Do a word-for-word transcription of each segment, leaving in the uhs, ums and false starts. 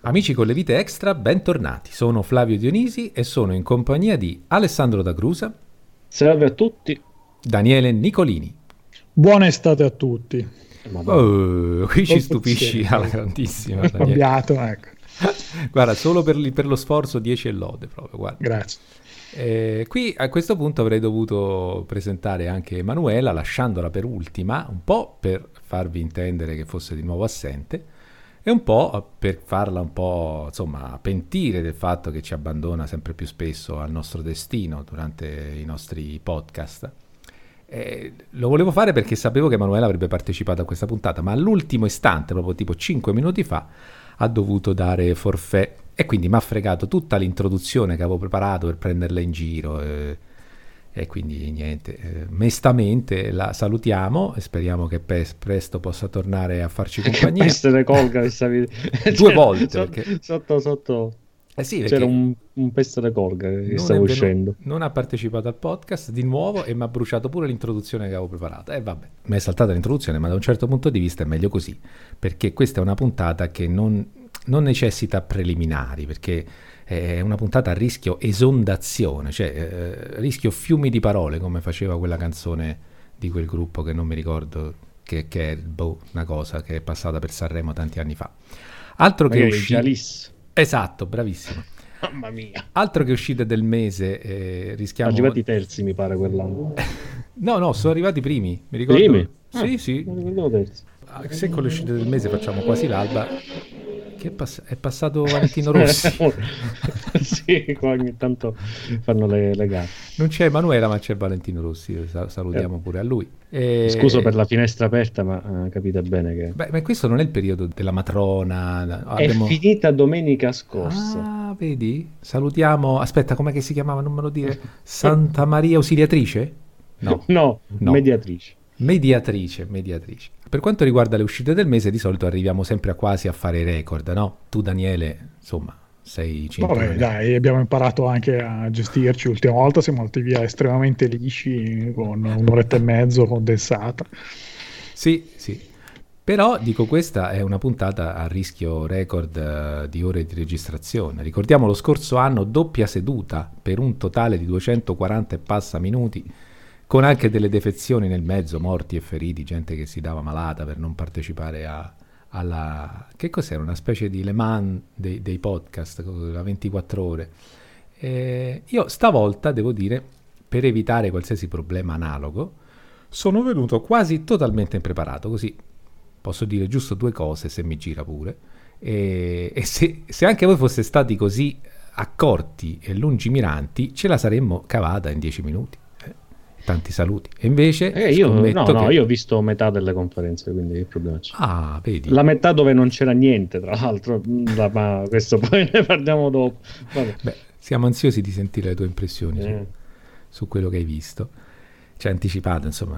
Amici con le vite extra, bentornati. Sono Flavio Dionisi e sono in compagnia di Alessandro D'Agrusa. Salve a tutti. Daniele Nicolini. Buona estate a tutti. Oh, qui ci stupisci alla grandissima. Cambiato, ecco. Guarda, solo per, per lo sforzo dieci e lode proprio, guarda. Grazie. Eh, qui a questo punto avrei dovuto presentare anche Emanuela, lasciandola per ultima, un po' per farvi intendere che fosse di nuovo assente e un po' per farla un po', insomma, pentire del fatto che ci abbandona sempre più spesso al nostro destino durante i nostri podcast. Eh, lo volevo fare perché sapevo che Emanuela avrebbe partecipato a questa puntata, ma all'ultimo istante, proprio tipo cinque minuti fa, ha dovuto dare forfait e quindi mi ha fregato tutta l'introduzione che avevo preparato per prenderla in giro eh, e quindi niente, eh, mestamente la salutiamo e speriamo che pe- presto possa tornare a farci compagnia. Che peste ne colga, stavi... due volte sotto, perché... sotto sotto Eh sì, c'era un, un peste ne colga che stava venu- uscendo. Non ha partecipato al podcast di nuovo e mi ha bruciato pure l'introduzione che avevo preparato. E eh, vabbè, mi è saltata l'introduzione, ma da un certo punto di vista è meglio così, perché questa è una puntata che non, non necessita preliminari, perché è una puntata a rischio esondazione, cioè eh, rischio fiumi di parole, come faceva quella canzone di quel gruppo che non mi ricordo, che, che è boh, una cosa che è passata per Sanremo tanti anni fa. Altro che uscite... Esatto, bravissimo. Mamma mia. Altro che uscite del mese, eh, rischiamo... Sono arrivati terzi, mi pare, quell'anno. no, no, sono arrivati i primi, mi ricordo. Primi? Sì, ah, sì. Non ricordavo terzi. Se con le uscite del mese facciamo quasi l'alba... Che è, pass- è passato Valentino Rossi. Sì, qua ogni tanto fanno le, le gare. Non c'è Emanuela, ma c'è Valentino Rossi. Salutiamo eh. pure a lui. E... Scuso per la finestra aperta, ma uh, capite bene che... Beh, ma questo non è il periodo della matrona. Abbiamo... È finita domenica scorsa. Ah, vedi? Salutiamo... Aspetta, com'è che si chiamava? Non me lo dire. Santa Maria Ausiliatrice? No, no, no. mediatrice. Mediatrice, mediatrice. Per quanto riguarda le uscite del mese, di solito arriviamo sempre a quasi a fare i record, no? Tu, Daniele, insomma, sei cinturone. Vabbè, dai, abbiamo imparato anche a gestirci. L'ultima volta siamo andati via estremamente lisci, con un'oretta e mezzo condensata. Sì, sì. Però, dico, questa è una puntata a rischio record uh, di ore di registrazione. Ricordiamo lo scorso anno doppia seduta per un totale di duecentoquaranta e passa minuti, con anche delle defezioni nel mezzo, morti e feriti, gente che si dava malata per non partecipare a, alla... che cos'era? Una specie di Le Mans dei, dei podcast, la ventiquattro ore. E io stavolta, devo dire, per evitare qualsiasi problema analogo, sono venuto quasi totalmente impreparato, così posso dire giusto due cose, se mi gira pure. E, e se, se anche voi foste stati così accorti e lungimiranti, ce la saremmo cavata in dieci minuti. Tanti saluti. E invece eh, io, no, che... no, io ho visto metà delle conferenze, quindi che problema c'è? Ah, vedi. La metà dove non c'era niente, tra l'altro, ma questo poi ne parliamo dopo. Vabbè. Beh, siamo ansiosi di sentire le tue impressioni eh. su, su quello che hai visto. Ci hai anticipato, insomma.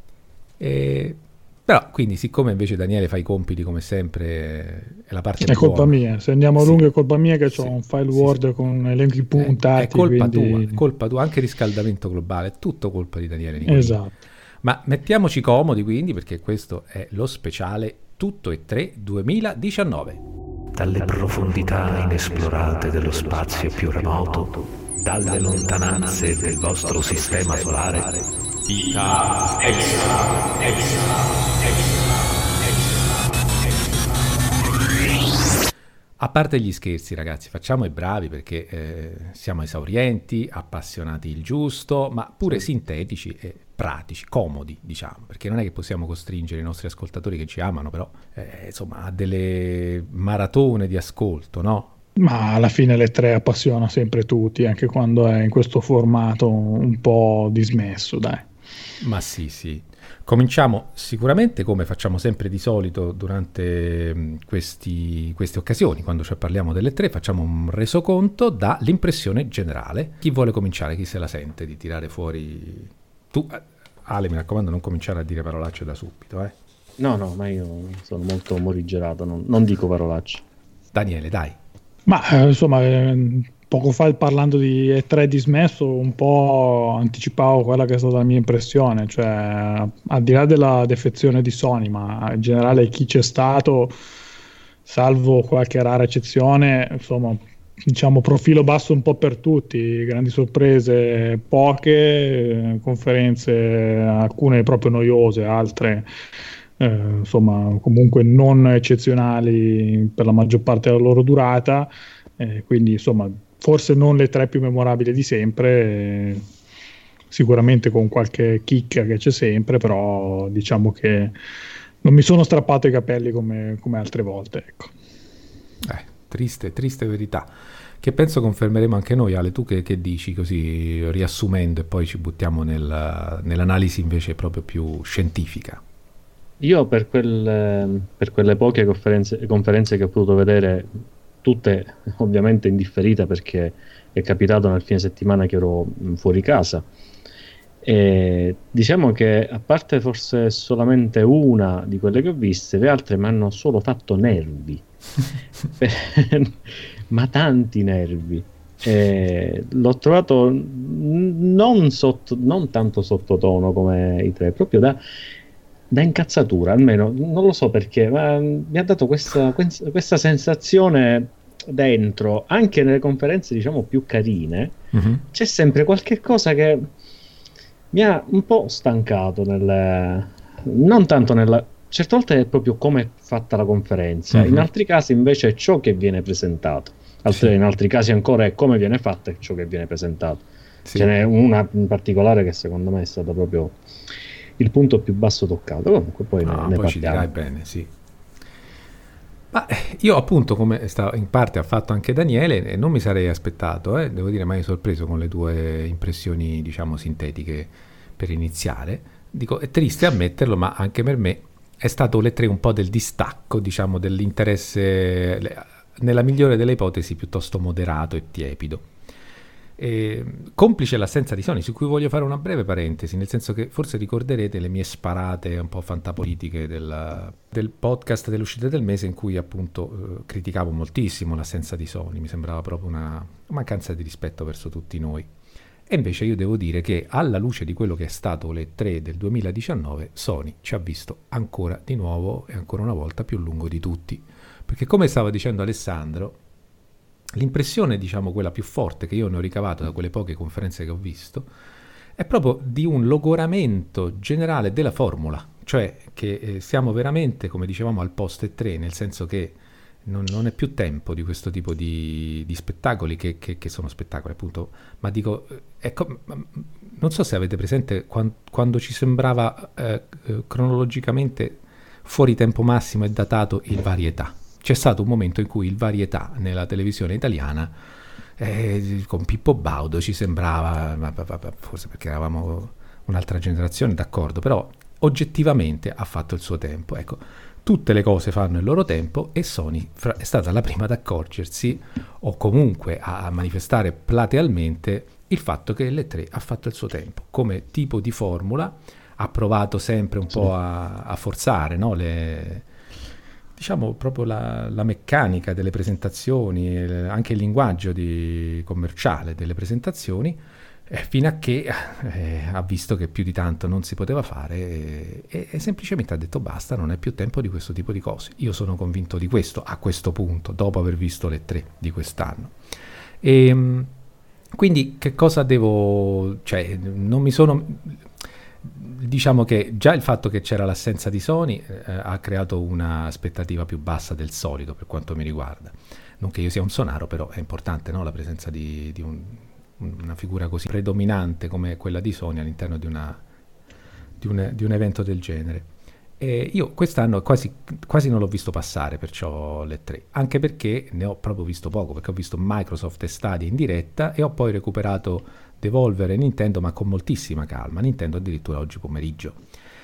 E... Però, quindi, siccome invece Daniele fa i compiti come sempre, è la parte è buona. Colpa mia, se andiamo a sì. lungo è colpa mia che sì. ho un file sì, Word sì. con elenchi puntati. È, è colpa quindi... tua, è colpa tua, anche riscaldamento globale, è tutto colpa di Daniele Nicolini. Esatto. Ma mettiamoci comodi quindi, perché questo è lo speciale Tutto e Tre duemiladiciannove. Dalle profondità inesplorate dello spazio più remoto, dalle lontananze del vostro sistema solare, Vita extra, extra. A parte gli scherzi, ragazzi, facciamo i bravi perché eh, siamo esaurienti, appassionati il giusto, ma pure sì. sintetici e pratici, comodi, diciamo, perché non è che possiamo costringere i nostri ascoltatori che ci amano, però, eh, insomma, a delle maratone di ascolto, no? Ma alla fine le tre appassiona sempre tutti, anche quando è in questo formato un po' dismesso, dai. Ma sì, sì. Cominciamo sicuramente, come facciamo sempre di solito durante questi, queste occasioni, quando cioè parliamo delle tre, facciamo un resoconto dall'impressione generale. Chi vuole cominciare, chi se la sente di tirare fuori... Tu, Ale, mi raccomando, non cominciare a dire parolacce da subito, eh? No, no, ma io sono molto morigerato, non, non dico parolacce. Daniele, dai. Ma eh, insomma... Eh... Poco fa parlando di E tre dismesso un po' anticipavo quella che è stata la mia impressione, cioè al di là della defezione di Sony, ma in generale chi c'è stato salvo qualche rara eccezione, insomma, diciamo profilo basso un po' per tutti, grandi sorprese poche, conferenze alcune proprio noiose, altre eh, insomma comunque non eccezionali per la maggior parte della loro durata, eh, quindi insomma forse non le tre più memorabili di sempre, eh, sicuramente con qualche chicca che c'è sempre, però diciamo che non mi sono strappato i capelli come, come altre volte, ecco. Eh, triste, triste verità, che penso confermeremo anche noi. Ale, tu che, che dici, così riassumendo, e poi ci buttiamo nel, nell'analisi invece proprio più scientifica? Io per, quel, per quelle poche conferenze, conferenze che ho potuto vedere, tutte ovviamente in differita perché è capitato nel fine settimana che ero fuori casa, e diciamo che a parte forse solamente una di quelle che ho viste, le altre mi hanno solo fatto nervi ma tanti nervi. E l'ho trovato non, sotto, non tanto sottotono come i tre, proprio da, da incazzatura, almeno non lo so perché, ma mi ha dato questa, questa sensazione dentro. Anche nelle conferenze diciamo più carine, mm-hmm. c'è sempre qualche cosa che mi ha un po' stancato, nel, non tanto nella, certe volte è proprio come è fatta la conferenza, mm-hmm. in altri casi invece è ciò che viene presentato, altri, sì. in altri casi ancora è come viene fatta ciò che viene presentato. Sì. Ce n'è una in particolare che secondo me è stata proprio il punto più basso toccato. Comunque poi no, ne, ne poi parliamo. Ci dirai bene, sì. Ma io appunto, come sta, in parte ha fatto anche Daniele, non mi sarei aspettato, eh, devo dire, mai sorpreso con le tue impressioni, diciamo, sintetiche per iniziare. Dico, è triste ammetterlo, ma anche per me è stato le tre un po' del distacco, diciamo, dell'interesse, nella migliore delle ipotesi, piuttosto moderato e tiepido. E, complice l'assenza di Sony, su cui voglio fare una breve parentesi, nel senso che forse ricorderete le mie sparate un po' fantapolitiche del, del podcast dell'uscita del mese, in cui appunto eh, criticavo moltissimo l'assenza di Sony, mi sembrava proprio una mancanza di rispetto verso tutti noi. E invece io devo dire che alla luce di quello che è stato le tre del duemiladiciannove, Sony ci ha visto ancora di nuovo e ancora una volta più lungo di tutti, perché come stava dicendo Alessandro, l'impressione, diciamo, quella più forte che io ne ho ricavato da quelle poche conferenze che ho visto è proprio di un logoramento generale della formula, cioè che eh, siamo veramente, come dicevamo, al post E tre, nel senso che non, non è più tempo di questo tipo di, di spettacoli che, che, che sono spettacoli appunto, ma dico, ecco, non so se avete presente quando, quando ci sembrava eh, cronologicamente fuori tempo massimo e datato il Varietà. C'è stato un momento in cui il Varietà nella televisione italiana eh, con Pippo Baudo ci sembrava, ma, ma, ma, forse perché eravamo un'altra generazione, d'accordo, però oggettivamente ha fatto il suo tempo. Ecco, tutte le cose fanno il loro tempo e Sony fra, è stata la prima ad accorgersi, o comunque a, a manifestare platealmente il fatto che l'E tre ha fatto il suo tempo. Come tipo di formula ha provato sempre un sì. po' a, a forzare, no? le... diciamo proprio la, la meccanica delle presentazioni, eh, anche il linguaggio di, commerciale delle presentazioni, eh, fino a che eh, ha visto che più di tanto non si poteva fare e, e, e semplicemente ha detto basta, non è più tempo di questo tipo di cose. Io sono convinto di questo a questo punto, dopo aver visto le tre di quest'anno. E quindi che cosa devo, cioè non mi sono... Diciamo che già il fatto che c'era l'assenza di Sony eh, ha creato una aspettativa più bassa del solito per quanto mi riguarda. Non che io sia un sonaro, però è importante, no? La presenza di, di un, una figura così predominante come quella di Sony all'interno di, una, di, un, di un evento del genere. E io quest'anno quasi, quasi non l'ho visto passare, perciò le tre, anche perché ne ho proprio visto poco, perché ho visto Microsoft e Stadia in diretta e ho poi recuperato Devolver e Nintendo, ma con moltissima calma, Nintendo addirittura oggi pomeriggio.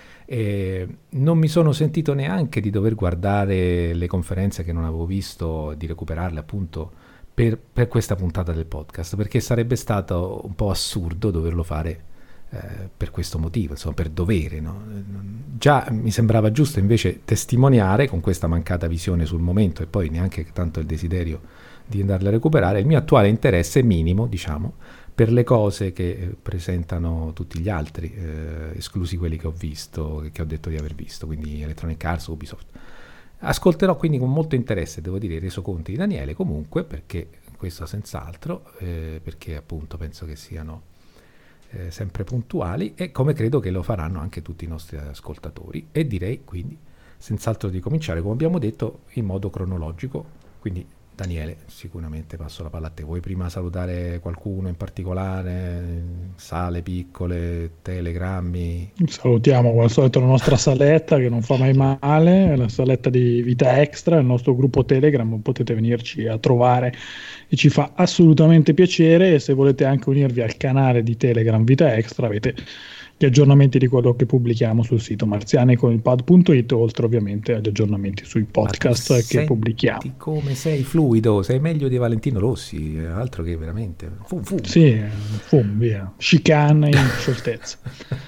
E non mi sono sentito neanche di dover guardare le conferenze che non avevo visto, di recuperarle appunto per, per questa puntata del podcast, perché sarebbe stato un po' assurdo doverlo fare eh, per questo motivo, insomma per dovere, no? Già mi sembrava giusto invece testimoniare con questa mancata visione sul momento e poi neanche tanto il desiderio di andarle a recuperare il mio attuale interesse minimo, diciamo, per le cose che presentano tutti gli altri, eh, esclusi quelli che ho visto, che ho detto di aver visto, quindi Electronic Arts, Ubisoft. Ascolterò quindi con molto interesse, devo dire, i resoconti di Daniele comunque, perché questo senz'altro, eh, perché appunto penso che siano eh, sempre puntuali, e come credo che lo faranno anche tutti i nostri ascoltatori. E direi quindi senz'altro di cominciare, come abbiamo detto, in modo cronologico. Quindi Daniele, sicuramente passo la palla a te. Vuoi prima salutare qualcuno in particolare? Sale piccole, telegrammi? Salutiamo come al solito la nostra saletta che non fa mai male, la saletta di Vita Extra, il nostro gruppo Telegram, potete venirci a trovare e ci fa assolutamente piacere. E se volete anche unirvi al canale di Telegram Vita Extra, avete gli aggiornamenti di quello che pubblichiamo sul sito marzianiconilpad punto it, oltre ovviamente agli aggiornamenti sui podcast che pubblichiamo. Come sei fluido, sei meglio di Valentino Rossi, altro che veramente fum, fum. Sì, fum, via, chicane in scioltezza.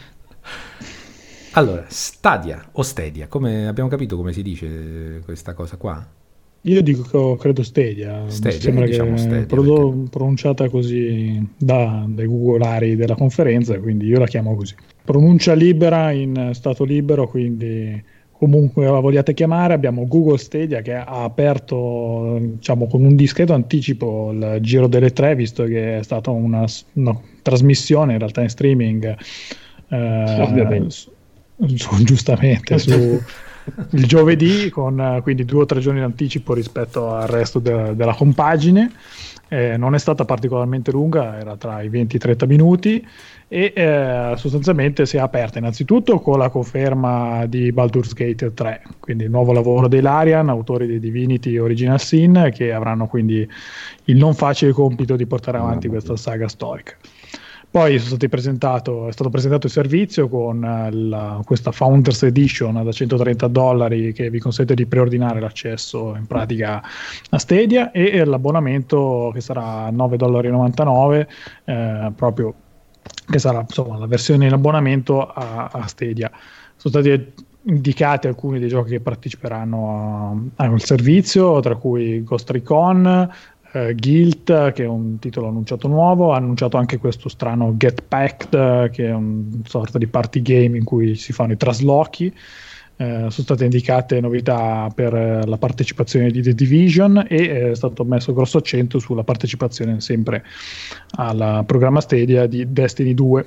Allora, Stadia o Stadia, come abbiamo capito come si dice questa cosa qua? Io dico, credo Stadia, Stadia sembra diciamo che Stadia, prodo- perché... pronunciata così da, dai googolari della conferenza, quindi io la chiamo così. Pronuncia libera in stato libero, quindi comunque la vogliate chiamare. Abbiamo Google Stadia che ha aperto, diciamo, con un discreto anticipo il Giro delle Tre, visto che è stata una, una trasmissione in realtà in streaming, eh, ovviamente, su, su, giustamente su il giovedì, con quindi due o tre giorni di anticipo rispetto al resto de- della compagine. Eh, non è stata particolarmente lunga, era tra i venti e i trenta minuti, e eh, sostanzialmente si è aperta innanzitutto con la conferma di Baldur's Gate tre, quindi il nuovo lavoro dei Larian, autori di Divinity Original Sin, che avranno quindi il non facile compito di portare avanti oh, questa saga storica. Poi è stato presentato, è stato presentato il servizio con la, questa Founders Edition da centotrenta dollari che vi consente di preordinare l'accesso in pratica a Stadia, e l'abbonamento che sarà nove virgola novantanove dollari, eh, proprio che sarà insomma la versione in abbonamento a, a Stadia. Sono stati indicati alcuni dei giochi che parteciperanno a, al servizio, tra cui Ghost Recon, Uh, Guild, che è un titolo annunciato nuovo. Ha annunciato anche questo strano Get Packed, uh, che è una sorta di party game in cui si fanno i traslochi. Uh, sono state indicate novità per uh, la partecipazione di The Division, e uh, è stato messo grosso accento sulla partecipazione sempre al programma Stadia di Destiny due.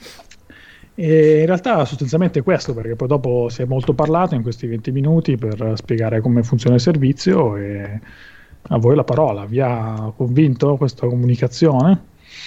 E in realtà sostanzialmente questo, perché poi dopo si è molto parlato in questi venti minuti per spiegare come funziona il servizio. E a voi la parola. Vi ha convinto questa comunicazione?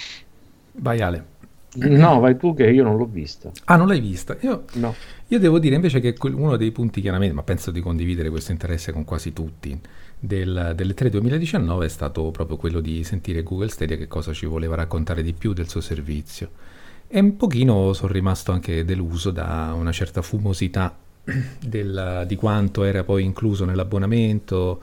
Vai Ale. No, vai tu, che io non l'ho vista. Ah, non l'hai vista? Io, no. Io devo dire invece che uno dei punti, chiaramente, ma penso di condividere questo interesse con quasi tutti, del, delle tre duemiladiciannove è stato proprio quello di sentire Google Stadia che cosa ci voleva raccontare di più del suo servizio. E un pochino sono rimasto anche deluso da una certa fumosità Del, di quanto era poi incluso nell'abbonamento,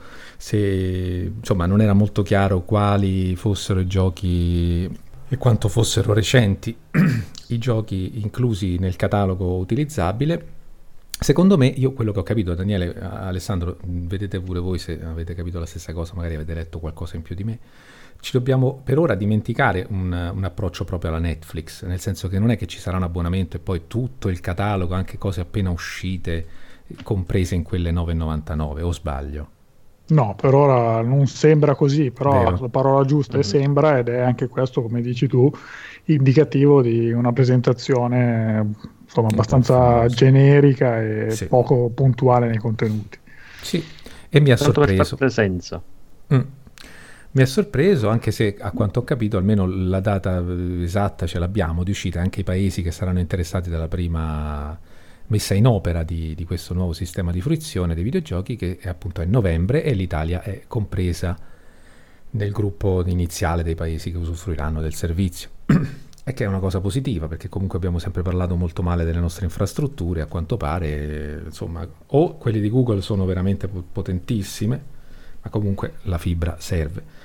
se insomma non era molto chiaro quali fossero i giochi e quanto fossero recenti i giochi inclusi nel catalogo utilizzabile. Secondo me, io quello che ho capito, Daniele, Alessandro, vedete pure voi se avete capito la stessa cosa, magari avete letto qualcosa in più di me, ci dobbiamo per ora dimenticare un, un approccio proprio alla Netflix, nel senso che non è che ci sarà un abbonamento e poi tutto il catalogo, anche cose appena uscite, comprese in quelle nove virgola novantanove, o sbaglio? No, per ora non sembra così, però Vero. La parola giusta è Mm-hmm. sembra, ed è anche questo, come dici tu, indicativo di una presentazione insomma abbastanza generica e Sì. poco puntuale nei contenuti. Sì, e mi ha Tanto per sorpreso. far presenza. Mm. Mi ha sorpreso, anche se a quanto ho capito almeno la data esatta ce l'abbiamo di uscita, anche i paesi che saranno interessati dalla prima messa in opera di, di questo nuovo sistema di fruizione dei videogiochi, che è appunto è novembre, e l'Italia è compresa nel gruppo iniziale dei paesi che usufruiranno del servizio. E che è una cosa positiva, perché comunque abbiamo sempre parlato molto male delle nostre infrastrutture, a quanto pare, insomma, o quelli di Google sono veramente potentissime, ma comunque la fibra serve.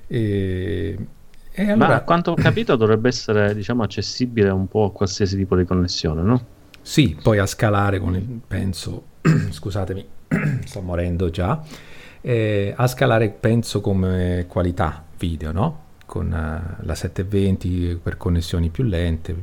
E, e allora, Ma a quanto ho capito dovrebbe essere, diciamo, accessibile un po' a qualsiasi tipo di connessione, no? sì, poi a scalare con il, penso, scusatemi, sto morendo già, eh, a scalare penso come qualità video, no? Con uh, la settecentoventi per connessioni più lente,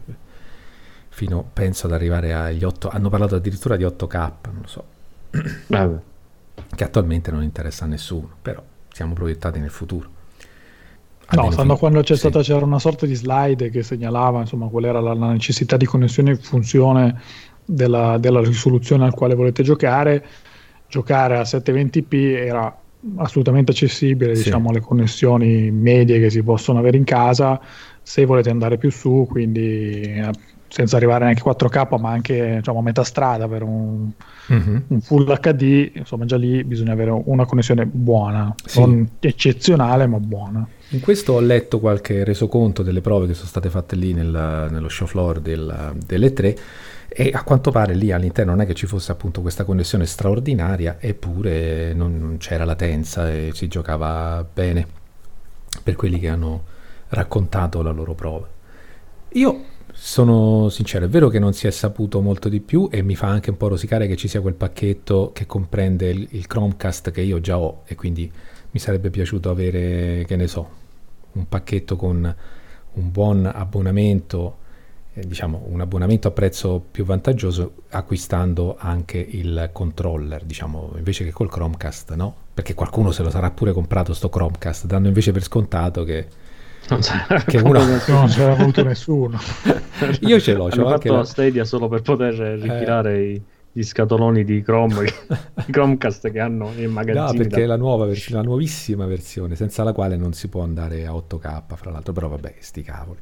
fino penso ad arrivare agli otto, hanno parlato addirittura di otto K, non lo so. Vabbè. che attualmente non interessa a nessuno, però siamo proiettati nel futuro. No, stando quando c'è sì. stata, c'era una sorta di slide che segnalava insomma qual era la, la necessità di connessione in funzione della, della risoluzione al quale volete giocare. Giocare a settecentoventi p era assolutamente accessibile, Sì. diciamo, alle connessioni medie che si possono avere in casa. Se volete andare più su, quindi eh, senza arrivare neanche quattro K, ma anche, diciamo, a metà strada per un, Mm-hmm. un Full acca di, insomma già lì bisogna avere una connessione buona, Sì. non eccezionale ma buona. In questo ho letto qualche resoconto delle prove che sono state fatte lì nel, nello show floor del, delle tre, e a quanto pare lì all'interno non è che ci fosse appunto questa connessione straordinaria, eppure non, non c'era latenza e si giocava bene per quelli che hanno raccontato la loro prova. Io sono sincero, è vero che non si è saputo molto di più e mi fa anche un po' rosicare che ci sia quel pacchetto che comprende il, il Chromecast che io già ho, e quindi mi sarebbe piaciuto avere, che ne so, un pacchetto con un buon abbonamento, eh, diciamo un abbonamento a prezzo più vantaggioso, acquistando anche il controller, diciamo, invece che col Chromecast, no? Perché qualcuno se lo sarà pure comprato sto Chromecast, dando invece per scontato che Non c'era che uno Non ce l'ha avuto nessuno. io ce l'ho, c'ho hanno anche fatto la... la Stadia solo per poter ritirare i, gli scatoloni di Chrome i Chromecast che hanno nei magazzini. No, perché da... è la nuova versione, la nuovissima versione, senza la quale non si può andare a otto K, fra l'altro, però vabbè, sti cavoli.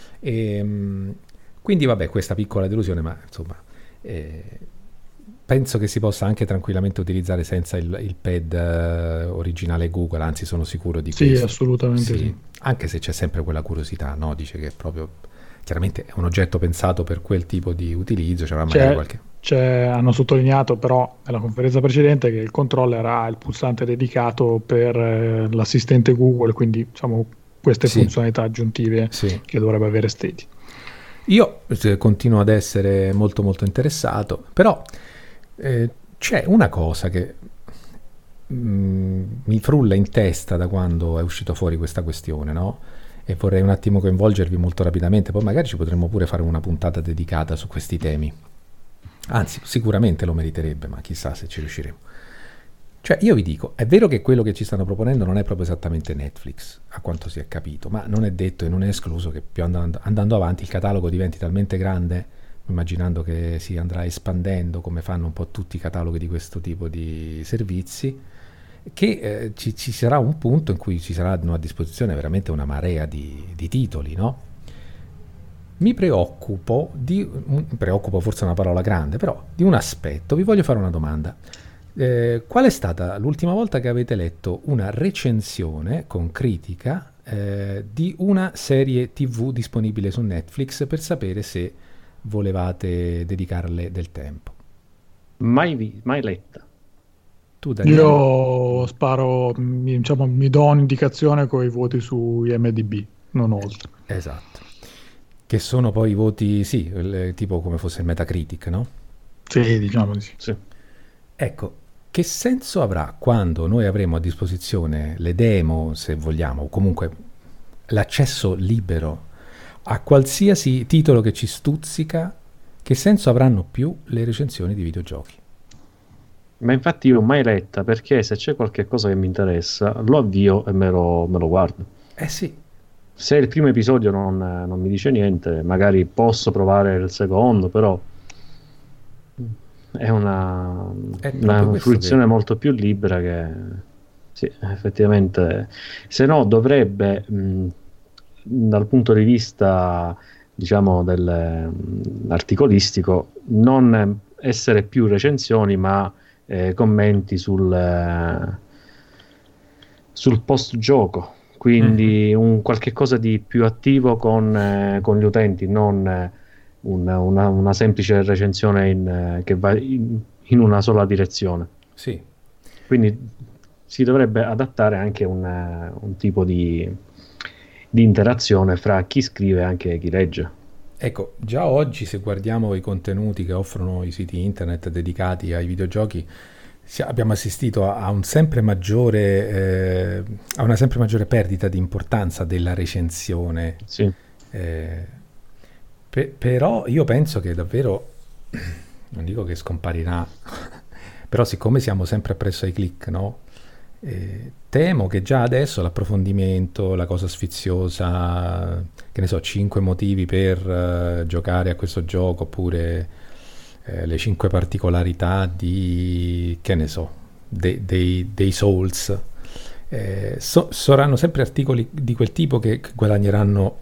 E, quindi vabbè, questa piccola delusione, ma insomma, eh, penso che si possa anche tranquillamente utilizzare senza il, il pad eh, originale Google, anzi sono sicuro di Sì, questo. assolutamente Sì, sì. anche se c'è sempre quella curiosità, no? Dice che proprio, chiaramente è un oggetto pensato per quel tipo di utilizzo, c'era magari C'è, qualche... c'è- hanno sottolineato però nella conferenza precedente che il controller ha il pulsante dedicato per eh, l'assistente Google, quindi diciamo queste Sì. funzionalità aggiuntive Sì. che dovrebbe avere Stadia. Io eh, continuo ad essere molto molto interessato, però eh, c'è una cosa che mm, mi frulla in testa da quando è uscito fuori questa questione, no? E vorrei un attimo coinvolgervi molto rapidamente, poi magari ci potremmo pure fare una puntata dedicata su questi temi. Anzi, sicuramente lo meriterebbe, ma chissà se ci riusciremo. Cioè, io vi dico, è vero che quello che ci stanno proponendo non è proprio esattamente Netflix, a quanto si è capito, ma non è detto e non è escluso che più andando, andando avanti il catalogo diventi talmente grande, immaginando che si andrà espandendo come fanno un po' tutti i cataloghi di questo tipo di servizi, che eh, ci, ci sarà un punto in cui ci saranno a disposizione veramente una marea di, di titoli, no? Mi preoccupo di, mi preoccupo forse è una parola grande, però di un aspetto. Vi voglio fare una domanda. Eh, qual è stata l'ultima volta che avete letto una recensione con critica eh, di una serie tivù disponibile su Netflix, per sapere se volevate dedicarle del tempo? Mai, vi- mai letta. Tu, Daniele? Io sparo, mi, diciamo, mi do un'indicazione con i voti su I M D B, non oltre. Esatto. Che sono poi i voti, sì, il- tipo come fosse il Metacritic, no? Sì, diciamo di sì. Sì. Ecco, che senso avrà quando noi avremo a disposizione le demo, se vogliamo, o comunque l'accesso libero a qualsiasi titolo che ci stuzzica, che senso avranno più le recensioni di videogiochi? Ma infatti io mai letta, perché se c'è qualche cosa che mi interessa lo avvio e me lo, me lo guardo. Eh sì, Se il primo episodio non, non mi dice niente, magari posso provare il secondo, però è una, È proprio una questo fruizione che- molto più libera che sì, effettivamente, se no dovrebbe mh, dal punto di vista diciamo del mh, articolistico non essere più recensioni ma eh, commenti sul eh, sul post gioco, quindi un qualche cosa di più attivo con, eh, con gli utenti, non eh, un- una, una semplice recensione in, eh, che va in, in una sola direzione. sì. Quindi si dovrebbe adattare anche un, eh, un tipo di, di interazione fra chi scrive e anche chi legge. Ecco, già oggi se guardiamo i contenuti che offrono i siti internet dedicati ai videogiochi, si- abbiamo assistito a, a un sempre maggiore, eh, a una sempre maggiore perdita di importanza della recensione. Sì. Eh, pe- però io penso che davvero, non dico che scomparirà, Però siccome siamo sempre appresso ai click, no? Eh, temo che già adesso l'approfondimento, la cosa sfiziosa, che ne so, cinque motivi per uh, giocare a questo gioco, oppure eh, le cinque particolarità di, che ne so, de- dei, dei Souls, eh, so- saranno sempre articoli di quel tipo che guadagneranno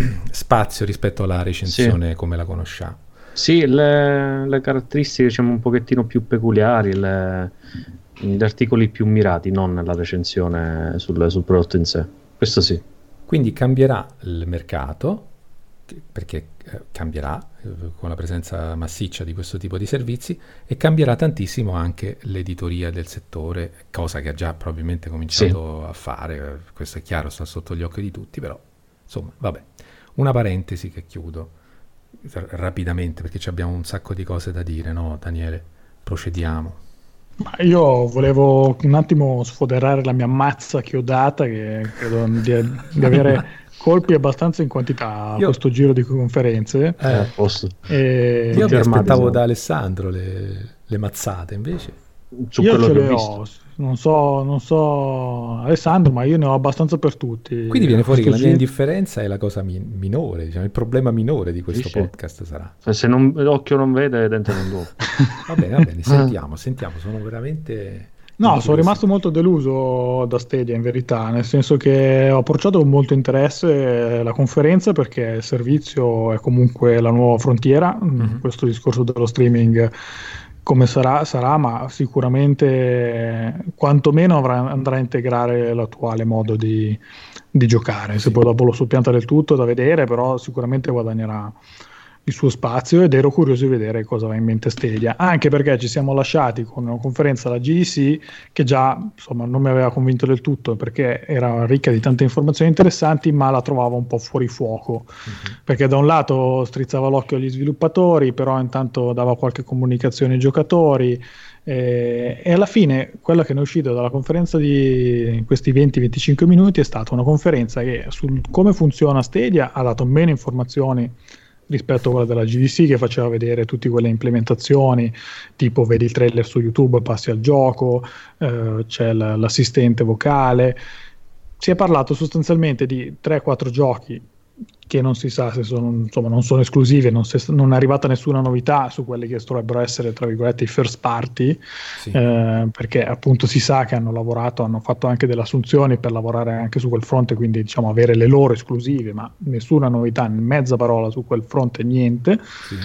spazio rispetto alla recensione sì. come la conosciamo. Sì, le, le caratteristiche diciamo un pochettino più peculiari, le, gli articoli più mirati, non la recensione sul, sul prodotto in sé. Questo sì. Quindi cambierà il mercato, perché eh, cambierà eh, con la presenza massiccia di questo tipo di servizi, e cambierà tantissimo anche l'editoria del settore, cosa che ha già probabilmente cominciato sì. a fare. Questo è chiaro, sta sotto gli occhi di tutti, però insomma, vabbè. Una parentesi che chiudo rapidamente, perché abbiamo un sacco di cose da dire, no Daniele? Procediamo. Ma io volevo un attimo sfoderare la mia mazza chiodata, che credo di, di avere colpi abbastanza in quantità a io, questo giro di conferenze. Eh, posto. E io mi aspettavo da Alessandro le, le mazzate, invece. Su io ce le ho, non so, non so Alessandro, ma io ne ho abbastanza per tutti. Quindi viene fuori che la mia indifferenza è la cosa mi- minore, diciamo, il problema minore di questo Dice, podcast sarà. Se non, l'occhio non vede, dente non duo. Va bene, va bene, sentiamo, sentiamo, sono veramente... No, sono rimasto molto deluso da Stadia in verità, nel senso che ho approcciato con molto interesse la conferenza perché il servizio è comunque la nuova frontiera, mm-hmm. questo discorso dello streaming come sarà, sarà, ma sicuramente quantomeno avrà, andrà a integrare l'attuale modo di, di giocare. Se poi dopo lo soppianta del tutto da vedere, però sicuramente guadagnerà il suo spazio, ed ero curioso di vedere cosa va in mente Stadia, anche perché ci siamo lasciati con una conferenza alla G D C che già insomma non mi aveva convinto del tutto, perché era ricca di tante informazioni interessanti, ma la trovavo un po' fuori fuoco, mm-hmm. perché da un lato strizzava l'occhio agli sviluppatori, però intanto dava qualche comunicazione ai giocatori, eh, e alla fine quella che ne è uscita dalla conferenza di questi venti venticinque minuti è stata una conferenza che sul come funziona Stadia ha dato meno informazioni rispetto a quella della G D C, che faceva vedere tutte quelle implementazioni, tipo vedi il trailer su YouTube, passi al gioco, eh, c'è l- l'assistente vocale. Si è parlato sostanzialmente di tre quattro giochi che non si sa se sono, insomma, non sono esclusive, non, si, non è arrivata nessuna novità su quelli che dovrebbero essere tra virgolette i first party, sì. eh, perché appunto si sa che hanno lavorato, hanno fatto anche delle assunzioni per lavorare anche su quel fronte, quindi diciamo avere le loro esclusive, ma nessuna novità, mezza parola su quel fronte, niente. Sì.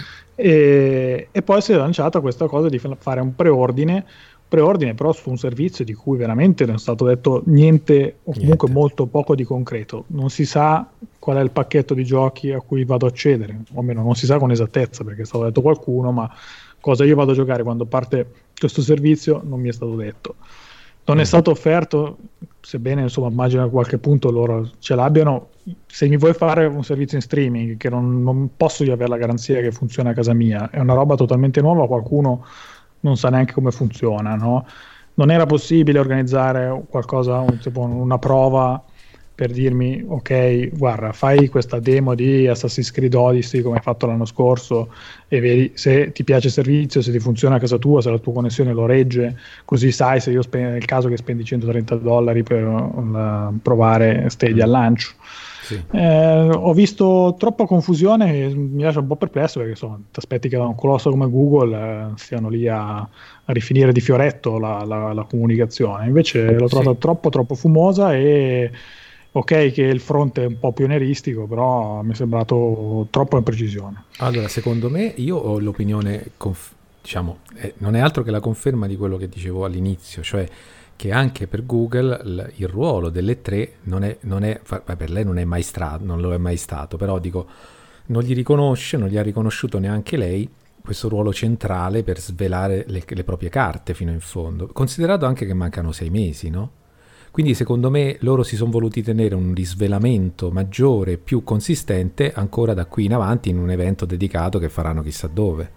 E, e poi si è lanciata questa cosa di fare un preordine preordine però su un servizio di cui veramente non è stato detto niente o comunque niente. Molto poco di concreto. Non si sa qual è il pacchetto di giochi a cui vado a accedere, o almeno non si sa con esattezza, perché è stato detto qualcuno, ma cosa io vado a giocare quando parte questo servizio non mi è stato detto. Non mm. è stato offerto, sebbene insomma immagino a qualche punto loro ce l'abbiano, se mi vuoi fare un servizio in streaming che non, non posso io avere la garanzia che funziona a casa mia, è una roba totalmente nuova, qualcuno non sa neanche come funziona, no? Non era possibile organizzare qualcosa, un, tipo una prova per dirmi ok, guarda, fai questa demo di Assassin's Creed Odyssey come hai fatto l'anno scorso e vedi se ti piace il servizio, se ti funziona a casa tua, se la tua connessione lo regge, così sai se io spendo, nel caso che spendi centotrenta dollari per uh, provare Stadia al lancio. Sì. Eh, ho visto troppa confusione e mi lascia un po' perplesso, perché insomma ti aspetti che da un colosso come Google eh, stiano lì a, a rifinire di fioretto la, la, la comunicazione, invece l'ho trovata sì. troppo troppo fumosa, e ok che il fronte è un po' pionieristico, però mi è sembrato troppo imprecisione. Allora, secondo me, io ho l'opinione conf- diciamo eh, non è altro che la conferma di quello che dicevo all'inizio, cioè che anche per Google l- il ruolo delle tre non è, non è per lei non è mai stato, non lo è mai stato, però dico, non gli riconosce, non gli ha riconosciuto neanche lei questo ruolo centrale per svelare le, le proprie carte fino in fondo, considerato anche che mancano sei mesi, no? Quindi secondo me loro si sono voluti tenere un risvelamento maggiore, più consistente, ancora da qui in avanti, in un evento dedicato che faranno chissà dove.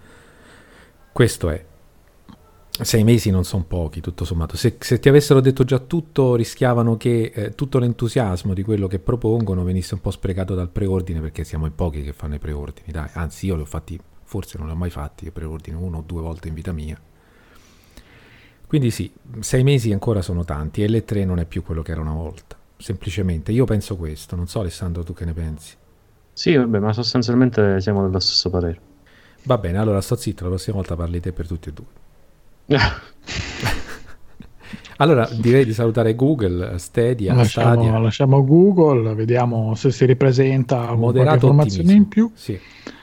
Questo è. Sei mesi non sono pochi, tutto sommato. Se, se ti avessero detto già tutto, rischiavano che eh, tutto l'entusiasmo di quello che propongono venisse un po' sprecato dal preordine, perché siamo in pochi che fanno i preordini, dai. Anzi, io li ho fatti, forse non li ho mai fatti, i preordini, uno o due volte in vita mia. Quindi sì, sei mesi ancora sono tanti e l'E tre non è più quello che era una volta. Semplicemente, io penso questo. Non so, Alessandro, tu che ne pensi? Sì, vabbè, ma sostanzialmente siamo dello stesso parere. Va bene, allora sto zitto, la prossima volta parli te per tutti e due. Allora direi di salutare Google, Stadia, lasciamo, Stadia. lasciamo Google, vediamo se si ripresenta con qualche Moderato informazione ottimismo. in più. Sì.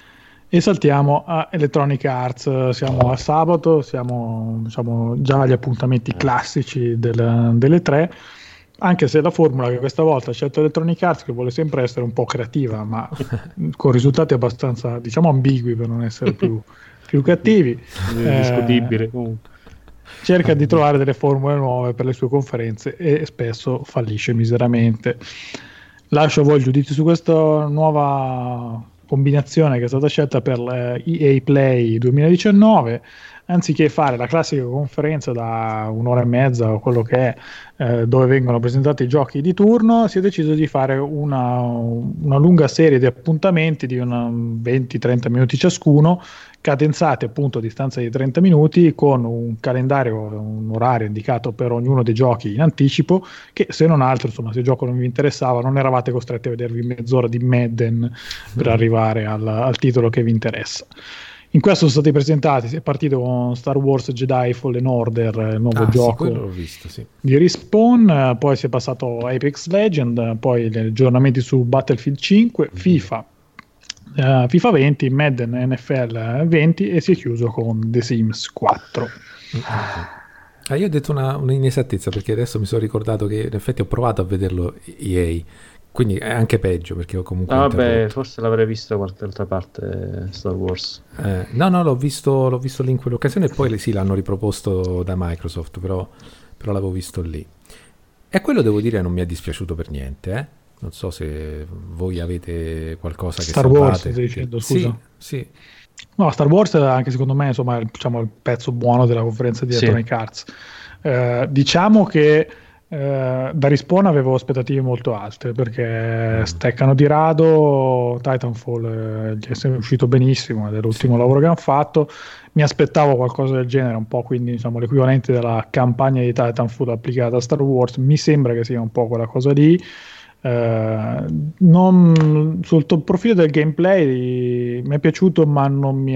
E saltiamo a Electronic Arts. Siamo a sabato, siamo diciamo, già agli appuntamenti classici del, delle tre, anche se la formula che questa volta ha scelto Electronic Arts, che vuole sempre essere un po' creativa, ma con risultati abbastanza, diciamo, ambigui per non essere più, più cattivi. È discutibile comunque. Cerca di trovare delle formule nuove per le sue conferenze e spesso fallisce miseramente. Lascio a voi il giudizio su questa nuova combinazione che è stata scelta per l'E A Play duemiladiciannove. Anziché fare la classica conferenza da un'ora e mezza o quello che è, eh, dove vengono presentati i giochi di turno, si è deciso di fare una, una lunga serie di appuntamenti di venti trenta minuti ciascuno, cadenzati appunto a distanza di trenta minuti, con un calendario, un orario indicato per ognuno dei giochi in anticipo, che se non altro, insomma, se il gioco non vi interessava non eravate costretti a vedervi mezz'ora di Madden per arrivare al, al titolo che vi interessa. In questo sono stati presentati, si è partito con Star Wars Jedi Fallen Order, il nuovo ah, gioco sì, l'ho visto, sì. di Respawn, poi si è passato a Apex Legend, poi gli aggiornamenti su Battlefield cinque, mm-hmm. FIFA, uh, FIFA venti, Madden N F L venti e si è chiuso con The Sims quattro. Mm-hmm. Ah, io ho detto una, un'inesattezza, perché adesso mi sono ricordato che in effetti ho provato a vederlo E A, quindi è anche peggio, perché ho comunque ah, vabbè, forse l'avrei visto da qualche altra parte Star Wars. Eh, no, no, l'ho visto, l'ho visto lì in quell'occasione e poi sì, l'hanno riproposto da Microsoft, però, però l'avevo visto lì. E quello devo dire non mi è dispiaciuto per niente, eh? Non so se voi avete qualcosa che Star salvate. Wars, stai dicendo, scusa? Sì, sì. No, Star Wars anche secondo me insomma, è diciamo, il pezzo buono della conferenza di Electronic sì. Arts. Eh, diciamo che Uh, da Respawn avevo aspettative molto alte, perché mm. steccano di rado. Titanfall eh, gli è uscito benissimo ed è l'ultimo sì. lavoro che hanno fatto. Mi aspettavo qualcosa del genere, un po' quindi diciamo l'equivalente della campagna di Titanfall applicata a Star Wars. Mi sembra che sia un po' quella cosa lì. Uh, non, sul profilo del gameplay mi è piaciuto, ma non mi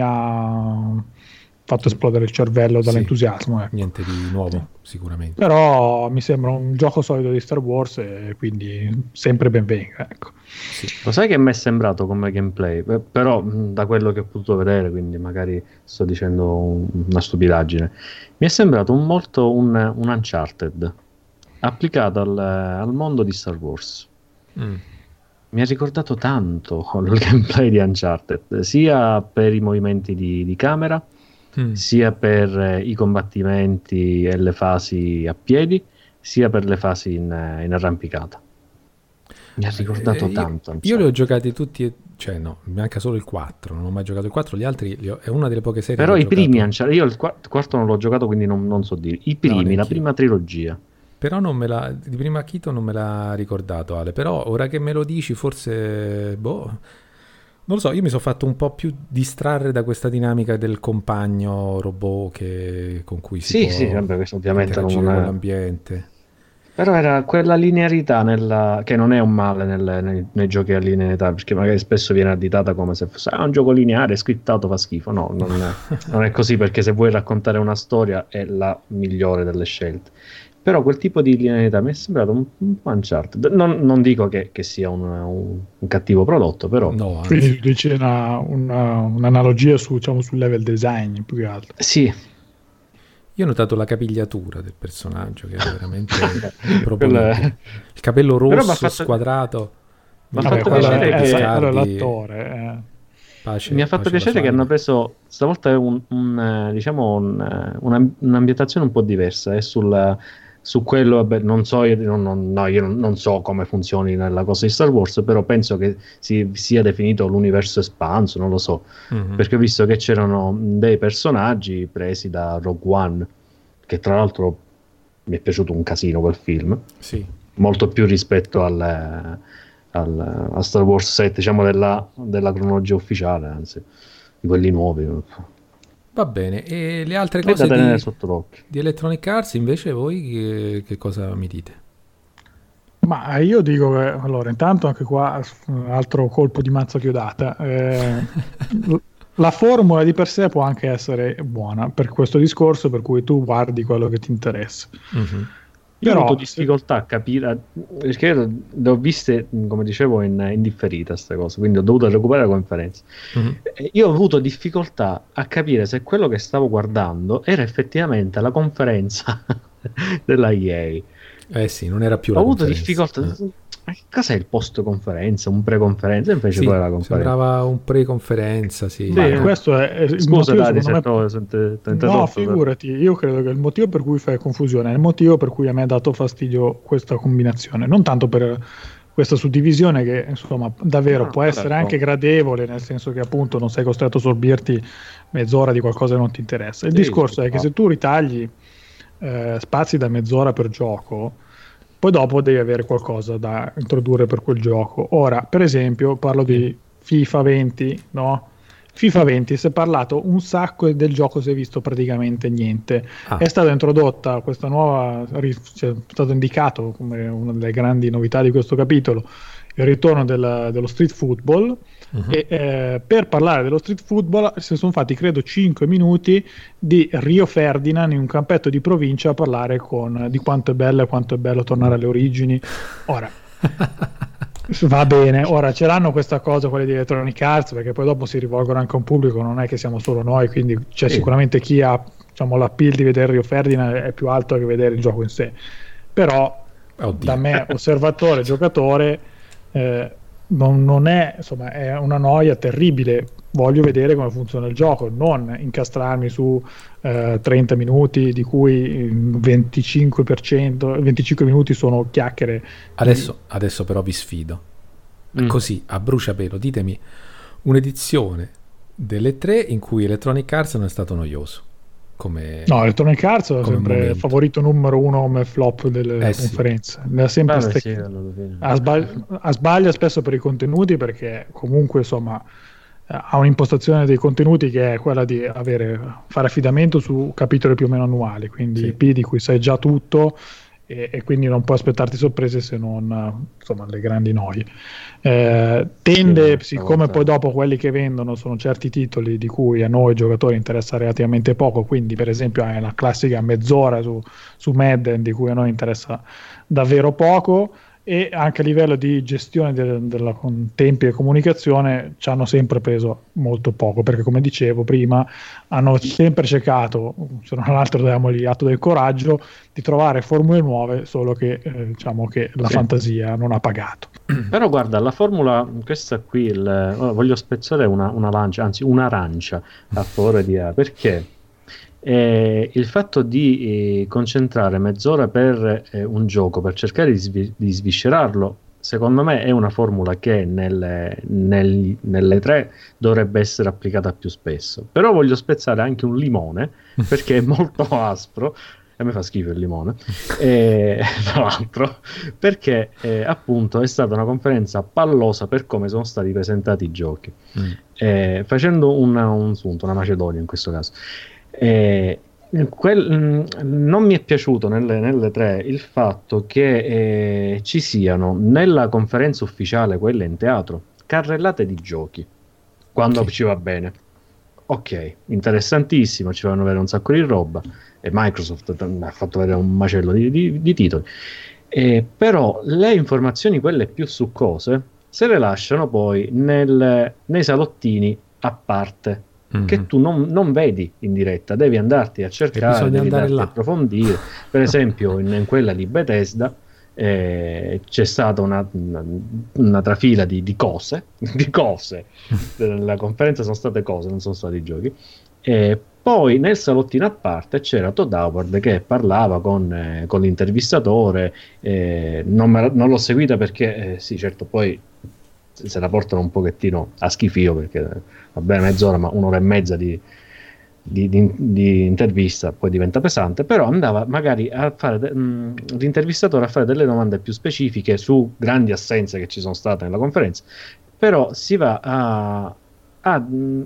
ha fatto esplodere il cervello dall'entusiasmo. Sì, ecco. Niente di nuovo, sicuramente. Però mi sembra un gioco solido di Star Wars e quindi sempre ben venga. Ecco. Sì. Lo sai che mi è sembrato come gameplay? Però da quello che ho potuto vedere, quindi magari sto dicendo un, una stupidaggine, mi è sembrato un molto un, un Uncharted applicato al, al mondo di Star Wars. Mm. Mi ha ricordato tanto il gameplay di Uncharted, sia per i movimenti di, di camera, Mm. sia per eh, i combattimenti e le fasi a piedi, sia per le fasi in, in arrampicata. Mi ha ricordato eh, tanto. Io, io li ho giocati tutti, e, cioè no, mi manca solo il quattro, non ho mai giocato il quattro, gli altri li ho, è una delle poche serie. Però i primi Uncharted, io il quarto non l'ho giocato, quindi non, non so dire. I primi, no, la prima trilogia. Però non me la, di prima Akito non me l'ha ricordato, Ale, però ora che me lo dici forse, boh... Non lo so, io mi sono fatto un po' più distrarre da questa dinamica del compagno robot che, con cui si sì, può sì, vabbè, questo ovviamente non con è... l'ambiente. Però era quella linearità nella... che non è un male nel, nei, nei giochi a linearità, perché magari spesso viene additata come se fosse ah, un gioco lineare, scriptato, fa schifo. No, non è, non è così, perché se vuoi raccontare una storia è la migliore delle scelte. Però quel tipo di linearità mi è sembrato un, un Uncharted. Non, non dico che, che sia un, un, un cattivo prodotto, però... No, quindi tu dici una, una, un'analogia su, diciamo, sul level design, più che altro. Sì. Io ho notato la capigliatura del personaggio, che è veramente improponibile. Il capello rosso fatto... squadrato. Mi ha fatto piacere che... Allora, l'attore... Eh. Pace, mi ha fatto piacere che hanno preso stavolta un, un, diciamo un, una, un'ambientazione un po' diversa, è sul... Su quello, vabbè, non so, io non, non, no, io non, non so come funzioni nella cosa di Star Wars, però penso che si sia definito l'universo espanso, non lo so, mm-hmm. perché ho visto che c'erano dei personaggi presi da Rogue One, che tra l'altro mi è piaciuto un casino quel film, sì. molto più rispetto al, al, a Star Wars sette, diciamo della, della cronologia ufficiale, anzi, di quelli nuovi. Va bene, e le altre È da cose tenere di, sotto l'occhio. di Electronic Arts invece voi che, che cosa mi dite? Ma io dico che, allora, intanto anche qua, altro colpo di mazza chiodata. Eh, la formula di per sé può anche essere buona per questo discorso, per cui tu guardi quello che ti interessa. Mm-hmm. Io Però, ho avuto difficoltà a capire, perché io le ho viste, come dicevo, in, in differita queste cose, quindi ho dovuto recuperare la conferenza. Mm-hmm. E io ho avuto difficoltà a capire se quello che stavo guardando era effettivamente la conferenza della E A. Eh sì, non era più Ho la avuto conferenza. difficoltà. Eh. Ma che cos'è il post conferenza? Un pre-conferenza? Invece Sì, poi era la conferenza. sembrava un pre-conferenza, sì. sì, Ma- questo è, è il Scusa, motivo, Dani, secondo se me- no, se te- te- te No, interrompo, però. figurati, io credo che il motivo per cui fai confusione è il motivo per cui a me ha dato fastidio questa combinazione, non tanto per questa suddivisione che insomma davvero No, può no, essere certo. anche gradevole, nel senso che appunto non sei costretto a sorbirti mezz'ora di qualcosa che non ti interessa. Il Sì, discorso sì, è che no. se tu ritagli eh, spazi da mezz'ora per gioco, poi dopo devi avere qualcosa da introdurre per quel gioco. Ora, per esempio, parlo di FIFA venti, no? FIFA venti si è parlato un sacco e del gioco si è visto praticamente niente. Ah. È stata introdotta questa nuova, cioè, è stato indicato come una delle grandi novità di questo capitolo il ritorno del- dello street football. Mhm. E eh, per parlare dello street football si sono fatti credo cinque minuti di Rio Ferdinand in un campetto di provincia a parlare con di quanto è bello e quanto è bello tornare alle origini. Ora va bene, ora c'eranno questa cosa quelle di Electronic Arts, perché poi dopo si rivolgono anche a un pubblico, non è che siamo solo noi, quindi c'è Sì. sicuramente chi ha, diciamo, l'appeal di vedere Rio Ferdinand è più alto che vedere il gioco in sé, però Oddio. da me osservatore, giocatore, eh, non, non è, insomma, è una noia terribile. Voglio vedere come funziona il gioco, non incastrarmi su eh, trenta minuti di cui il venticinque per cento, venticinque minuti sono chiacchiere. Adesso, adesso però vi sfido. Mm. Così, a bruciapelo, ditemi un'edizione delle tre in cui Electronic Arts non è stato noioso. Come... No, Electronic Arts è come sempre momento. favorito numero uno come flop delle Eh sì. conferenze. Ne ha sempre Vabbè, ste- sì, alla fine. a, sbaglia, a sbaglia spesso per i contenuti, perché comunque insomma eh, ha un'impostazione dei contenuti che è quella di avere, fare affidamento su capitoli più o meno annuali, quindi Sì. I P di cui sai già tutto e, e quindi non puoi aspettarti sorprese se non eh, insomma le grandi noie. Eh, tende, Sì, siccome stavolta- poi dopo quelli che vendono sono certi titoli di cui a noi giocatori interessa relativamente poco, quindi per esempio è la classica mezz'ora su, su Madden di cui a noi interessa davvero poco, e anche a livello di gestione del- della con tempi e comunicazione ci hanno sempre preso molto poco, perché come dicevo prima hanno sempre cercato, se non altro diamogli atto del coraggio, di trovare formule nuove, solo che eh, diciamo che la Sì. fantasia non ha pagato. Però guarda, la formula, questa qui, il, ora voglio spezzare una, una lancia, anzi un'arancia a favore di A, perché eh, il fatto di eh, concentrare mezz'ora per eh, un gioco, per cercare di, svi- di sviscerarlo, secondo me è una formula che nelle, nel- nelle tre dovrebbe essere applicata più spesso. Però voglio spezzare anche un limone, perché è molto aspro. A me fa schifo il limone, e, tra l'altro, perché eh, appunto è stata una conferenza pallosa per come sono stati presentati i giochi. Mm. Eh, facendo una, un sunto, una macedonia in questo caso. Eh, quel- mh, non mi è piaciuto nelle, nelle tre il fatto che eh, ci siano nella conferenza ufficiale, quella in teatro, carrellate di giochi, quando Ok. ci va bene. Ok, interessantissimo, ci fanno vedere un sacco di roba e Microsoft ha fatto vedere un macello di, di- di titoli. Eh, però le informazioni, quelle più succose, se le lasciano poi nel- nei salottini a parte, Mhm. che tu non, non vedi in diretta, devi andarti a cercare, bisogna devi andare andarti là. a approfondire. Per esempio in, in quella di Bethesda eh, c'è stata una, una, una trafila di, di cose, di cose, nella conferenza sono state cose, non sono stati giochi. E poi nel salottino a parte c'era Todd Howard che parlava con, eh, con l'intervistatore, eh, non, me la- non l'ho seguita perché, eh, sì, certo, poi se la portano un pochettino a schifio, perché eh, va bene mezz'ora, ma un'ora e mezza di, di, di- di intervista poi diventa pesante. Però andava magari a fare de- mh, l'intervistatore a fare delle domande più specifiche su grandi assenze che ci sono state nella conferenza, però si va a, a, mh,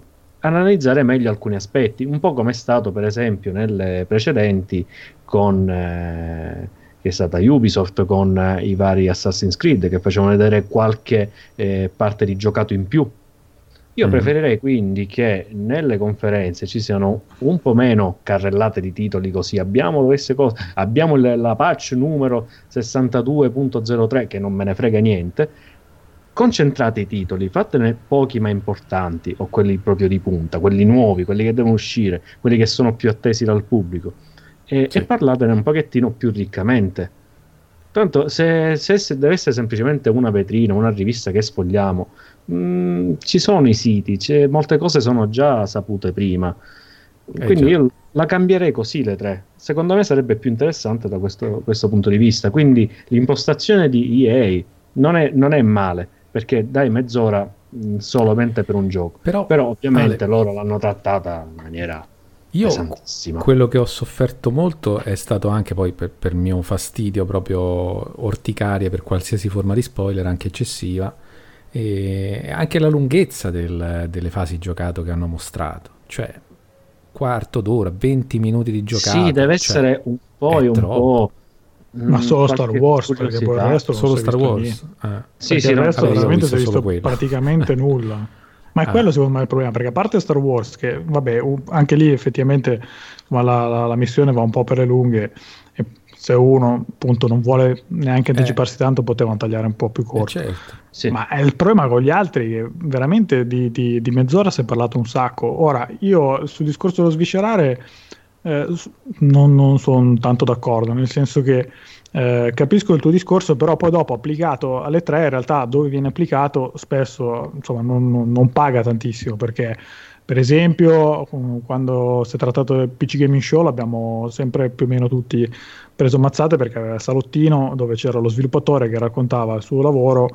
analizzare meglio alcuni aspetti, un po' come è stato per esempio nelle precedenti con eh, che è stata Ubisoft con eh, i vari Assassin's Creed che facevano vedere qualche eh, parte di giocato in più. Io mm. preferirei quindi che nelle conferenze ci siano un po' meno carrellate di titoli, così abbiamo queste cose, abbiamo le, la patch numero sessantadue punto zero tre che non me ne frega niente. Concentrate i titoli, fatene pochi ma importanti, o quelli proprio di punta, quelli nuovi, quelli che devono uscire, quelli che sono più attesi dal pubblico, e, sì. e parlatene un pochettino più riccamente. Tanto se, se, se deve essere semplicemente una vetrina, una rivista che sfogliamo, mh, ci sono i siti, c'è, molte cose sono già sapute prima, eh, quindi già. Io la cambierei così le tre. Secondo me sarebbe più interessante da questo, questo punto di vista. Quindi l'impostazione di E A non è, non è male, perché dai mezz'ora mh, solamente per un gioco, però, però ovviamente Ale, loro l'hanno trattata in maniera io pesantissima. Quello che ho sofferto molto è stato anche poi per, per mio fastidio proprio orticaria per qualsiasi forma di spoiler anche eccessiva, e anche la lunghezza del, delle fasi giocato che hanno mostrato, cioè quarto d'ora, venti minuti di giocato, sì, deve cioè, essere un po' e un troppo. po'. Ma solo Star Wars, perché poi il resto non solo si è Star visto Wars eh. sì, sì, il resto vabbè, veramente visto si è visto quello. praticamente nulla. Ma è ah. quello secondo me il problema, perché a parte Star Wars, che vabbè, anche lì effettivamente ma la, la, la missione va un po' per le lunghe, e se uno appunto non vuole neanche anticiparsi eh. tanto potevano tagliare un po' più corto, eh certo. Sì. Ma è il problema con gli altri che veramente di, di, di mezz'ora si è parlato un sacco. Ora io sul discorso dello sviscerare Eh, non, non sono tanto d'accordo, nel senso che eh, capisco il tuo discorso, però poi dopo applicato alle tre, in realtà dove viene applicato spesso insomma non, non, non paga tantissimo, perché per esempio quando si è trattato del P C Gaming Show l'abbiamo sempre più o meno tutti preso mazzate, perché aveva il salottino dove c'era lo sviluppatore che raccontava il suo lavoro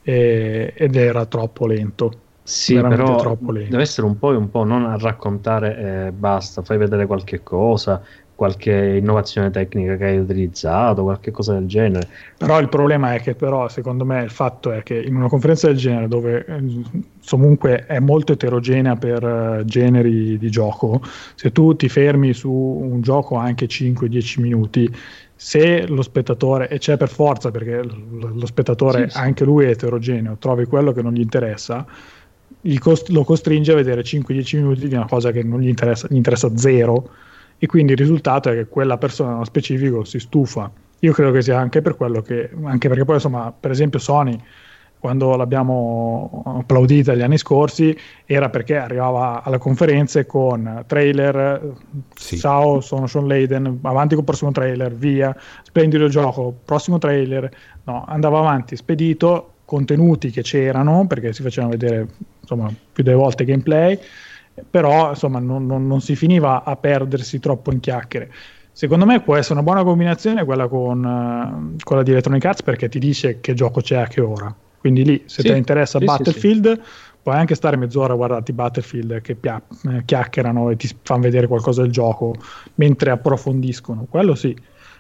e, ed era troppo lento. Sì, però deve essere un po' e un po', non a raccontare eh, basta, fai vedere qualche cosa, qualche innovazione tecnica che hai utilizzato, qualche cosa del genere. Però il problema è che però secondo me il fatto è che in una conferenza del genere, dove eh, comunque è molto eterogenea per uh, generi di gioco, se tu ti fermi su un gioco anche cinque dieci minuti, se lo spettatore, e c'è per forza perché l- lo spettatore sì, sì. anche lui è eterogeneo, trovi quello che non gli interessa, gli cost- lo costringe a vedere cinque dieci minuti di una cosa che non gli interessa, gli interessa zero, e quindi il risultato è che quella persona nello specifico si stufa. Io credo che sia anche per quello che, anche perché poi insomma per esempio Sony, quando l'abbiamo applaudita gli anni scorsi, era perché arrivava alle conferenze con trailer, sì. ciao sono Sean Layden, avanti col prossimo trailer, via, splendido gioco, prossimo trailer, no, andava avanti spedito, contenuti che c'erano perché si facevano vedere insomma più delle volte gameplay, però insomma non, non, non si finiva a perdersi troppo in chiacchiere. Secondo me può essere una buona combinazione quella con uh, quella di Electronic Arts, perché ti dice che gioco c'è a che ora, quindi lì se sì, ti interessa sì, Battlefield sì, sì. puoi anche stare mezz'ora a guardarti Battlefield che pia- eh, chiacchierano e ti fanno vedere qualcosa del gioco mentre approfondiscono, quello sì.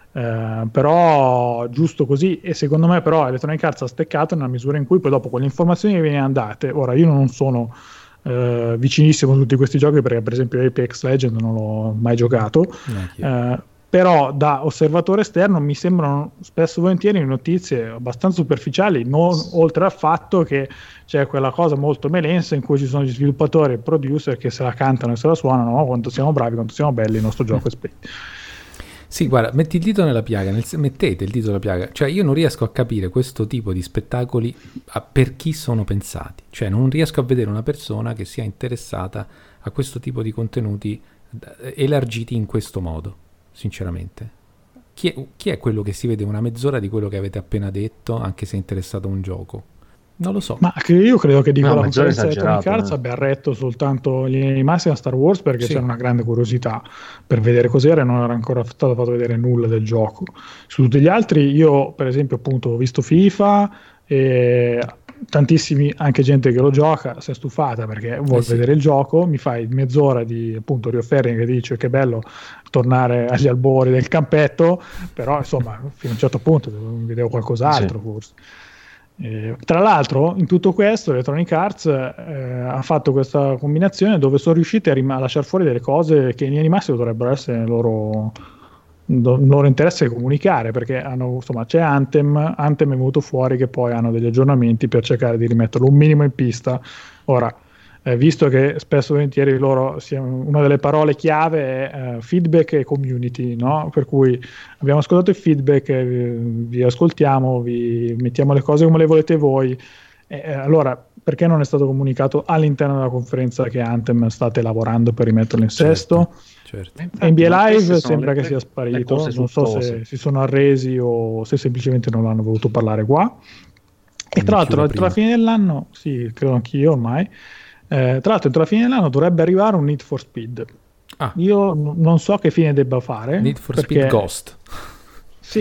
Uh, però giusto così, e secondo me però Electronic Arts ha steccato nella misura in cui poi dopo con le informazioni che viene andate, ora io non sono uh, vicinissimo a tutti questi giochi perché per esempio Apex Legends non l'ho mai giocato, uh, però da osservatore esterno mi sembrano spesso e volentieri notizie abbastanza superficiali, non, oltre al fatto che c'è quella cosa molto melensa in cui ci sono gli sviluppatori e producer che se la cantano e se la suonano, oh, quanto siamo bravi, quanto siamo belli, il nostro gioco è splendido. Sì, guarda, metti il dito nella piaga, nel, mettete il dito nella piaga, cioè io non riesco a capire questo tipo di spettacoli a, per chi sono pensati, cioè non riesco a vedere una persona che sia interessata a questo tipo di contenuti elargiti in questo modo, sinceramente. Chi è, chi è quello che si vede una mezz'ora di quello che avete appena detto, anche se è interessato a un gioco? Non lo so. Ma io credo che di no, quella conferenza di Electronic Arts abbia retto soltanto in linea di massima Star Wars, perché sì. c'era una grande curiosità per vedere cos'era e non era ancora stato fatto vedere nulla del gioco. Su tutti gli altri io per esempio appunto ho visto FIFA e tantissimi, anche gente che lo gioca si è stufata perché vuole eh sì. vedere il gioco, mi fai mezz'ora di appunto Rio Ferring che dice che bello tornare agli albori del campetto, però insomma fino a un certo punto vedevo qualcos'altro sì. forse. Eh, tra l'altro, in tutto questo, Electronic Arts eh, ha fatto questa combinazione dove sono riusciti a, rim- a lasciare fuori delle cose che in linea di massima dovrebbero essere nel loro, do- loro interesse comunicare, perché hanno, insomma, c'è Anthem, Anthem è venuto fuori che poi hanno degli aggiornamenti per cercare di rimetterlo un minimo in pista. Ora, eh, visto che spesso e volentieri loro sia, una delle parole chiave è eh, feedback e community, no? Per cui abbiamo ascoltato il feedback, eh, vi ascoltiamo, vi mettiamo le cose come le volete voi. Eh, allora, perché non è stato comunicato all'interno della conferenza che Anthem state lavorando per rimetterlo in sesto? Certo. N B A Live sembra che sia sparito, non so se si sono arresi o se semplicemente non l'hanno voluto parlare qua. E tra l'altro, entro la fine dell'anno, sì, credo anch'io ormai. Eh, tra l'altro, entro la fine dell'anno dovrebbe arrivare un Need for Speed. Ah. Io n- non so che fine debba fare. Need for perché... Speed Ghost. Sì.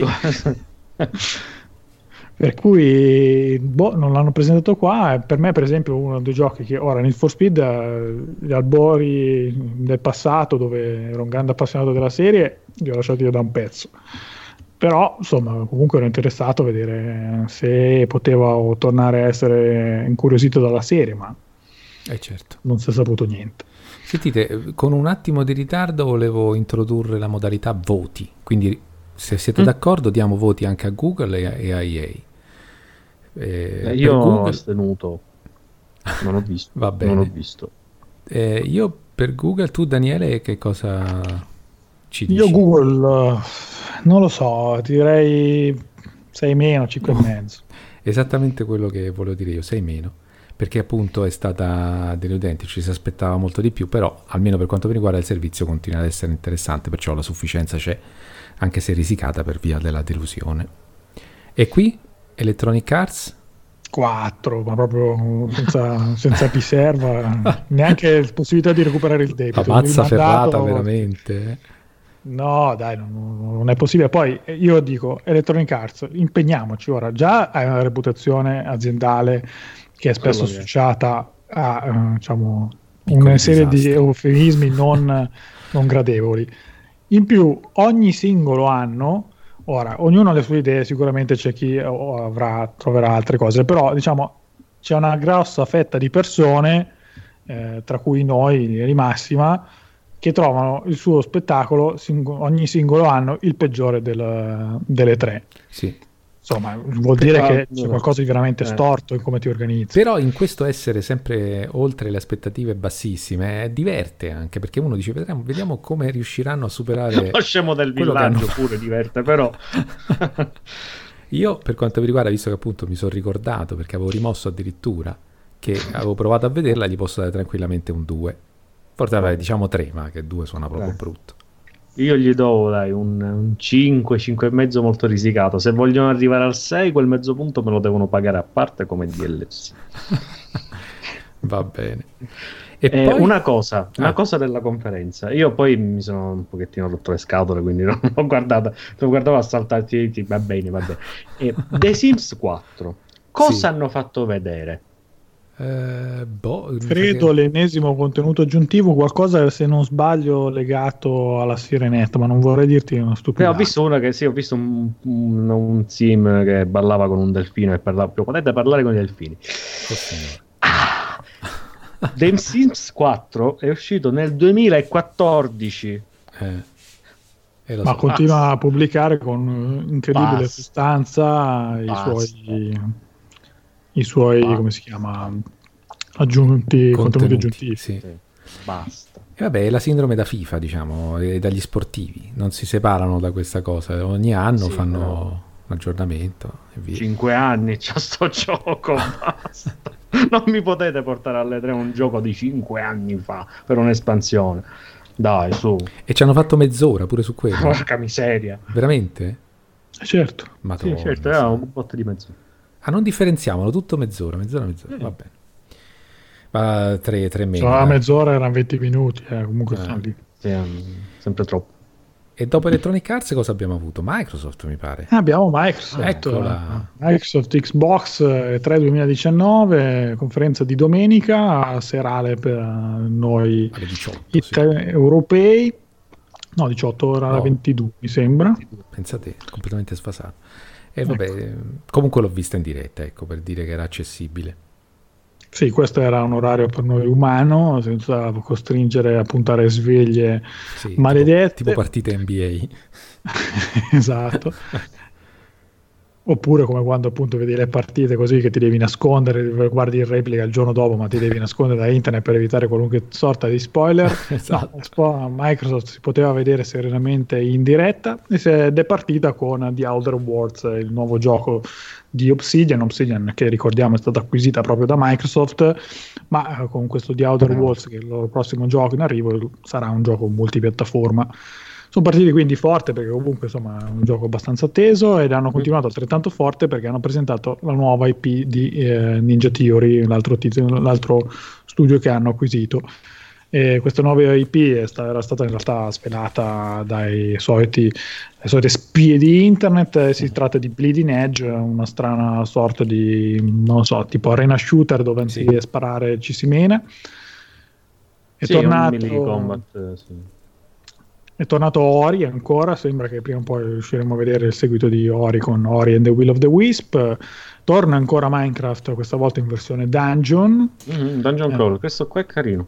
Per cui boh, non l'hanno presentato qua. Per me, per esempio, uno dei giochi che ora Need for Speed, eh, gli albori del passato, dove ero un grande appassionato della serie, li ho lasciati io da un pezzo. Però, insomma, comunque ero interessato a vedere se potevo tornare a essere incuriosito dalla serie, ma eh certo. non si è saputo niente. Sentite, con un attimo di ritardo volevo introdurre la modalità voti, quindi se siete mm. d'accordo diamo voti anche a Google e a, e a E A. Eh, io Google... ho astenuto, non ho visto. Va bene. Non ho visto. Eh, io per Google, tu Daniele che cosa ci dici? Io Google, uh, non lo so, direi sei meno, cinque no. e mezzo. Esattamente quello che volevo dire io, sei meno. Perché appunto è stata deludente, ci si aspettava molto di più, però almeno per quanto mi riguarda il servizio continua ad essere interessante, perciò la sufficienza c'è, anche se risicata per via della delusione. E qui Electronic Arts? quattro, ma proprio senza, senza riserva, neanche possibilità di recuperare il debito. La mazza ferrata veramente. No, dai, non, non è possibile. Poi io dico, Electronic Arts, impegniamoci ora, già hai una reputazione aziendale che è spesso Quello associata è. a uh, diciamo, una serie disastri. di eufemismi non, non gradevoli. In più, ogni singolo anno, ora, ognuno ha le sue idee, sicuramente c'è chi avrà, troverà altre cose, però diciamo c'è una grossa fetta di persone, eh, tra cui noi, in linea di massima, che trovano il suo spettacolo sing- ogni singolo anno il peggiore del, delle tre. Sì. Insomma, vuol dire però, che c'è qualcosa di veramente eh. storto in come ti organizzi. Però in questo essere sempre oltre le aspettative bassissime eh, diverte anche, perché uno dice vediamo, vediamo come riusciranno a superare lo scemo del villaggio hanno... pure diverte, però io per quanto mi riguarda, visto che appunto mi sono ricordato perché avevo rimosso addirittura che avevo provato a vederla, gli posso dare tranquillamente un due, forse vabbè, diciamo tre, ma che due suona proprio eh. brutto. Io gli do dai, un, un cinque, cinque e mezzo molto risicato. Se vogliono arrivare al sei, quel mezzo punto me lo devono pagare a parte come D L C. Va bene. E eh, poi... Una cosa, una ah. cosa della conferenza. Io poi mi sono un pochettino rotto le scatole, quindi non ho guardato, non guardavo a saltarti, va bene, va bene. E The Sims quattro, cosa sì. hanno fatto vedere? Uh, boh, credo che... l'ennesimo contenuto aggiuntivo, qualcosa se non sbaglio legato alla sirenetta, ma non vorrei dirti una stupidità. Eh, ho visto una che sì, ho visto un, un, un sim che ballava con un delfino e parlava, potete parlare con i delfini. Oh, ah, The Sims quattro è uscito nel duemilaquattordici eh. ma so. continua a pubblicare con incredibile Basta. sostanza i Basta. suoi i suoi, ah. come si chiama, aggiunti, contenuti, contenuti aggiuntivi. Sì. Sì. Basta. E vabbè, è la sindrome da FIFA, diciamo, e dagli sportivi. Non si separano da questa cosa. Ogni anno sì, fanno però... un aggiornamento e via. Cinque anni c'è sto gioco, basta. Non mi potete portare alle tre un gioco di cinque anni fa per un'espansione. Dai, su. E ci hanno fatto mezz'ora pure su quello. Porca miseria. Veramente? Certo. Madonna, sì, certo, era un botto di mezz'ora. Ah, non differenziamolo, tutto mezz'ora, mezz'ora, mezz'ora, eh. va bene. Ma tre, tre meno. Cioè, mezz'ora erano venti minuti, eh, comunque eh. lì. Sì, um, sempre troppo. E dopo Electronic Arts cosa abbiamo avuto? Microsoft, mi pare. Eh, abbiamo Microsoft. Eccola. Microsoft Xbox tre duemiladiciannove, conferenza di domenica, serale per noi alle diciotto, it- sì. europei. No, diciotto, ora no. ventidue, mi sembra. Pensate, completamente sfasato. E vabbè, comunque l'ho vista in diretta, ecco, per dire che era accessibile. Sì, questo era un orario per noi umano, senza costringere a puntare sveglie Sì, maledette. Tipo, tipo partite N B A. Esatto. Oppure come quando appunto vedi le partite così che ti devi nascondere, guardi il replica il giorno dopo, ma ti devi nascondere da internet per evitare qualunque sorta di spoiler. Esatto. No, Microsoft si poteva vedere serenamente in diretta ed è partita con The Outer Worlds, il nuovo gioco di Obsidian, Obsidian che ricordiamo è stata acquisita proprio da Microsoft, ma con questo The Outer Worlds, che è il loro prossimo gioco in arrivo, sarà un gioco multipiattaforma. Sono partiti quindi forte perché comunque insomma è un gioco abbastanza atteso, ed hanno continuato altrettanto forte perché hanno presentato la nuova I P di eh, Ninja Theory, l'altro, titolo, l'altro studio che hanno acquisito. E questa nuova I P è sta, era stata in realtà svelata dai soliti, le solite spie di internet. Si tratta di Bleeding Edge, una strana sorta di, non lo so, tipo arena shooter dove anziché sì. sparare ci si mena. È sì, tornato... un melee combat, sì. È tornato Ori ancora, sembra che prima o poi riusciremo a vedere il seguito di Ori con Ori and the Will of the Wisp. Torna ancora Minecraft, questa volta in versione Dungeon. Mm-hmm, Dungeon eh. Crawl, questo qua è carino.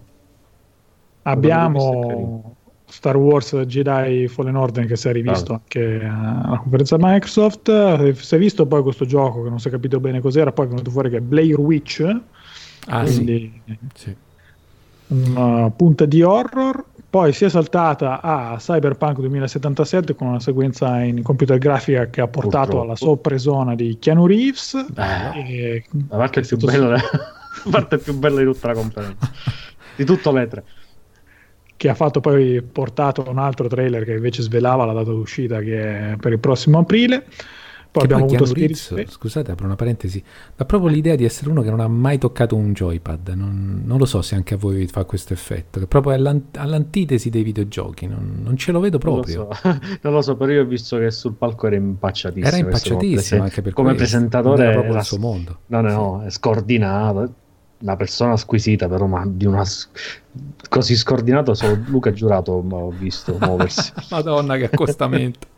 Abbiamo Star Wars Jedi Fallen Order che si è rivisto ah. anche alla conferenza Microsoft. Si è visto poi questo gioco che non si è capito bene cos'era, poi è venuto fuori che è Blair Witch. Ah, quindi sì. sì. una punta di horror. Poi si è saltata a Cyberpunk duemilasettantasette con una sequenza in computer grafica che ha portato Purtroppo. alla sorpresona di Keanu Reeves. E... la parte più bella la parte più bella di tutta la conferenza, di tutto l'E tre, che ha fatto poi portato un altro trailer che invece svelava la data d'uscita, che è per il prossimo aprile. Poi che abbiamo poi avuto Reeves, scusate, apro una parentesi, ha proprio l'idea di essere uno che non ha mai toccato un joypad. Non, non lo so se anche a voi fa questo effetto, che proprio è all'ant- all'antitesi dei videogiochi. Non, non ce lo vedo proprio. Non lo so, non lo so, però io ho visto che sul palco era impacciatissimo. Era impacciatissimo anche per come questo. presentatore, non era proprio era, il suo mondo. No, no, no, è scordinato. Una persona squisita, però, ma di una così scordinato solo Luca Giurato ma ho visto muoversi. Madonna, che accostamento.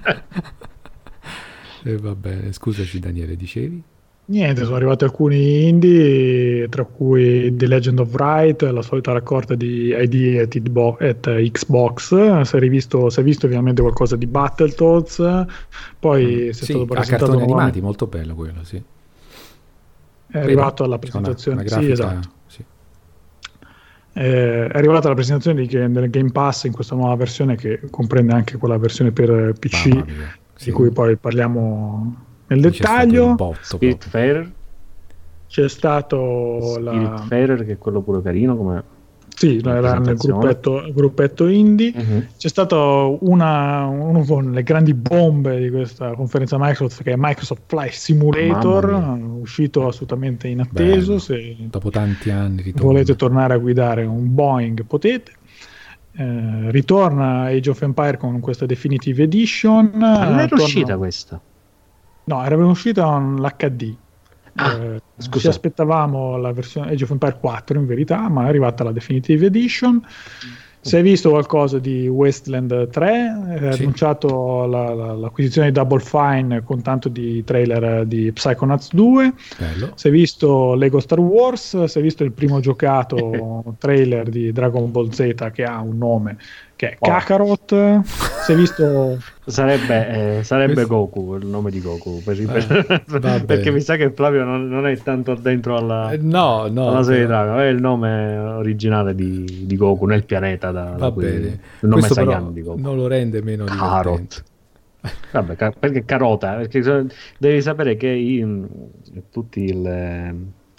E eh, va bene, scusaci Daniele, dicevi? Niente, sono arrivati alcuni indie, tra cui The Legend of Wright, la solita raccolta di I D at, Hitbo- at Xbox. Si è rivisto, si è visto ovviamente qualcosa di Battletoads, poi mm. si è sì, stato presentato a cartoni nuovamente. animati, molto bello quello, sì. È arrivato alla presentazione, una, una grafica, sì, esatto. Sì. Eh, è arrivata la presentazione di, del Game Pass in questa nuova versione che comprende anche quella versione per P C, mia, sì. di cui poi parliamo nel C'è dettaglio. Botto, Spiritfarer. C'è stato la... Spiritfarer, che è quello pure carino come... Sì, era nel gruppetto, gruppetto indie. Uh-huh. C'è stata una, una delle grandi bombe di questa conferenza Microsoft, che è Microsoft Flight Simulator, uscito assolutamente inatteso. Bello. Se dopo tanti anni ritorna. volete tornare a guidare un Boeing potete. Eh, ritorna Age of Empire con questa Definitive Edition. Ma non era torna... uscita questa? No, era uscita l'H D. Ah, eh, ci aspettavamo la versione Age of Empire quattro in verità, ma è arrivata la Definitive Edition. Si è visto qualcosa di Wasteland tre, è sì. annunciato la, la, l'acquisizione di Double Fine con tanto di trailer di Psychonauts due. Bello. Si è visto Lego Star Wars, si è visto il primo giocato trailer di Dragon Ball Z che ha un nome che è oh. Kakarot. Si è visto sarebbe, eh, sarebbe Goku il nome di Goku per, eh, per, perché mi sa che Flavio non, non è tanto dentro alla, eh, no, no, alla serie Dragon, è il nome originale di, di Goku nel pianeta da, va da cui, bene. il nome Questo Saiyan di Goku non lo rende meno Karot. Vabbè, car- perché carota, perché devi sapere che i, tutti il,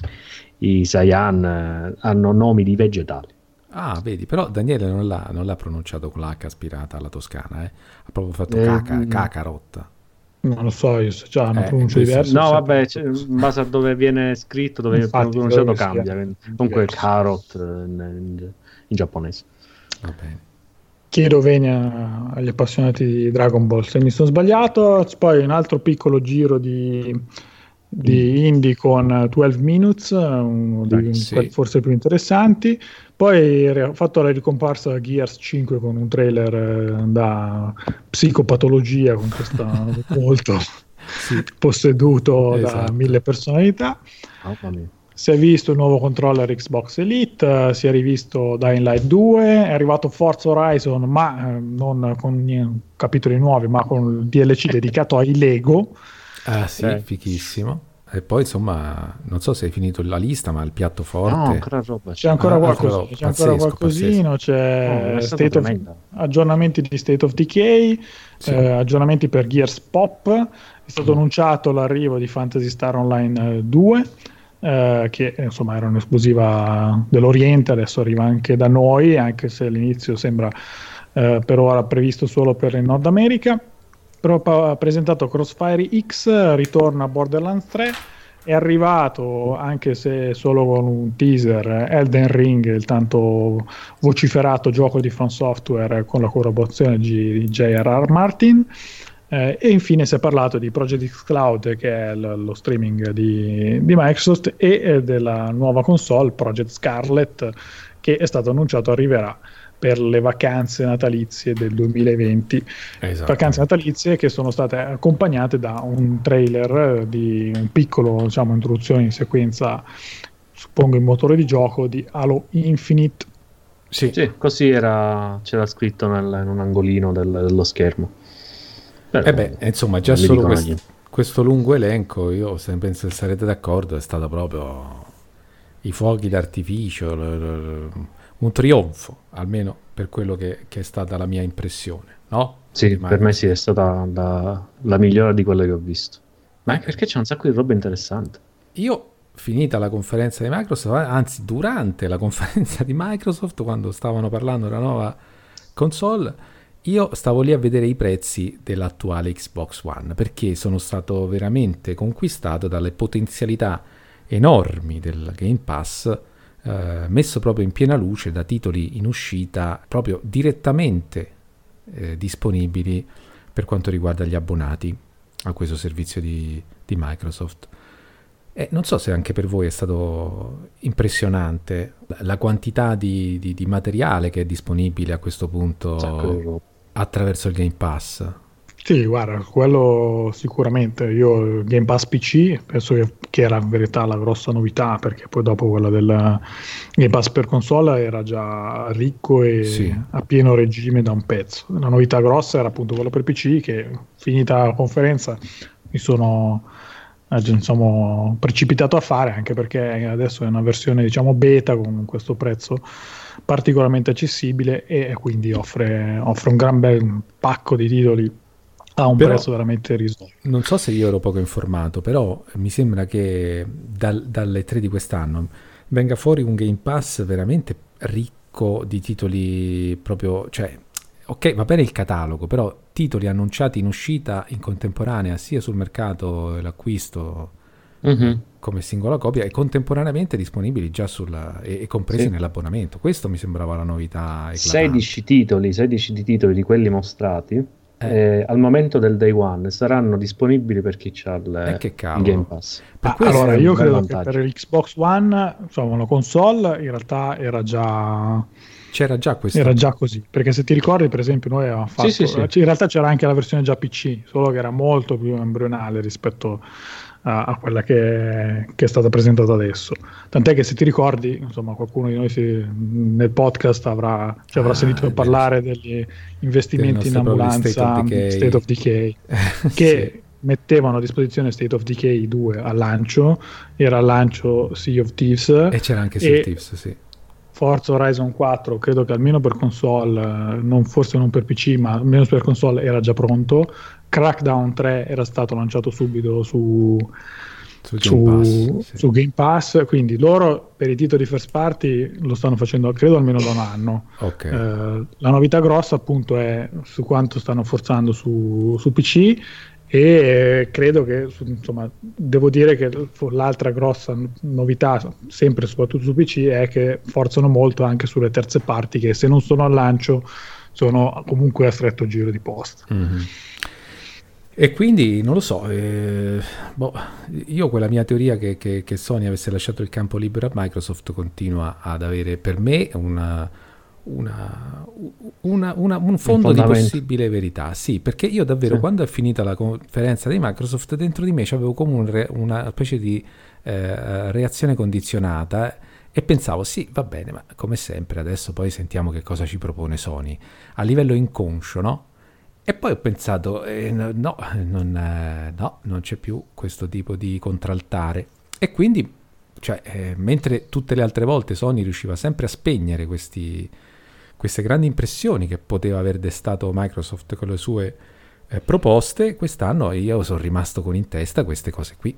i Saiyan hanno nomi di vegetali. Ah, vedi, però Daniele non l'ha, non l'ha pronunciato con l'H aspirata alla toscana, eh? Ha proprio fatto eh, caca, cacarotta. Non lo so, io so già una eh, pronuncia diversa. No, vabbè, cioè, in base a dove viene scritto, dove viene pronunciato cambia. Comunque carrot in, in, in giapponese. Va bene. Chiedo venia agli appassionati di Dragon Ball se mi sono sbagliato. Poi un altro piccolo giro di, di indie con dodici Minutes, uno dei sì. forse più interessanti. Poi ho fatto la ricomparsa Gears cinque con un trailer da psicopatologia con questa molto sì. posseduto esatto. da mille personalità. Oh, si è visto il nuovo controller Xbox Elite, si è rivisto Dying Light due, è arrivato Forza Horizon, ma eh, non con capitoli nuovi, ma con il D L C dedicato ai Lego. Ah sì, eh. fichissimo. E poi insomma, non so se hai finito la lista, ma il piatto forte. No, ancora roba. C'è ancora ah, qualcosa, c'è pazzesco, ancora qualcosino, pazzesco. C'è oh, state of, aggiornamenti di State of Decay, sì. eh, aggiornamenti per Gears Pop, è stato mm. annunciato l'arrivo di Phantasy Star Online due, eh, che insomma era un'esclusiva dell'Oriente, adesso arriva anche da noi, anche se all'inizio sembra eh, per ora previsto solo per il Nord America. Ha presentato Crossfire X, ritorna a Borderlands tre, è arrivato, anche se solo con un teaser, Elden Ring, il tanto vociferato gioco di From Software con la collaborazione di J R R Martin, eh, e infine si è parlato di Project X Cloud, che è l- lo streaming di, di Microsoft, e eh, della nuova console Project Scarlet, che è stato annunciato arriverà per le vacanze natalizie del duemilaventi. Esatto. Vacanze natalizie che sono state accompagnate da un trailer di un piccolo, diciamo, introduzione in sequenza, suppongo in motore di gioco, di Halo Infinite. Sì, sì, così era, c'era scritto nel, in un angolino del, dello schermo. Però, eh beh, insomma, già solo questo, questo lungo elenco, io se penso che sarete d'accordo, è stato proprio i fuochi d'artificio, l, l, un trionfo, almeno per quello che, che è stata la mia impressione, no? Sì, per me sì, è stata la, la migliore di quelle che ho visto. Ma anche perché c'è un sacco di roba interessante. Io, finita la conferenza di Microsoft, anzi durante la conferenza di Microsoft, quando stavano parlando della nuova console, io stavo lì a vedere i prezzi dell'attuale Xbox One, perché sono stato veramente conquistato dalle potenzialità enormi del Game Pass, Uh, messo proprio in piena luce da titoli in uscita proprio direttamente eh, disponibili per quanto riguarda gli abbonati a questo servizio di, di Microsoft. E non so se anche per voi è stato impressionante la, la quantità di, di, di materiale che è disponibile a questo punto attraverso il Game Pass. Sì, guarda, quello sicuramente. Io Game Pass P C penso che, che era in verità la grossa novità, perché poi dopo quella del Game Pass per console era già ricco e sì. a pieno regime da un pezzo. La novità grossa era appunto quello per P C, che finita la conferenza mi sono eh, insomma, precipitato a fare, anche perché adesso è una versione, diciamo, beta con questo prezzo particolarmente accessibile, e quindi offre, offre un gran bel pacco di titoli a un però, prezzo veramente risolto. Non so se io ero poco informato, però mi sembra che dal, dalle tre di quest'anno venga fuori un Game Pass veramente ricco di titoli proprio, cioè, ok, va bene il catalogo, però titoli annunciati in uscita in contemporanea sia sul mercato l'acquisto mm-hmm. come singola copia, e contemporaneamente disponibili già sulla e, e compresi sì. nell'abbonamento. Questo mi sembrava la novità eclatante. sedici titoli, sedici di titoli di quelli mostrati Eh. Eh, al momento del day one saranno disponibili per chi ha il, eh che il Game Pass. Ah, allora io credo vantaggio. Che per l'Xbox One, insomma, una console in realtà era già c'era già questo era già così, perché se ti ricordi, per esempio, noi avevamo fatto sì, sì, sì. in realtà c'era anche la versione già P C, solo che era molto più embrionale rispetto a, a quella che, che è stata presentata adesso. Tant'è che se ti ricordi, insomma, qualcuno di noi si, nel podcast avrà, cioè, avrà ah, sentito parlare degli investimenti in ambulanza State of Decay, State of Decay che sì. mettevano a disposizione State of Decay due al lancio, era al lancio Sea of Thieves, e c'era anche Sea of Thieves, sì. Forza Horizon quattro, credo che almeno per console, non, forse non per P C, ma almeno per console era già pronto. Crackdown tre era stato lanciato subito su, su, su, Game, Pass, sì. su Game Pass, quindi loro per i titoli first party lo stanno facendo, credo, almeno da un anno. Okay. Eh, la novità grossa appunto è su quanto stanno forzando su, su P C, e credo che, insomma, devo dire che l'altra grossa novità, sempre soprattutto su P C, è che forzano molto anche sulle terze parti, che se non sono al lancio sono comunque a stretto giro di posta. Mm-hmm. E quindi non lo so, eh, boh, io quella mia teoria che, che, che Sony avesse lasciato il campo libero a Microsoft continua ad avere per me una, una, una, una, un fondo un di possibile verità. Sì, perché io davvero sì. quando è finita la conferenza di Microsoft, dentro di me c'avevo come un re, una specie di eh, reazione condizionata e pensavo sì, va bene, ma come sempre adesso poi sentiamo che cosa ci propone Sony a livello inconscio, no? E poi ho pensato eh, no, non, eh, no, non c'è più questo tipo di contraltare e quindi cioè, eh, mentre tutte le altre volte Sony riusciva sempre a spegnere questi queste grandi impressioni che poteva aver destato Microsoft con le sue eh, proposte, quest'anno io sono rimasto con in testa queste cose qui.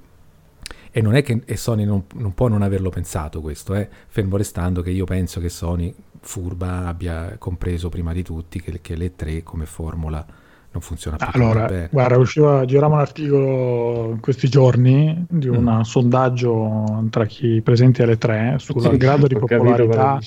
E non è che e Sony non, non può non averlo pensato questo, eh, fermo restando che io penso che Sony, furba, abbia compreso prima di tutti che, che le tre come formula non funziona più. Allora, bene. Guarda, usciva, girava un articolo in questi giorni di un mm. sondaggio tra chi presenti alle tre sul grado di popolarità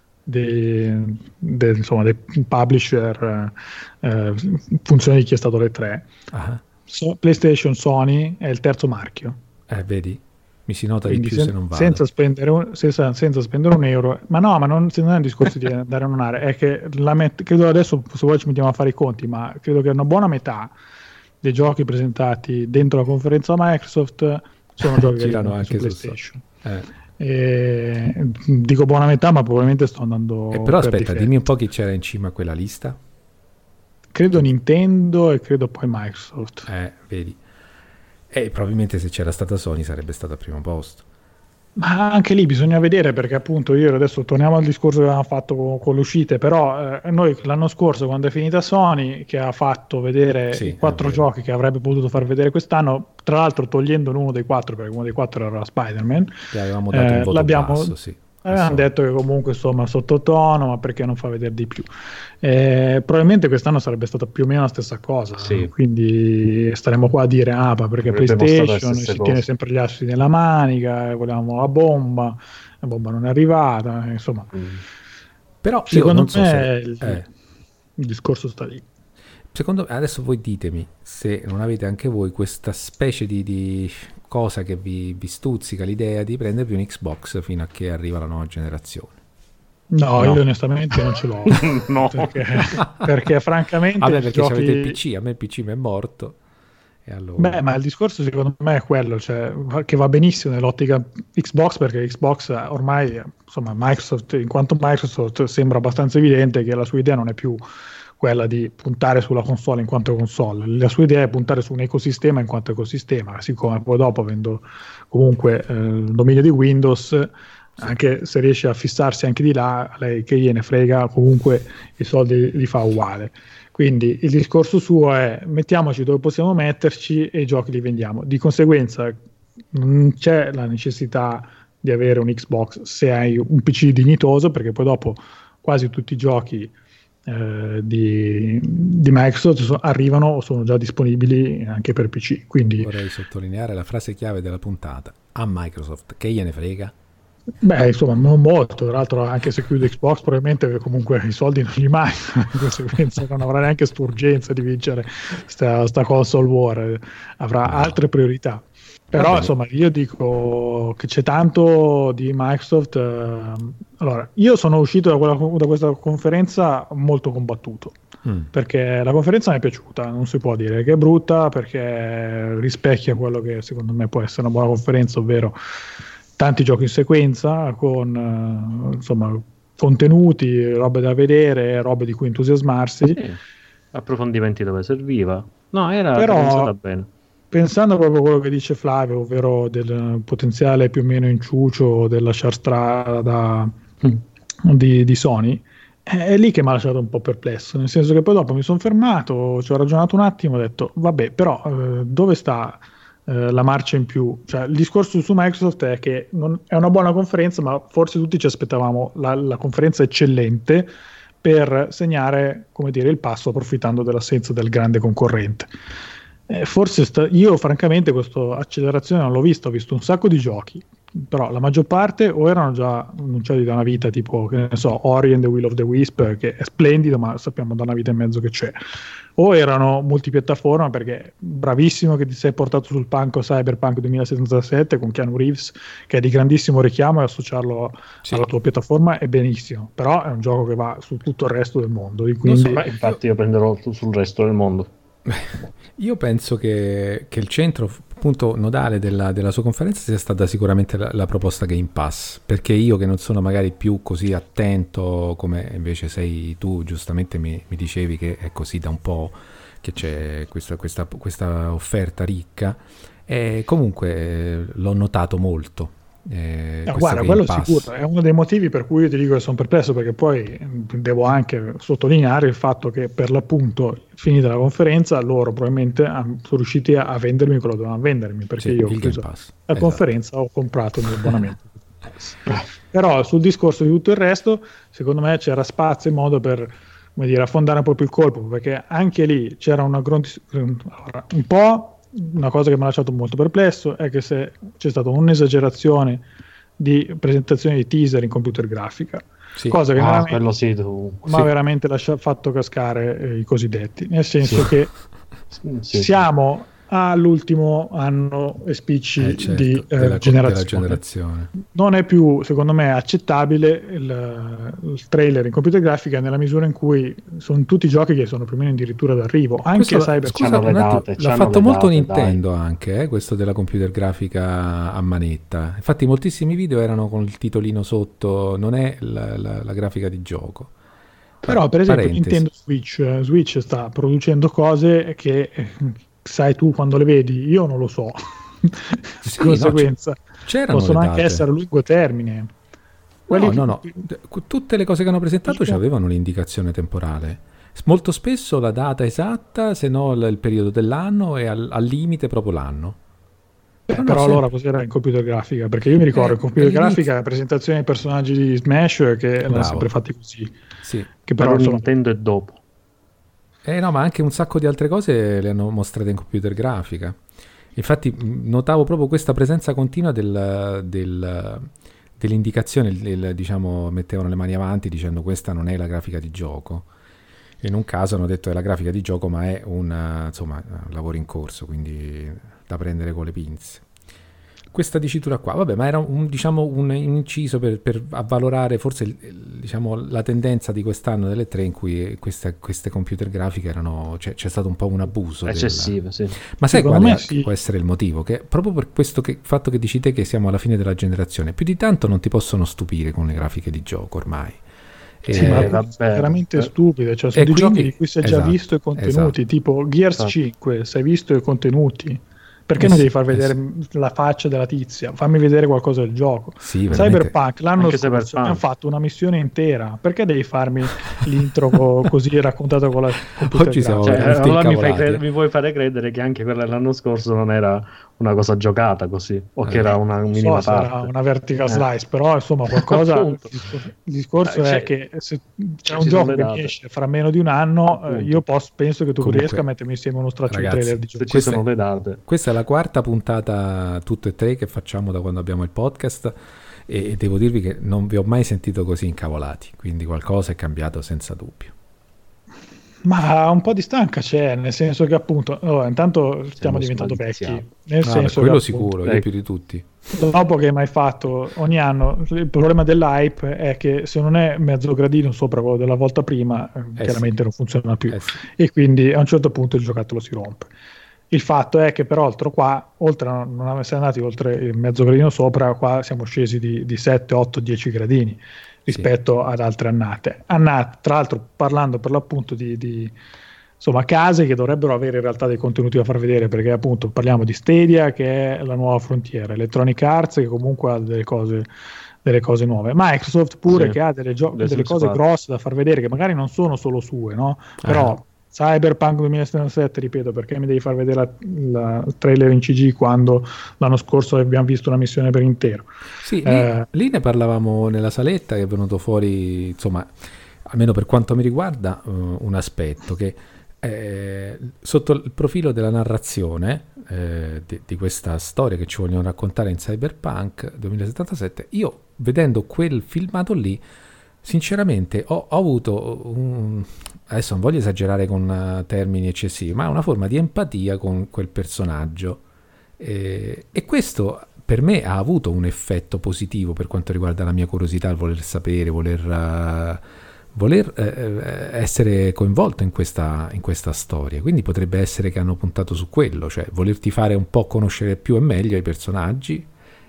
dei, dei, insomma, dei publisher eh, funzione di chi è stato le tre. Uh-huh. So, PlayStation, Sony è il terzo marchio. Eh, vedi? Mi si nota Quindi di più sen- se non vado. Senza spendere, un, senza, senza spendere un euro. Ma no, ma non, non è un discorso di andare a non are, è che la met- credo adesso, se vuoi ci mettiamo a fare i conti, ma credo che una buona metà dei giochi presentati dentro la conferenza Microsoft sono giochi che girano anche su PlayStation. Su eh. E, dico buona metà, ma probabilmente sto andando eh, però per aspetta, difetto. dimmi un po' chi c'era in cima a quella lista. Credo Nintendo e credo poi Microsoft. Eh, vedi. E probabilmente se c'era stata Sony sarebbe stata al primo posto. Ma anche lì bisogna vedere, perché appunto io adesso torniamo al discorso che avevamo fatto con, con le uscite, però eh, noi l'anno scorso quando è finita Sony, che ha fatto vedere sì, i quattro giochi che avrebbe potuto far vedere quest'anno, tra l'altro togliendone uno dei quattro, perché uno dei quattro era Spider-Man, che avevamo dato un voto eh, basso, sì. Avevano detto che comunque insomma sottotono, ma perché non fa vedere di più? Eh, probabilmente quest'anno sarebbe stata più o meno la stessa cosa, sì. Quindi staremo qua a dire ah, ma perché avrebbe PlayStation si cose. Tiene sempre gli assi nella manica, volevamo la bomba, la bomba non è arrivata, insomma. Mm. Però secondo me so se... il, eh. il discorso sta lì. Secondo me, adesso voi ditemi se non avete anche voi questa specie di, di cosa che vi, vi stuzzica l'idea di prendervi un Xbox fino a che arriva la nuova generazione. No, no. Io onestamente non ce l'ho. No. Perché, perché francamente vabbè, perché giochi... avete il P C, a me il P C mi è morto. E allora... Beh, ma il discorso secondo me è quello, cioè, che va benissimo nell'ottica Xbox, perché Xbox ormai, insomma, Microsoft, in quanto Microsoft sembra abbastanza evidente che la sua idea non è più quella di puntare sulla console in quanto console, la sua idea è puntare su un ecosistema in quanto ecosistema, siccome poi dopo, avendo comunque eh, il dominio di Windows, sì. Anche se riesce a fissarsi anche di là, lei che gliene frega, comunque i soldi li fa uguale. Quindi il discorso suo è mettiamoci dove possiamo metterci e i giochi li vendiamo. Di conseguenza non c'è la necessità di avere un Xbox se hai un P C dignitoso, perché poi dopo quasi tutti i giochi Eh, di, di Microsoft so, arrivano o sono già disponibili anche per P C. Quindi vorrei sottolineare la frase chiave della puntata: a Microsoft che gliene frega? Beh, insomma, non molto. Tra l'altro, anche se chiude Xbox, probabilmente comunque i soldi non gli mancano. Di conseguenza, non avrà neanche quest'urgenza di vincere sta, sta console war, avrà altre priorità. Però insomma io dico che c'è tanto di Microsoft. Eh, allora, io sono uscito da, quella, da questa conferenza molto combattuto, mm. perché la conferenza mi è piaciuta, non si può dire che è brutta, perché rispecchia quello che secondo me può essere una buona conferenza, ovvero tanti giochi in sequenza con eh, insomma contenuti, robe da vedere, robe di cui entusiasmarsi, sì. Approfondimenti dove serviva. No, era pensata bene. Pensando proprio a quello che dice Flavio, ovvero del potenziale più o meno inciucio del lasciar strada di, di Sony, è lì che mi ha lasciato un po' perplesso, nel senso che poi dopo mi sono fermato, ci ho ragionato un attimo, ho detto vabbè, però eh, dove sta eh, la marcia in più? Cioè, il discorso su Microsoft è che non, è una buona conferenza, ma forse tutti ci aspettavamo la, la conferenza eccellente per segnare, come dire, il passo approfittando dell'assenza del grande concorrente. Eh, forse sta, io francamente questa accelerazione non l'ho vista, ho visto un sacco di giochi però la maggior parte o erano già annunciati da una vita, tipo, che ne so, Ori and the Will of the Wisp, che è splendido, ma sappiamo da una vita e mezzo che c'è, o erano multipiattaforma, perché bravissimo che ti sei portato sul palco Cyberpunk duemilasettantasette con Keanu Reeves, che è di grandissimo richiamo, e associarlo sì. alla tua piattaforma è benissimo, però è un gioco che va su tutto il resto del mondo, quindi... so, infatti io prenderò sul resto del mondo. Io penso che, che il centro punto nodale della, della sua conferenza sia stata sicuramente la, la proposta Game Pass, perché io che non sono magari più così attento come invece sei tu, giustamente mi, mi dicevi che è così da un po' che c'è questa, questa, questa offerta ricca, e comunque eh, l'ho notato molto. Eh, no, guarda, quello sicuro è uno dei motivi per cui io ti dico che sono perplesso, perché poi devo anche sottolineare il fatto che per l'appunto finita la conferenza loro probabilmente sono riusciti a vendermi quello che dovevano vendermi, perché sì, io ho chiuso la esatto. conferenza, ho comprato il mio abbonamento. Però sul discorso di tutto il resto secondo me c'era spazio e modo per, come dire, affondare un po' più il colpo, perché anche lì c'era una grandis- allora, un po'. Una cosa che mi ha lasciato molto perplesso è che se c'è stata un'esagerazione di presentazione di teaser in computer grafica, sì. cosa che ah, quello sì, tu. ma sì. veramente lascia, fatto cascare eh, i cosiddetti, nel senso sì. che sì. siamo all'ultimo anno e spicci eh, certo, di eh, della, generazione. della generazione. Non è più, secondo me, accettabile il, il trailer in computer grafica nella misura in cui sono tutti giochi che sono più o meno addirittura d'arrivo. Anche Cyber scusa, le date, l'ha fatto molto date, Nintendo dai. Anche eh, questo della computer grafica a manetta. Infatti moltissimi video erano con il titolino sotto, non è la, la, la grafica di gioco. Però per esempio Parentesi. Nintendo Switch, Switch sta producendo cose che sai tu quando le vedi, io non lo so. Di sì, conseguenza no, possono anche essere a lungo termine. Quelli no, no, no. Tutte le cose che hanno presentato ci avevano l'indicazione temporale. Molto spesso la data esatta, se no il periodo dell'anno e al, al limite proprio l'anno. Beh, però, però allora cos'era in computer grafica? Perché io mi ricordo eh, in computer grafica la presentazione dei personaggi di Smash che l'hanno sempre fatti così. Sì. Che però, però Nintendo è dopo. Eh no, ma anche un sacco di altre cose le hanno mostrate in computer grafica. Infatti notavo proprio questa presenza continua del, del, dell'indicazione, il, il, diciamo, mettevano le mani avanti dicendo questa non è la grafica di gioco. In un caso hanno detto è la grafica di gioco, ma è un, insomma, un lavoro in corso, quindi da prendere con le pinze. Questa dicitura qua, vabbè, ma era un, diciamo, un inciso per, per avvalorare forse diciamo, la tendenza di quest'anno delle tre in cui queste, queste computer grafiche erano, cioè, c'è stato un po' un abuso eccessivo, sì. Ma sai Secondo qual è, sì. può essere il motivo? Che proprio per questo che, fatto che dici te che siamo alla fine della generazione, più di tanto non ti possono stupire con le grafiche di gioco ormai. Sì, eh, ma vabbè, veramente eh. stupide, cioè sono dei quindi, giochi di cui si è esatto, già visto i contenuti, esatto. tipo Gears esatto. cinque, si è visto i contenuti. Perché eh non sì, devi far vedere eh sì. la faccia della tizia? Fammi vedere qualcosa del gioco. Sì, Cyberpunk l'anno scorso abbiamo fatto una missione intera. Perché devi farmi l'intro co- così raccontato con la computer? Oggi siamo cioè, allora mi, fai cred- mi vuoi fare credere che anche quella dell'anno scorso non era una cosa giocata così, o eh. che era una minima so, parte. Era una vertical eh. slice, però insomma qualcosa. il discorso, il discorso eh, è che se c'è un gioco che mi esce fra meno di un anno, eh, io posso, penso che tu Comunque, riesca a mettermi insieme uno straccio di trailer di gioco. Ci sono le date. Questa è la quarta puntata tutte e tre che facciamo da quando abbiamo il podcast e, e devo dirvi che non vi ho mai sentito così incavolati, quindi qualcosa è cambiato senza dubbio. Ma un po' di stanca c'è, nel senso che appunto oh, intanto stiamo Siamo diventando vecchi, nel ah, senso quello che, sicuro, appunto, io più di tutti. Dopo che mi hai fatto ogni anno, il problema dell'hype è che se non è mezzo gradino sopra quello della volta prima, eh chiaramente sì. non funziona più, eh sì. e quindi a un certo punto il giocattolo si rompe. Il fatto è che peraltro qua, oltre a non essere andati oltre il mezzo gradino sopra, qua siamo scesi di, di sette, otto, dieci gradini rispetto sì. ad altre annate. annate. Tra l'altro parlando per l'appunto di, di insomma case che dovrebbero avere in realtà dei contenuti da far vedere, perché appunto parliamo di Stadia che è la nuova frontiera, Electronic Arts che comunque ha delle cose, delle cose nuove, Microsoft pure sì. che ha delle, gio- delle cose grosse da far vedere che magari non sono solo sue, no? Però eh. Cyberpunk duemilasettantasette, ripeto, perché mi devi far vedere la, la trailer in C G quando l'anno scorso abbiamo visto una missione per intero? Sì, eh, lì, lì ne parlavamo nella saletta, che è venuto fuori, insomma, almeno per quanto mi riguarda, uh, un aspetto che eh, sotto il profilo della narrazione eh, di, di questa storia che ci vogliono raccontare in Cyberpunk duemilasettantasette, io vedendo quel filmato lì, sinceramente ho, ho avuto un, adesso non voglio esagerare con uh, termini eccessivi, ma una forma di empatia con quel personaggio, eh, e questo per me ha avuto un effetto positivo per quanto riguarda la mia curiosità, il voler sapere, voler, uh, voler uh, essere coinvolto in questa, in questa storia. Quindi potrebbe essere che hanno puntato su quello, cioè volerti fare un po' conoscere più e meglio i personaggi,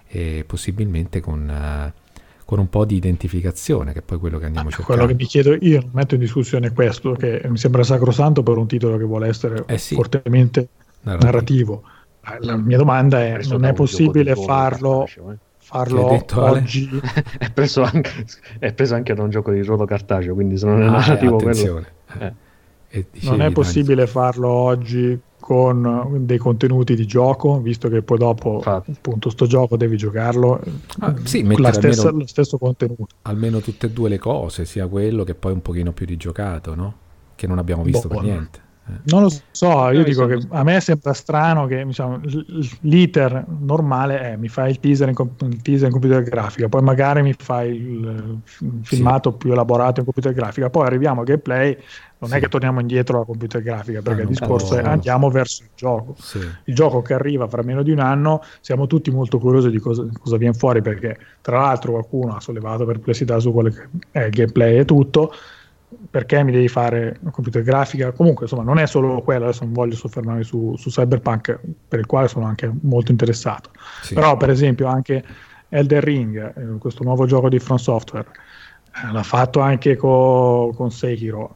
e possibilmente con, uh, con un po' di identificazione, che è poi quello che andiamo a cercare. Quello che mi chiedo io, non metto in discussione questo, che mi sembra sacrosanto per un titolo che vuole essere eh sì, fortemente narrativo. narrativo. La mia domanda è: non è possibile farlo, cartaceo, eh? farlo detto, oggi? è, preso anche, è preso anche da un gioco di ruolo cartaceo, quindi se non è narrativo, ah, quello... eh. E non è possibile Dani. farlo oggi con dei contenuti di gioco, visto che poi dopo Infatti. appunto sto gioco devi giocarlo, ah, sì, la stessa, almeno, lo stesso contenuto. Almeno tutte e due le cose, sia quello che poi un pochino più di giocato, no? Che non abbiamo visto boh, per niente. Non lo so, io dico che a me sembra strano che diciamo, l'iter normale è mi fai il teaser in, comp- il teaser in computer grafica, poi magari mi fai il filmato sì. più elaborato in computer grafica, poi arriviamo a gameplay, non sì. è che torniamo indietro alla computer grafica, perché ah, il discorso è andiamo verso il gioco. Sì. Il gioco che arriva fra meno di un anno, siamo tutti molto curiosi di cosa, cosa viene fuori, perché tra l'altro qualcuno ha sollevato perplessità su quello che è il gameplay e tutto. Perché mi devi fare una computer grafica? Comunque insomma non è solo quello, adesso non voglio soffermarmi su, su Cyberpunk, per il quale sono anche molto interessato, sì. però per esempio anche Elden Ring, eh, questo nuovo gioco di From Software, eh, l'ha fatto anche co, con Sekiro,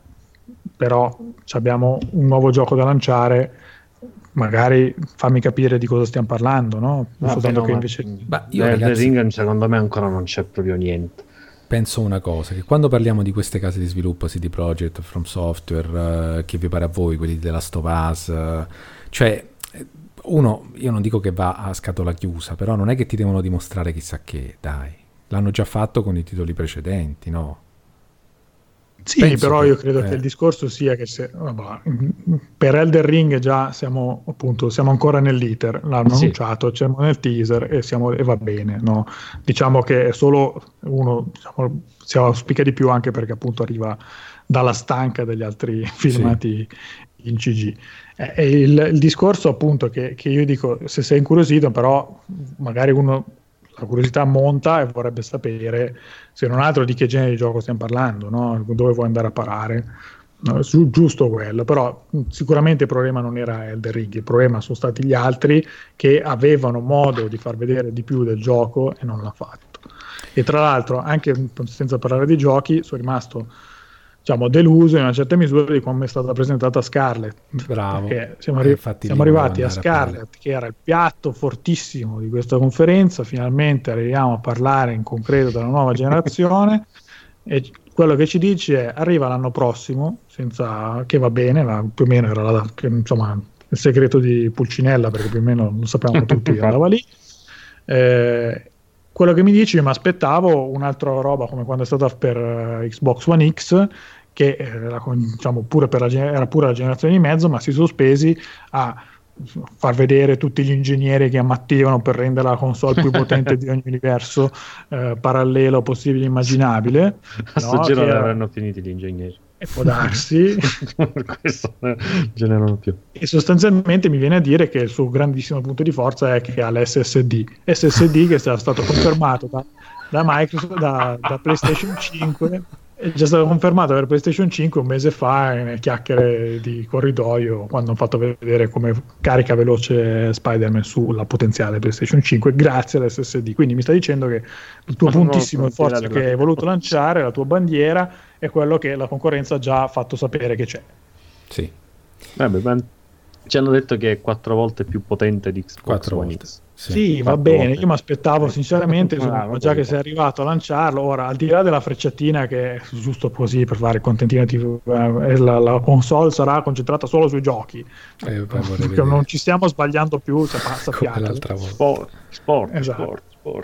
però abbiamo un nuovo gioco da lanciare, magari fammi capire di cosa stiamo parlando, no? Ah, soltanto no, che invece ma io, Elden ragazzi, Ring secondo me ancora non c'è proprio niente. Penso una cosa, che quando parliamo di queste case di sviluppo, C D Projekt, From Software, uh, che vi pare a voi, quelli della Last of Us, uh, cioè uno, io non dico che va a scatola chiusa, però non è che ti devono dimostrare chissà che, dai, l'hanno già fatto con i titoli precedenti, no? Sì, Penso però che, io credo eh. che il discorso sia che se, vabbè, per Elden Ring già siamo appunto siamo ancora nell'iter, l'hanno sì. annunciato, siamo nel teaser e, siamo, e va bene, no? Diciamo che è solo uno, diciamo, si auspica di più anche perché appunto arriva dalla stanca degli altri filmati sì. in C G. E il, il discorso appunto che, che io dico, se sei incuriosito, però magari uno la curiosità monta e vorrebbe sapere, se non altro, di che genere di gioco stiamo parlando, no? Dove vuoi andare a parare, no? Su, giusto quello, però sicuramente il problema non era Elden Ring, il problema sono stati gli altri che avevano modo di far vedere di più del gioco e non l'ha fatto. E tra l'altro, anche senza parlare di giochi, sono rimasto diciamo deluso in una certa misura di come è stata presentata Scarlett. Bravo. Perché siamo, arri- siamo arrivati a Scarlett, a che era il piatto fortissimo di questa conferenza. Finalmente arriviamo a parlare in concreto della nuova generazione e quello che ci dice è arriva l'anno prossimo, senza che va bene, ma più o meno era la, che, insomma, il segreto di Pulcinella, perché più o meno lo sapevamo tutti che andava lì. Eh, quello che mi dici, io mi aspettavo un'altra roba come quando è stata per uh, Xbox One X, che era, diciamo, pure per la, era pure la generazione di mezzo, ma si sospesi a far vedere tutti gli ingegneri che ammattivano per rendere la console più potente di ogni universo eh, parallelo possibile e immaginabile. A sto no? giro avranno finiti gli ingegneri. E può darsi. Per questo non generano più. E sostanzialmente mi viene a dire che il suo grandissimo punto di forza è che ha l'S S D. S S D che è stato confermato da, da Microsoft, da, da PlayStation cinque. È già stato confermato per PlayStation cinque un mese fa nelle chiacchiere di corridoio, quando hanno fatto vedere come carica veloce Spider-Man sulla potenziale PlayStation cinque grazie all'S S D. Quindi mi sta dicendo che il tuo puntissimo forza che hai voluto lanciare, la tua bandiera, è quello che la concorrenza ha già fatto sapere che c'è. Sì. Vabbè, ma ci hanno detto che è quattro volte più potente di Xbox quattro One volte. X. Sì, sì va bene, volte. Io mi aspettavo sinceramente, insomma, ah, già che sei arrivato a lanciarlo, ora al di là della frecciatina che è giusto così per fare il contentino tipo, eh, la, la console sarà concentrata solo sui giochi, eh, non ci stiamo sbagliando più, sappiate. Sport, sport, esatto. sport, sport.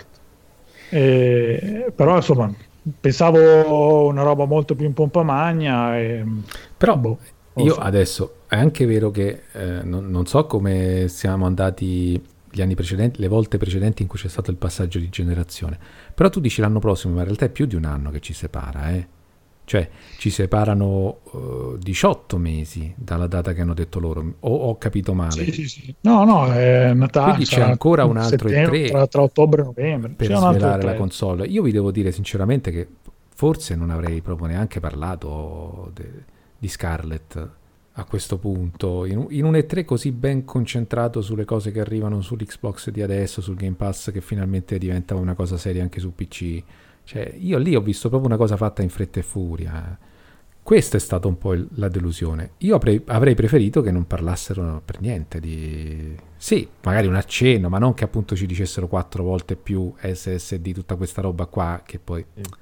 Eh, però insomma pensavo una roba molto più in pompa magna e... però boh, io so. adesso è anche vero che eh, non, non so come siamo andati gli anni precedenti, le volte precedenti in cui c'è stato il passaggio di generazione, però tu dici l'anno prossimo, ma in realtà è più di un anno che ci separa, eh? Cioè ci separano uh, diciotto mesi dalla data che hanno detto loro, o ho capito male? Sì, sì, sì. No, no, è Natale. Quindi c'è ancora un altro E tre tra, tra ottobre e novembre per c'è svelare la console. Io vi devo dire sinceramente che forse non avrei proprio neanche parlato de, di Scarlett a questo punto, in, in un E tre così ben concentrato sulle cose che arrivano sull'Xbox di adesso, sul Game Pass, che finalmente diventa una cosa seria anche su P C. Cioè, io lì ho visto proprio una cosa fatta in fretta e furia. Questa è stata un po' il, la delusione. Io avrei, avrei preferito che non parlassero per niente di... Sì, magari un accenno, ma non che appunto ci dicessero quattro volte più S S D, tutta questa roba qua, che poi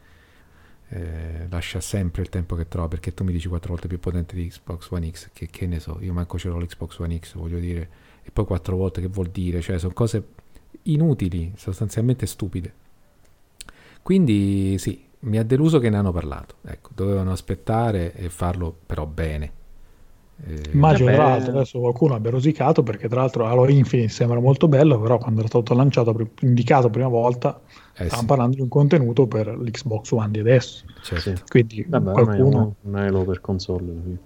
eh, lascia sempre il tempo che trova, perché tu mi dici quattro volte più potente di Xbox One X, che, che ne so, io manco ce l'ho l'Xbox One X, voglio dire, e poi quattro volte che vuol dire? Cioè, sono cose inutili, sostanzialmente stupide. Quindi sì, mi ha deluso che ne hanno parlato. Ecco, dovevano aspettare e farlo però bene. Eh, Immagino tra l'altro adesso qualcuno abbia rosicato, perché tra l'altro Halo Infinite sembra molto bello, però quando era stato lanciato, indicato prima volta, eh stavamo sì. parlando di un contenuto per l'Xbox One di adesso. Certo. Quindi Vabbè, qualcuno... un Halo per console. Sì.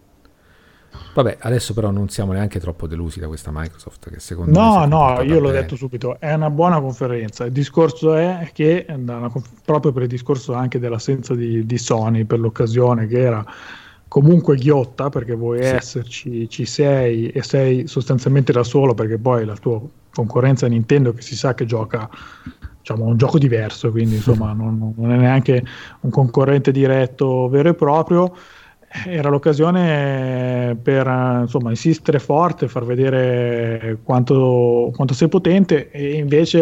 Vabbè, adesso però non siamo neanche troppo delusi da questa Microsoft, che secondo no, me no, io l'ho bene. detto subito, è una buona conferenza. Il discorso è che, proprio per il discorso anche dell'assenza di, di Sony per l'occasione, che era comunque ghiotta, perché vuoi sì. esserci, ci sei e sei sostanzialmente da solo, perché poi la tua concorrenza è Nintendo, che si sa che gioca, diciamo, un gioco diverso, quindi insomma non, non è neanche un concorrente diretto vero e proprio. Era l'occasione per insomma insistere forte, far vedere quanto, quanto sei potente, e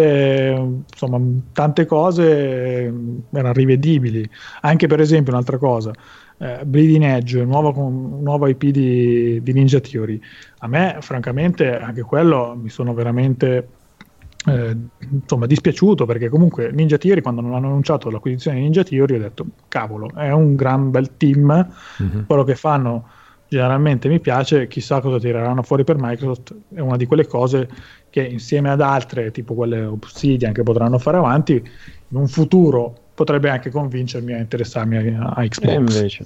invece insomma tante cose erano rivedibili. Anche per esempio un'altra cosa, eh, Bleeding Edge, nuova, nuova I P di, di Ninja Theory. A me francamente anche quello mi sono veramente Eh, insomma dispiaciuto, perché comunque Ninja Theory, quando non hanno annunciato l'acquisizione di Ninja Theory, ho detto cavolo, è un gran bel team, mm-hmm. quello che fanno generalmente mi piace, chissà cosa tireranno fuori per Microsoft. È una di quelle cose che insieme ad altre tipo quelle Obsidian che potranno fare avanti in un futuro potrebbe anche convincermi a interessarmi a, a Xbox. E invece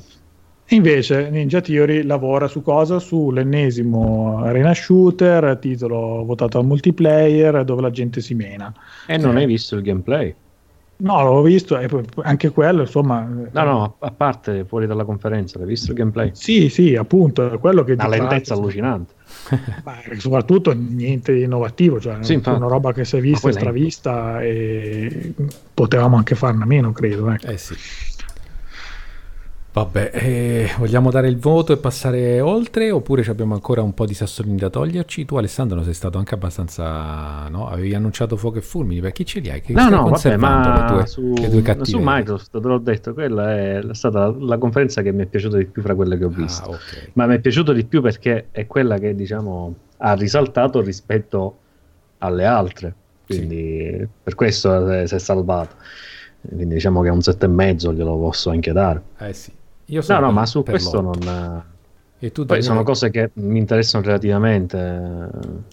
Invece Ninja Theory lavora su cosa? Sull'ennesimo arena shooter, titolo votato al multiplayer, dove la gente si mena. E non eh. hai visto il gameplay? No, l'ho visto, e anche quello, insomma... No, no, a parte, fuori dalla conferenza, l'hai visto il gameplay? Sì, sì, appunto, è quello che... Una lentezza allucinante. Ma soprattutto niente di innovativo, cioè sì, una roba che si è vista e stravista, e potevamo anche farne a meno, credo. Ecco. Eh sì. Vabbè, eh, vogliamo dare il voto e passare oltre, oppure abbiamo ancora un po' di sassolini da toglierci? Tu, Alessandro, sei stato anche abbastanza, no? Avevi annunciato fuoco e fulmini, per chi ce li hai? Che no, no, vabbè, ma le tue, su, le tue cattiverie? Su Microsoft, te l'ho detto, quella è stata la conferenza che mi è piaciuta di più fra quelle che ho visto. Ah, okay. Ma mi è piaciuto di più perché è quella che, diciamo, ha risaltato rispetto alle altre, quindi sì. Per questo si è salvato. Quindi diciamo che un sette e mezzo glielo posso anche dare. Eh sì. Io sono no, no, per, ma su per questo l'otto. non... E tu, poi Daniele... sono cose che mi interessano relativamente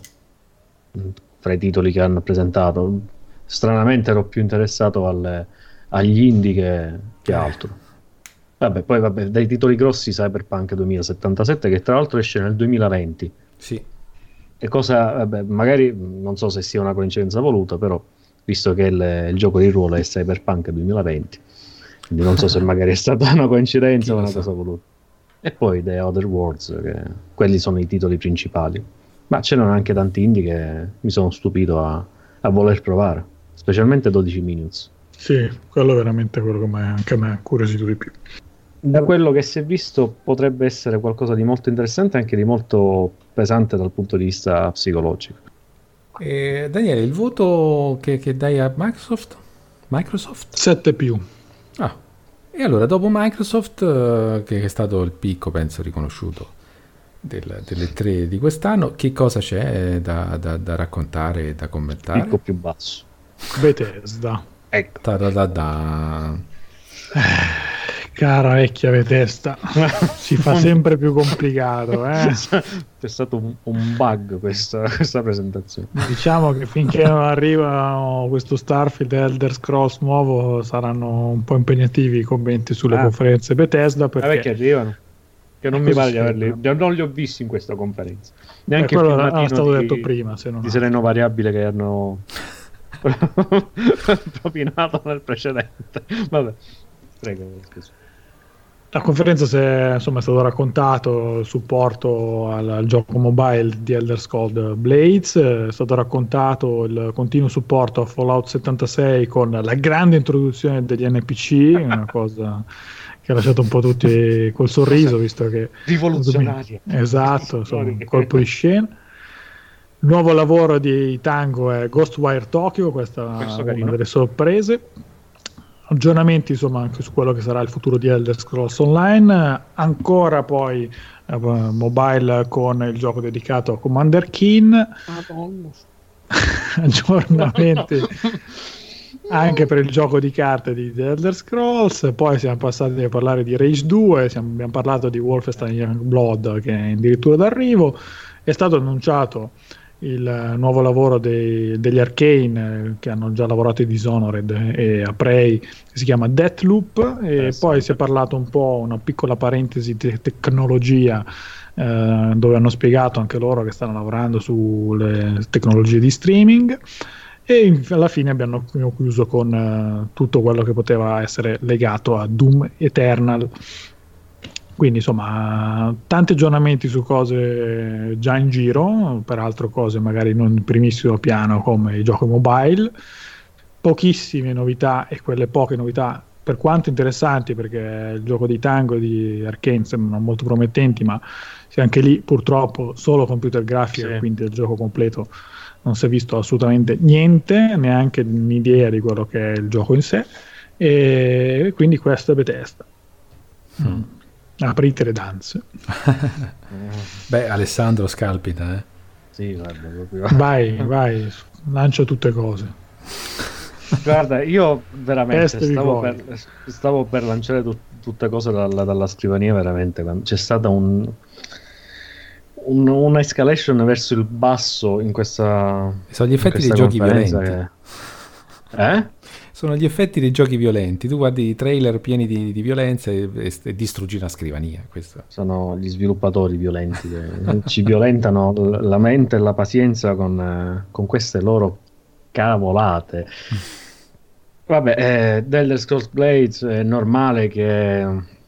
fra i titoli che hanno presentato. Stranamente ero più interessato alle, agli indie che, che altro. Vabbè, poi vabbè, dai titoli grossi Cyberpunk duemilasettantasette, che tra l'altro esce nel duemilaventi. Sì. E cosa, vabbè, magari non so se sia una coincidenza voluta, però visto che il, il gioco di ruolo è Cyberpunk duemilaventi, quindi non so se magari è stata una coincidenza o una cosa voluta. E poi The Other Worlds, che quelli sono i titoli principali, ma c'erano anche tanti indie che mi sono stupito a, a voler provare, specialmente dodici Minutes. Sì, quello è veramente quello che me, anche a me ha curiosito di più. Da quello che si è visto potrebbe essere qualcosa di molto interessante e anche di molto pesante dal punto di vista psicologico. E Daniele, il voto che, che dai a Microsoft? Microsoft? sette più. Ah, e allora dopo Microsoft, uh, che è stato il picco, penso, riconosciuto del, delle tre di quest'anno, che cosa c'è da, da, da raccontare e da commentare? Picco più basso. Bethesda. Ecco. Ta-da-da-da. Cara vecchia Bethesda, si fa sempre più complicato. Eh? C'è stato un, un bug questa, questa presentazione. Diciamo che finché non arriva questo Starfield Elder Scrolls nuovo saranno un po' impegnativi i commenti sulle ah. conferenze Bethesda, perché... Ah, che arrivano? Che non mi pare di averli, sembra. non li ho visti in questa conferenza. Neanche il quello era stato di, detto prima, se non di Sereno Variabile che hanno propinato nel precedente. Vabbè, prego, scusa. La conferenza si è, insomma, è stato raccontato il supporto al, al gioco mobile di Elder Scrolls Blades, è stato raccontato il continuo supporto a Fallout settantasei con la grande introduzione degli N P C, una cosa che ha lasciato un po' tutti col sorriso, visto che rivoluzionaria. Esatto, insomma, un colpo di scena. Il nuovo lavoro di Tango è Ghostwire Tokyo, questa è una delle sorprese. Aggiornamenti insomma anche su quello che sarà il futuro di Elder Scrolls Online, ancora poi eh, mobile con il gioco dedicato a Commander Keen, aggiornamenti anche per il gioco di carte di The Elder Scrolls. Poi siamo passati a parlare di Rage due, siamo, abbiamo parlato di Wolfenstein Youngblood che è addirittura d'arrivo. È stato annunciato il nuovo lavoro dei, degli Arcane, che hanno già lavorato in Dishonored e a Prey, che si chiama Deathloop, e eh, poi sì. Si è parlato un po', una piccola parentesi di tecnologia, eh, dove hanno spiegato anche loro che stanno lavorando sulle tecnologie di streaming, e alla fine abbiamo chiuso con uh, tutto quello che poteva essere legato a Doom Eternal. Quindi insomma tanti aggiornamenti su cose già in giro, peraltro cose magari non in primissimo piano come i giochi mobile, pochissime novità, e quelle poche novità per quanto interessanti, perché il gioco di Tango e di Arcane sembrano molto promettenti, ma anche lì purtroppo solo computer grafica, sì. Quindi il gioco completo non si è visto assolutamente niente, neanche un'idea di quello che è il gioco in sé, e quindi questo è Bethesda. Mm. Aprite le danze. Beh, Alessandro scalpita, eh? Sì, guarda, proprio. Vai, vai, lancia tutte cose. Guarda, io veramente stavo per, stavo per lanciare tut, tutte cose dalla, dalla scrivania, veramente. C'è stata un, un, una escalation verso il basso in questa. Sono gli effetti dei giochi violenti. Che... Eh? Sono gli effetti dei giochi violenti. Tu guardi i trailer pieni di, di violenza e, e, e distruggi una scrivania. Questo. Sono gli sviluppatori violenti che ci violentano la mente e la pazienza con, con queste loro cavolate. Vabbè, eh, Elder Scrolls Blades è normale che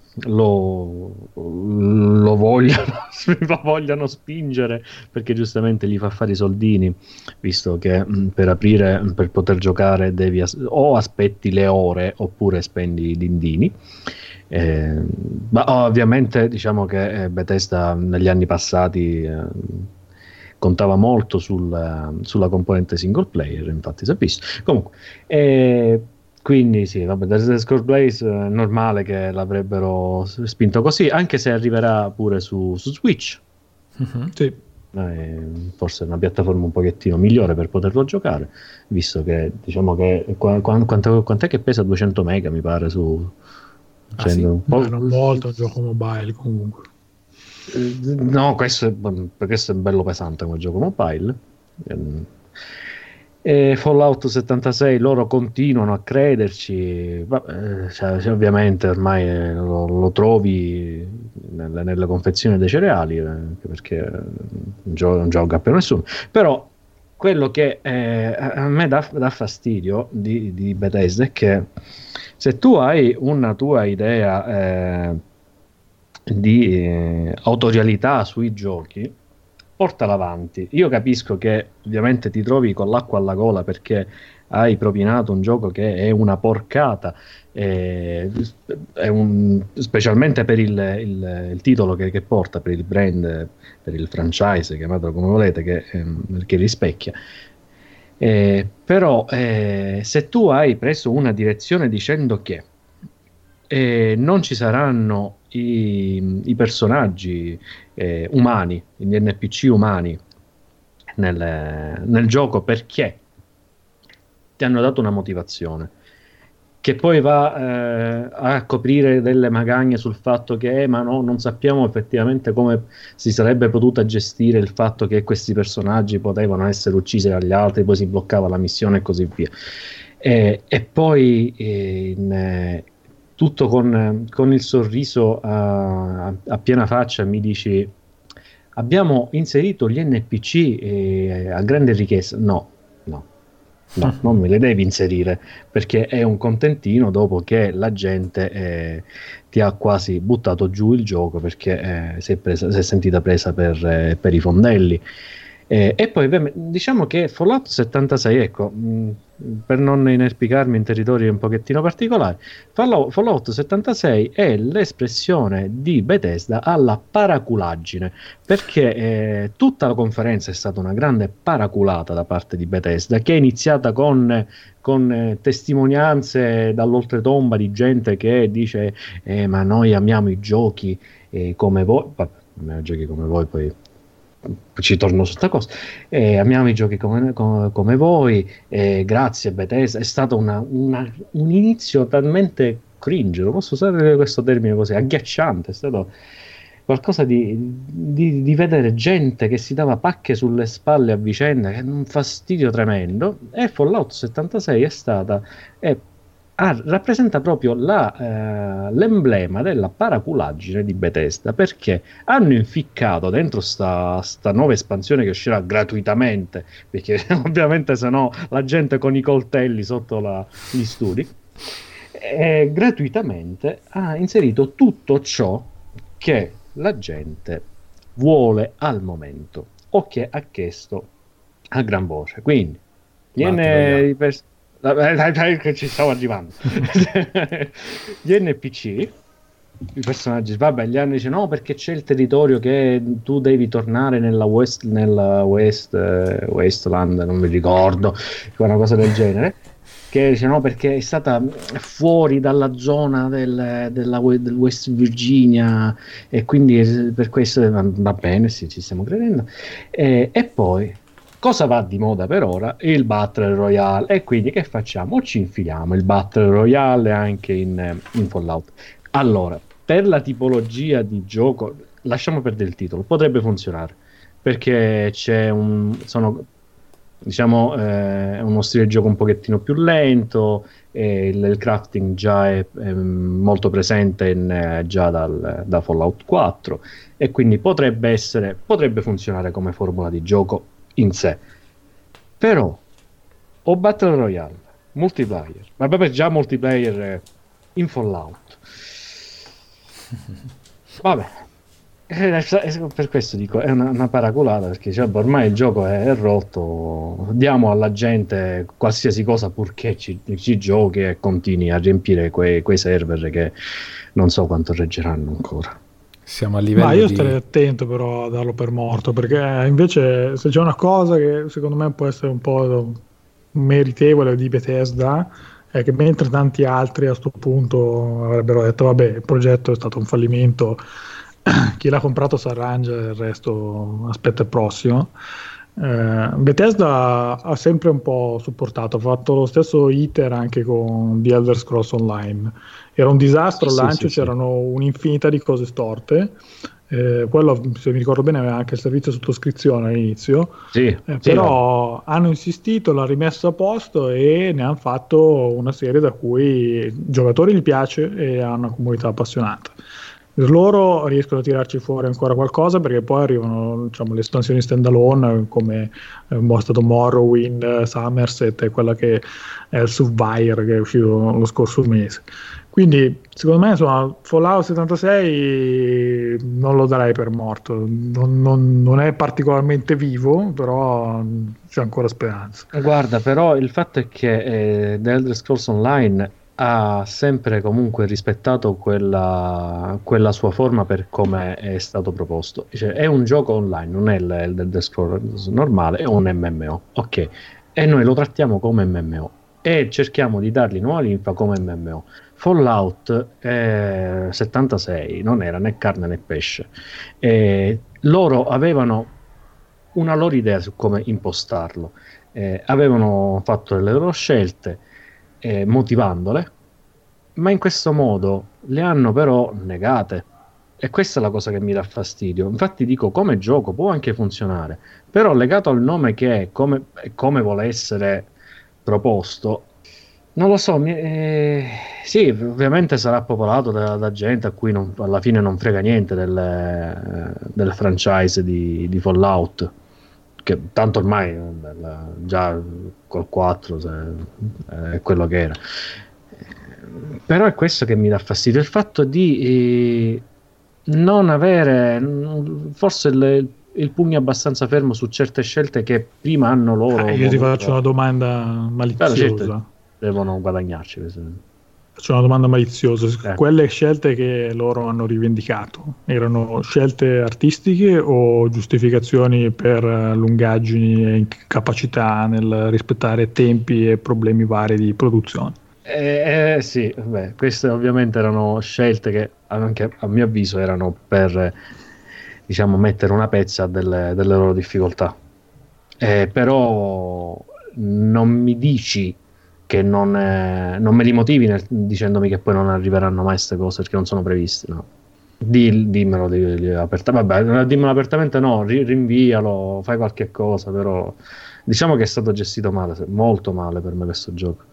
lo, lo vogliano, vogliano spingere, perché giustamente gli fa fare i soldini, visto che mh, per aprire, per poter giocare devi as- o aspetti le ore oppure spendi i dindini. Eh, ma ovviamente diciamo che eh, Bethesda negli anni passati eh, contava molto sul, sulla componente single player, infatti si è visto. Comunque, eh, quindi sì, vabbè, The Scrolls Blades è normale che l'avrebbero spinto così, anche se arriverà pure su, su Switch. Mm-hmm, sì. Eh, forse è una piattaforma un pochettino migliore per poterlo giocare, visto che diciamo che qu- qu- quanto, quant'è che pesa duecento mega mi pare su ah, sì. un po'... non molto un gioco mobile comunque. No, questo è, questo è bello pesante come gioco mobile. E Fallout settantasei loro continuano a crederci, ma, cioè, ovviamente ormai eh, lo, lo trovi nelle, nelle confezioni dei cereali, eh, perché non, gio- non gioca per nessuno. Però quello che eh, a me dà, dà fastidio di, di Bethesda è che se tu hai una tua idea eh, di eh, autorialità sui giochi, portala avanti. Io capisco che ovviamente ti trovi con l'acqua alla gola perché hai propinato un gioco che è una porcata, eh, è un, specialmente per il, il, il titolo che, che porta, per il brand, per il franchise, chiamatelo come volete, che, ehm, che rispecchia. Eh, però eh, se tu hai preso una direzione dicendo che eh, non ci saranno i, i personaggi eh, umani, gli N P C umani nel, nel gioco, perché ti hanno dato una motivazione, che poi va eh, a coprire delle magagne sul fatto che eh, ma no, non sappiamo effettivamente come si sarebbe potuta gestire il fatto che questi personaggi potevano essere uccisi dagli altri, poi si bloccava la missione e così via. E, e poi eh, in, eh, tutto con, con il sorriso a, a piena faccia mi dici: abbiamo inserito gli N P C eh, a grande richiesta. No, no, no, non me le devi inserire, perché è un contentino dopo che la gente eh, ti ha quasi buttato giù il gioco perché eh, si, è presa, si è sentita presa per, eh, per i fondelli. Eh, e poi beh, diciamo che Fallout settantasei, ecco, mh, per non inerpicarmi in territori un pochettino particolari, Fallout, Fallout settantasei è l'espressione di Bethesda alla paraculaggine, perché eh, tutta la conferenza è stata una grande paraculata da parte di Bethesda, che è iniziata con, con eh, testimonianze dall'oltretomba di gente che dice eh, ma noi amiamo i giochi eh, come voi, vabbè, amiamo i giochi come voi, poi ci torno su sta cosa, eh, amiamo i giochi come, come, come voi, eh, grazie Bethesda. È stato una, una, un inizio talmente cringe, lo posso usare questo termine così, agghiacciante, è stato qualcosa di, di, di vedere gente che si dava pacche sulle spalle a vicenda, che è un fastidio tremendo. E Fallout settantasei è stata è, Ah, rappresenta proprio la, eh, l'emblema della paraculaggine di Bethesda, perché hanno inficcato dentro sta, sta nuova espansione che uscirà gratuitamente, perché ovviamente se no la gente con i coltelli sotto la, gli studi, e gratuitamente ha inserito tutto ciò che la gente vuole al momento o che ha chiesto a gran voce. Quindi gli N pers- che ci stavo arrivando gli N P C, i personaggi, vabbè, gli hanno dice no perché c'è il territorio che tu devi tornare nella West, nella West eh, Wasteland, non mi ricordo, una cosa del genere, che dice no perché è stata fuori dalla zona del, della, del West Virginia e quindi per questo va, va bene, sì, ci stiamo credendo. E, e poi cosa va di moda per ora? Il Battle Royale. E quindi che facciamo? Ci infiliamo il Battle Royale anche in, in Fallout. Allora, per la tipologia di gioco, lasciamo perdere il titolo, potrebbe funzionare, perché c'è un, sono, diciamo, eh, uno stile di gioco un pochettino più lento, e il, il crafting già è, è molto presente in, eh, già dal, da Fallout quattro, e quindi potrebbe essere, potrebbe funzionare come formula di gioco in sé. Però o Battle Royale, multiplayer, ma proprio già multiplayer in Fallout, vabbè, eh, per questo dico è una, una paraculata, perché cioè, ormai il gioco è, è rotto, diamo alla gente qualsiasi cosa purché ci, ci giochi e continui a riempire quei, quei server che non so quanto reggeranno ancora. Siamo a livello Ma io di... starei attento però a darlo per morto, perché invece se c'è una cosa che secondo me può essere un po' meritevole di Bethesda è che mentre tanti altri a sto punto avrebbero detto vabbè il progetto è stato un fallimento, chi l'ha comprato si arrangia, il resto aspetta il prossimo. Eh, Bethesda ha sempre un po' supportato, ha fatto lo stesso iter anche con The Elder Scrolls Online. Era un disastro al sì, lancio, sì, c'erano sì. un'infinità di cose storte. Eh, quello, se mi ricordo bene, aveva anche il servizio sottoscrizione all'inizio, sì, eh, sì, però no. hanno insistito, l'hanno rimesso a posto e ne hanno fatto una serie da cui i giocatori gli piace e hanno una comunità appassionata. Loro riescono a tirarci fuori ancora qualcosa, perché poi arrivano, diciamo, le espansioni standalone come eh, è stato Morrowind, Somerset e quella che è il Survivor che è uscito lo scorso mese. Quindi secondo me insomma Fallout settantasei non lo darei per morto, non, non, non è particolarmente vivo, però c'è ancora speranza. Guarda, però il fatto è che eh, The Elder Scrolls Online ha sempre comunque rispettato quella, quella sua forma per come è stato proposto. Cioè, è un gioco online, non è il, il The Scrolls normale, è un M M O, ok, e noi lo trattiamo come M M O e cerchiamo di dargli nuova linfa come M M O. Fallout eh, settantasei non era né carne né pesce, eh, loro avevano una loro idea su come impostarlo, eh, avevano fatto le loro scelte, eh, motivandole, ma in questo modo le hanno però negate. E questa è la cosa che mi dà fastidio. Infatti dico, come gioco può anche funzionare, però legato al nome che è, come, come vuole essere proposto, non lo so. Mi, eh, sì, ovviamente sarà popolato da, da gente a cui non, alla fine non frega niente del, del franchise di, di Fallout, che tanto ormai del, già col quattro se, è quello che era. Però è questo che mi dà fastidio, il fatto di eh, non avere forse il, il pugno abbastanza fermo su certe scelte che prima hanno loro. Ah, io ti faccio una domanda maliziosa. Certo, devono guadagnarci. Faccio una domanda maliziosa. Eh. Quelle scelte che loro hanno rivendicato erano scelte artistiche o giustificazioni per lungaggini e incapacità nel rispettare tempi e problemi vari di produzione? Eh, eh, sì, beh, queste ovviamente erano scelte che anche a mio avviso erano per, diciamo, mettere una pezza delle, delle loro difficoltà. Eh, però non mi dici che non, eh, non me li motivi nel, dicendomi che poi non arriveranno mai queste cose perché non sono previste, no? Di, dimmelo di, di apertamente, vabbè, dimmelo apertamente, no, ri, rinvialo, fai qualche cosa, però diciamo che è stato gestito male, molto male per me questo gioco.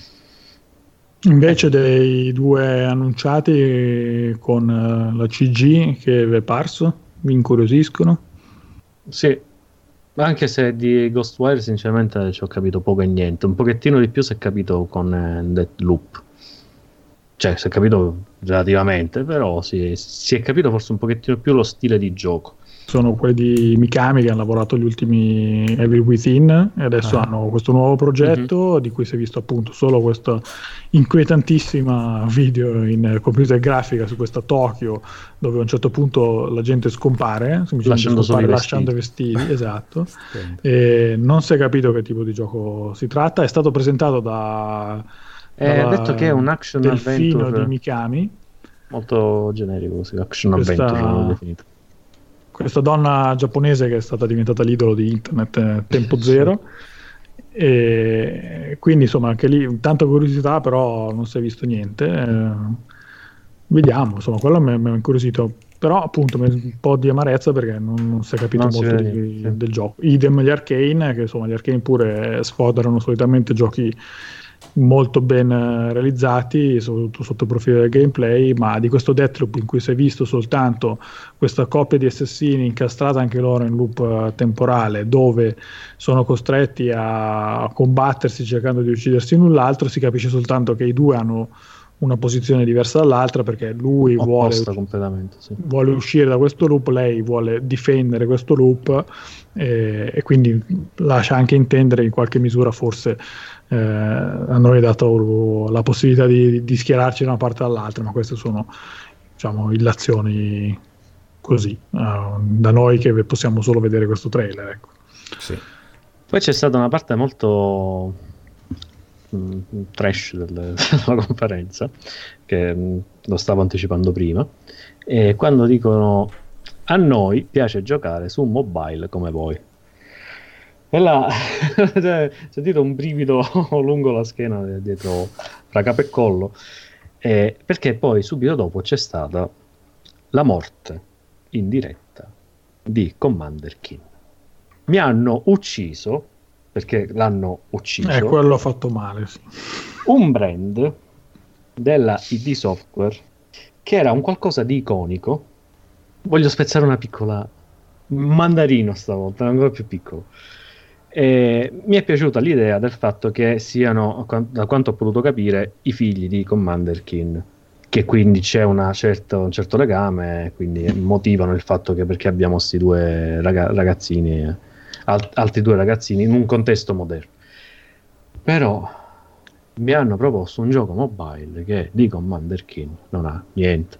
Invece dei due annunciati con uh, la C G che vi è parso, vi incuriosiscono? Sì, anche se di Ghostwire sinceramente ci ho capito poco e niente, un pochettino di più si è capito con eh, Deathloop, cioè si è capito relativamente, però si, si è capito forse un pochettino più lo stile di gioco. Sono quelli di Mikami che hanno lavorato gli ultimi Evil Within e adesso ah. hanno questo nuovo progetto mm-hmm. di cui si è visto appunto solo questo inquietantissima video in computer grafica su questa Tokyo dove a un certo punto la gente scompare lasciando, scompare, lasciando i vestiti esatto. E non si è capito che tipo di gioco si tratta. È stato presentato da eh, ha detto che è un action Delfino adventure di Mikami, molto generico così, action questa... adventure l'ho definito. Questa donna giapponese che è stata diventata l'idolo di internet eh, tempo zero e quindi insomma anche lì tanta curiosità, però non si è visto niente. Eh, vediamo, insomma, quello mi ha incuriosito, però appunto un po' di amarezza perché non, non si è capito non molto di, sì. del gioco. Idem gli Arcane, che insomma gli Arcane pure sfoderano solitamente giochi molto ben realizzati, soprattutto sotto il profilo del gameplay, ma di questo Deathloop in cui si è visto soltanto questa coppia di assassini incastrata anche loro in loop temporale, dove sono costretti a combattersi cercando di uccidersi l'un l'altro, si capisce soltanto che i due hanno una posizione diversa dall'altra perché lui vuole, completamente, sì. vuole uscire da questo loop, lei vuole difendere questo loop eh, e quindi lascia anche intendere in qualche misura forse eh, a noi è dato la possibilità di, di schierarci da una parte all'altra, ma queste sono diciamo illazioni così uh, da noi che possiamo solo vedere questo trailer, ecco. Sì. Poi c'è stata una parte molto mh, trash del, della conferenza che mh, lo stavo anticipando prima, e quando dicono a noi piace giocare su mobile come voi, e là cioè, sentito un brivido lungo la schiena dietro fra capo e collo, eh, perché poi subito dopo c'è stata la morte in diretta di Commander Keen. Mi hanno ucciso perché l'hanno ucciso, eh, quello ha fatto male, sì. Un brand della I D Software che era un qualcosa di iconico. Voglio spezzare una piccola mandarino stavolta, ancora più piccolo. E mi è piaciuta l'idea del fatto che siano, da quanto ho potuto capire, i figli di Commander Keen, che quindi c'è una certa, un certo legame, quindi motivano il fatto che perché abbiamo questi due raga- ragazzini, alt- altri due ragazzini in un contesto moderno. Però mi hanno proposto un gioco mobile che di Commander Keen non ha niente,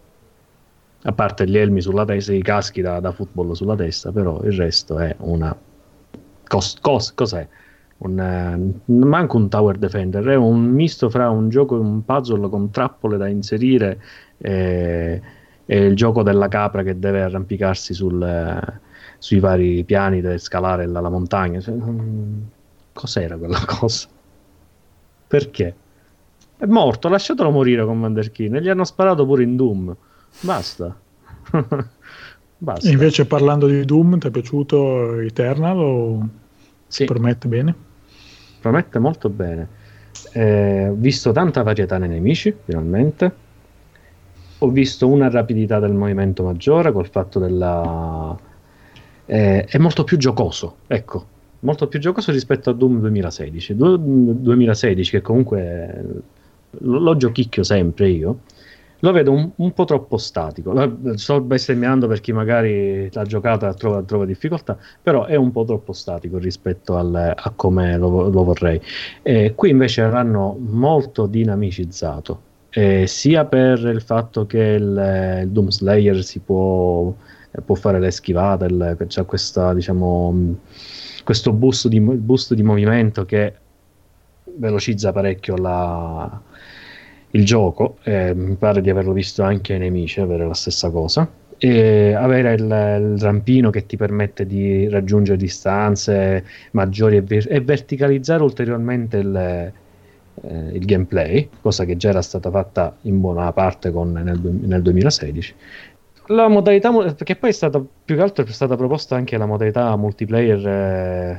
a parte gli elmi sulla testa, i caschi da, da football sulla testa, però il resto è una cos, cos, cos'è? Un, uh, manco un tower defender, è un misto fra un gioco, un puzzle con trappole da inserire e, e il gioco della capra che deve arrampicarsi sul, uh, sui vari piani per scalare la, la montagna. Cioè, um, cos'era quella cosa? Perché? È morto, lasciatelo morire Commander Keen. E gli hanno sparato pure in Doom. Basta. Basta. E invece parlando di Doom, ti è piaciuto Eternal o Sì. promette bene? Promette molto bene. Eh, ho visto tanta varietà nei nemici, finalmente. Ho visto una rapidità del movimento maggiore col fatto della... Eh, è molto più giocoso, ecco. Molto più giocoso rispetto a Doom duemilasedici. Du- duemilasedici, che comunque lo, lo giochicchio sempre io, lo vedo un, un po' troppo statico. Sto bestemmiando per chi magari l'ha giocata e trova, trova difficoltà, però è un po' troppo statico rispetto al, a come lo, lo vorrei. E qui invece l'hanno molto dinamicizzato, eh, sia per il fatto che il, il Doom Slayer si può, può fare le schivate, il, c'è questa, diciamo, questo boost di, boost di movimento che velocizza parecchio la il gioco, eh, mi pare di averlo visto anche ai nemici avere la stessa cosa, e avere il, il rampino che ti permette di raggiungere distanze maggiori e, ver- e verticalizzare ulteriormente il, eh, il gameplay, cosa che già era stata fatta in buona parte con, nel, nel duemilasedici. La modalità, perché poi è stata più che altro è stata proposta anche la modalità multiplayer, eh,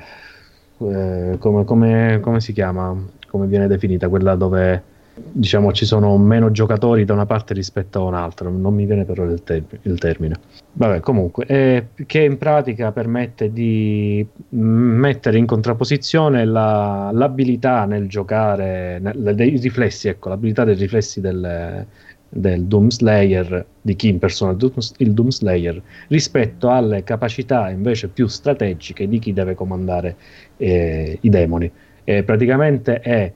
eh, come, come, come si chiama, come viene definita, quella dove diciamo ci sono meno giocatori da una parte rispetto a un'altra, non mi viene però il, ter- il termine. Vabbè, comunque, eh, che in pratica permette di mettere in contrapposizione la, l'abilità nel giocare, nel, dei riflessi, ecco, l'abilità dei riflessi del, del Doom Slayer, di chi impersona il Doom, il Doom Slayer, rispetto alle capacità invece più strategiche di chi deve comandare eh, i demoni. E praticamente è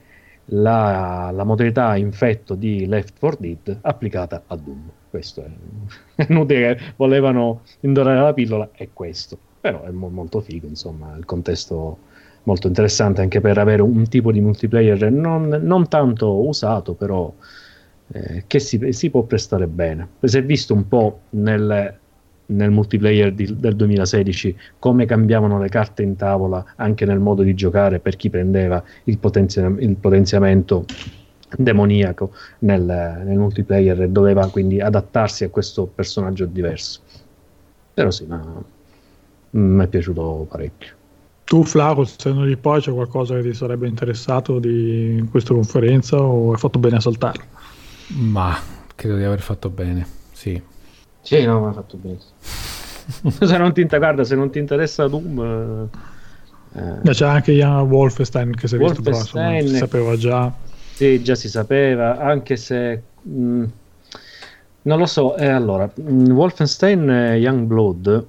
La, la modalità infetto di Left four Dead applicata a Doom. Questo è inutile che volevano indorare la pillola, è questo, però è mo- molto figo, insomma, il contesto molto interessante anche per avere un tipo di multiplayer non, non tanto usato, però eh, che si, si può prestare bene. Si è visto un po' nel nel multiplayer di, del duemilasedici come cambiavano le carte in tavola anche nel modo di giocare per chi prendeva il, potenzia- il potenziamento demoniaco nel, nel multiplayer e doveva quindi adattarsi a questo personaggio diverso. Però sì, ma mi è piaciuto parecchio. Tu, Fla, col senno di poi, c'è qualcosa che ti sarebbe interessato di questa conferenza o hai fatto bene a saltarlo? Ma credo di aver fatto bene, sì. Sì, no, mi ha fatto bene. se non ti guarda, se non ti interessa Doom, eh, c'è anche Jan Wolfenstein che si è visto, però insomma, si sapeva già. Sì, già si sapeva, anche se mh, non lo so. Eh, allora, mh, Wolfenstein Youngblood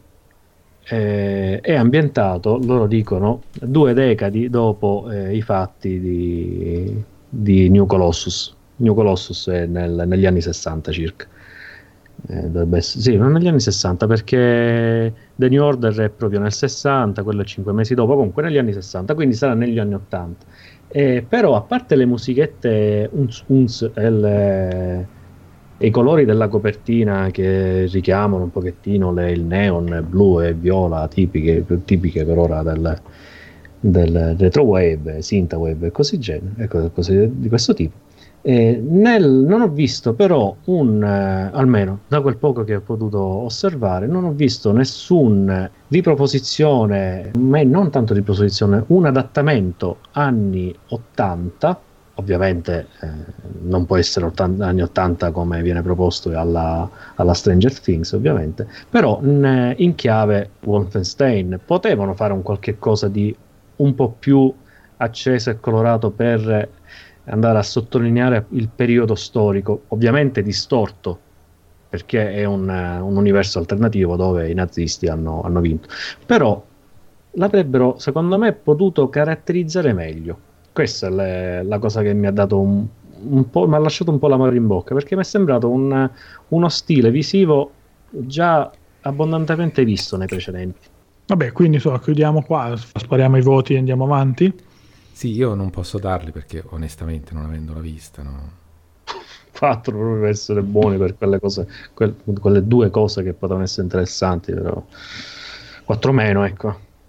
eh, è ambientato, loro dicono, due decadi dopo eh, i fatti di, di New Colossus. New Colossus è nel, negli anni sessanta circa. Eh, dovrebbe essere, sì, non negli anni sessanta, perché The New Order è proprio nel sessanta, quello è cinque mesi dopo, comunque negli anni sessanta, quindi sarà negli anni ottanta. Eh, però a parte le musichette uns, uns, e, le, e i colori della copertina che richiamano un pochettino le, il neon blu e viola tipiche, tipiche per ora del, del retrowave, synthwave e così, genere, cose di questo tipo. Eh, nel, non ho visto però un eh, almeno da quel poco che ho potuto osservare, non ho visto nessun riproposizione, ma non tanto riproposizione, un adattamento anni ottanta. Ovviamente eh, non può essere ottanta, anni ottanta come viene proposto alla, alla Stranger Things, ovviamente, però in, in chiave Wolfenstein potevano fare un qualche cosa di un po' più acceso e colorato per andare a sottolineare il periodo storico, ovviamente distorto, perché è un, un universo alternativo dove i nazisti hanno, hanno vinto, però l'avrebbero, secondo me, potuto caratterizzare meglio. Questa è le, la cosa che mi ha dato un, un po', mi ha lasciato un po' l'amaro in bocca, perché mi è sembrato un, uno stile visivo già abbondantemente visto nei precedenti. Vabbè, quindi insomma, chiudiamo qua, spariamo i voti e andiamo avanti. Sì, io non posso darli perché onestamente non avendola vista, no. quattro proprio per essere buoni per quelle cose, quelle, quelle due cose che potevano essere interessanti, però quattro meno, ecco.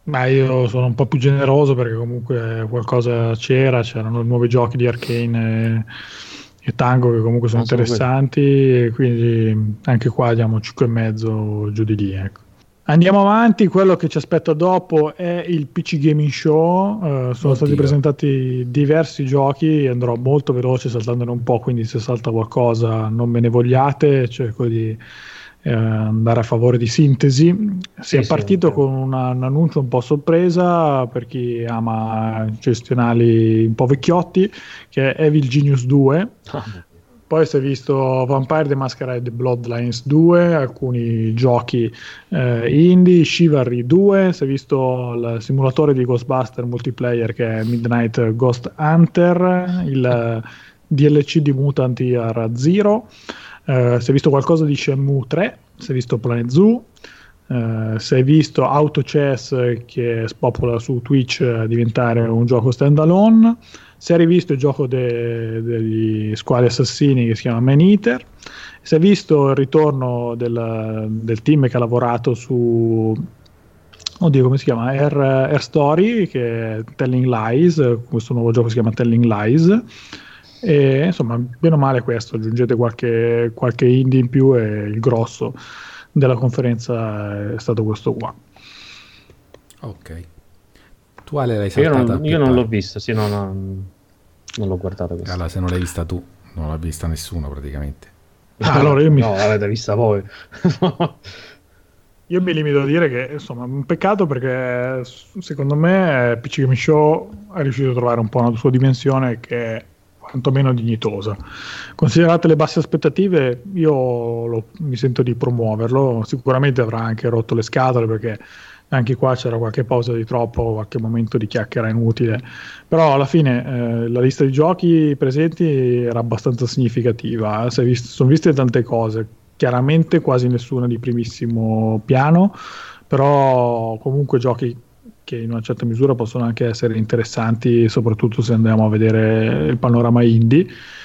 Ma io sono un po' più generoso perché comunque qualcosa c'era, c'erano nuovi giochi di Arcane e, e Tango che comunque sono Ah, sono interessanti, e quindi anche qua diamo cinque e mezzo giù di lì, ecco. Andiamo avanti, quello che ci aspetta dopo è il P C Gaming Show, uh, sono Oddio. stati presentati diversi giochi, andrò molto veloce saltandone un po', quindi se salta qualcosa non me ne vogliate, cerco di eh, andare a favore di sintesi. Si Sì, è sì, partito ok. con una- un annuncio un po' sorpresa per chi ama gestionali un po' vecchiotti, che è Evil Genius due. Poi si è visto Vampire the Masquerade Bloodlines due, alcuni giochi eh, indie, Chivalry due, si è visto il simulatore di Ghostbuster multiplayer che è Midnight Ghost Hunter, il D L C di Mutant Year Zero, eh, si è visto qualcosa di Shenmue tre, si è visto Planet Zoo, eh, si è visto Auto Chess che spopola su Twitch a diventare un gioco standalone. Si è rivisto il gioco de- degli squali assassini che si chiama Man Eater. Si è visto il ritorno del, del team che ha lavorato su, oddio, come si chiama? Air, Air Story, che è Telling Lies. Questo nuovo gioco si chiama Telling Lies. E insomma, bene o male questo, aggiungete qualche, qualche indie in più e il grosso della conferenza è stato questo qua. Ok. Tu Ale l'hai Io saltata non, più io non tardi. l'ho vista, sì, no, no, non l'ho guardata questa. Allora, se non l'hai vista tu, non l'ha vista nessuno praticamente. Ah, allora io mi- No, l'avete vista voi. Io mi limito a dire che insomma è un peccato perché secondo me P C Gaming Show è riuscito a trovare un po' una sua dimensione che è quantomeno dignitosa. Considerate le basse aspettative, io lo- mi sento di promuoverlo. Sicuramente avrà anche rotto le scatole perché anche qua c'era qualche pausa di troppo, qualche momento di chiacchiera inutile, però alla fine eh, la lista di giochi presenti era abbastanza significativa. Si è vist- sono viste tante cose, chiaramente quasi nessuna di primissimo piano, però comunque giochi che in una certa misura possono anche essere interessanti, soprattutto se andiamo a vedere il panorama indie.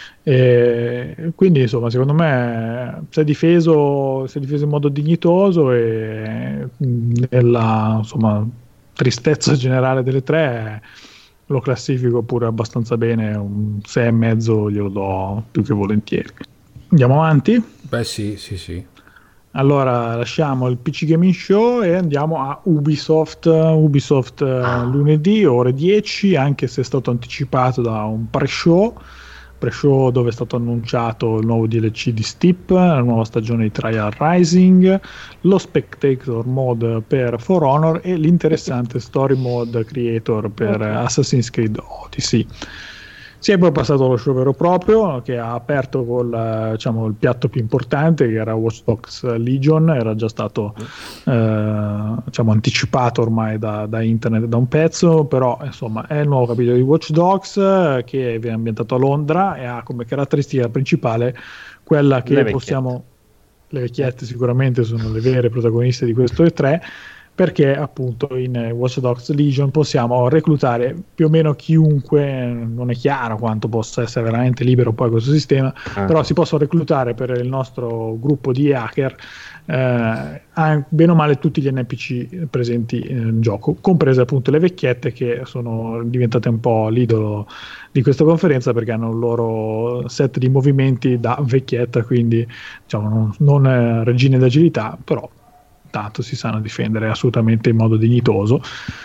E quindi insomma secondo me si è difeso, si è difeso in modo dignitoso e mh, nella insomma tristezza generale delle tre lo classifico pure abbastanza bene, un sei e mezzo glielo do più che volentieri. Andiamo avanti? Beh sì, sì, sì. Allora lasciamo il P C Gaming Show e andiamo a Ubisoft. Ubisoft eh, lunedì ore dieci, anche se è stato anticipato da un pre-show, pre-show dove è stato annunciato il nuovo D L C di Steep, la nuova stagione di Trial Rising, lo Spectator Mode per For Honor e l'interessante Story Mode Creator per Assassin's Creed Odyssey. Si è poi passato allo show vero e proprio, che ha aperto col diciamo, il piatto più importante, che era Watch Dogs Legion. Era già stato eh, diciamo, anticipato ormai da, da internet da un pezzo, però insomma è il nuovo capitolo di Watch Dogs eh, che viene ambientato a Londra e ha come caratteristica principale quella che Le possiamo, le vecchiette sicuramente sono le vere protagoniste di questo E tre, perché appunto in Watch Dogs Legion possiamo reclutare più o meno chiunque. Non è chiaro quanto possa essere veramente libero poi questo sistema, Ah. però si possono reclutare per il nostro gruppo di hacker eh, an- bene o male tutti gli N P C presenti in gioco, comprese appunto le vecchiette che sono diventate un po' l'idolo di questa conferenza perché hanno il loro set di movimenti da vecchietta, quindi diciamo non, non eh, regine d'agilità, però tanto si sanno difendere assolutamente in modo dignitoso.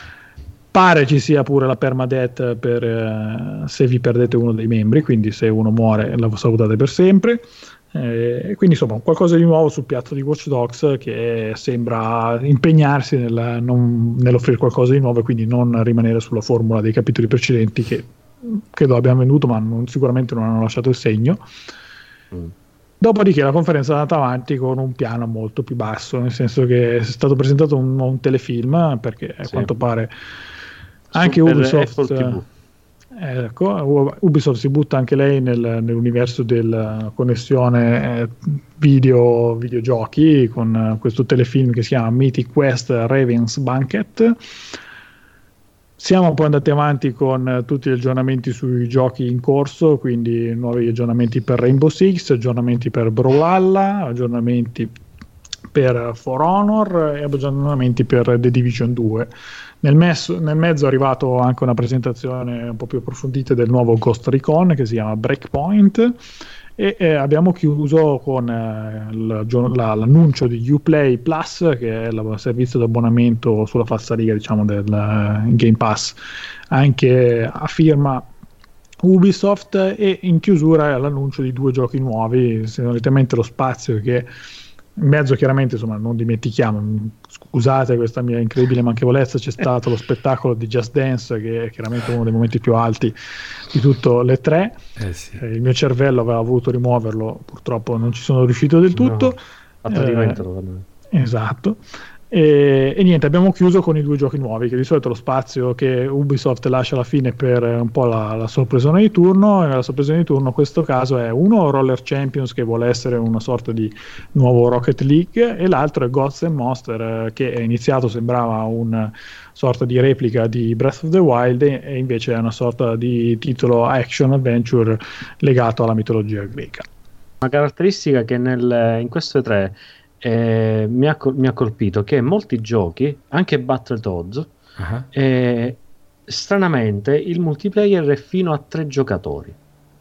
Pare ci sia pure la permadeath per eh, se vi perdete uno dei membri, quindi se uno muore la salutate per sempre. Eh, quindi insomma qualcosa di nuovo sul piatto di Watch Dogs che sembra impegnarsi nel, non, nell'offrire qualcosa di nuovo e quindi non rimanere sulla formula dei capitoli precedenti che credo abbiamo venduto ma non, sicuramente non hanno lasciato il segno. Mm. Dopodiché la conferenza è andata avanti con un piano molto più basso, nel senso che è stato presentato un, un telefilm, perché a Sì. quanto pare anche Per Ubisoft, Apple T V. eh, ecco, Ubisoft si butta anche lei nel, nell'universo della connessione eh, video videogiochi con eh, questo telefilm che si chiama Mythic Quest Raven's Banquet. Siamo poi andati avanti con eh, tutti gli aggiornamenti sui giochi in corso, quindi nuovi aggiornamenti per Rainbow Six, aggiornamenti per Brawlhalla, aggiornamenti per For Honor e aggiornamenti per The Division due. Nel, mes- nel mezzo è arrivato anche una presentazione un po' più approfondita del nuovo Ghost Recon che si chiama Breakpoint, e eh, abbiamo chiuso con eh, il, la, l'annuncio di Uplay Plus, che è il servizio di abbonamento sulla falsariga, diciamo, del uh, Game Pass, anche a firma Ubisoft, e in chiusura l'annuncio di due giochi nuovi, solitamente lo spazio che in mezzo, chiaramente, insomma, non dimentichiamo, scusate questa mia incredibile manchevolezza, c'è stato lo spettacolo di Just Dance, che è chiaramente uno dei momenti più alti di tutto le tre. Eh sì. Eh, il mio cervello aveva voluto rimuoverlo, purtroppo non ci sono riuscito del tutto. No, eh, esatto. E, e niente, abbiamo chiuso con i due giochi nuovi, che di solito è lo spazio che Ubisoft lascia alla fine per un po' la, la sorpresona di turno. E la sorpresona di turno in questo caso è uno Roller Champions, che vuole essere una sorta di nuovo Rocket League, e l'altro è Gods and Monster, che è iniziato, sembrava una sorta di replica di Breath of the Wild, e invece è una sorta di titolo action adventure legato alla mitologia greca. Una caratteristica che nel, in queste tre Eh, mi, ha, mi ha colpito che molti giochi, anche Battletoads, uh-huh. eh, stranamente il multiplayer è fino a tre giocatori.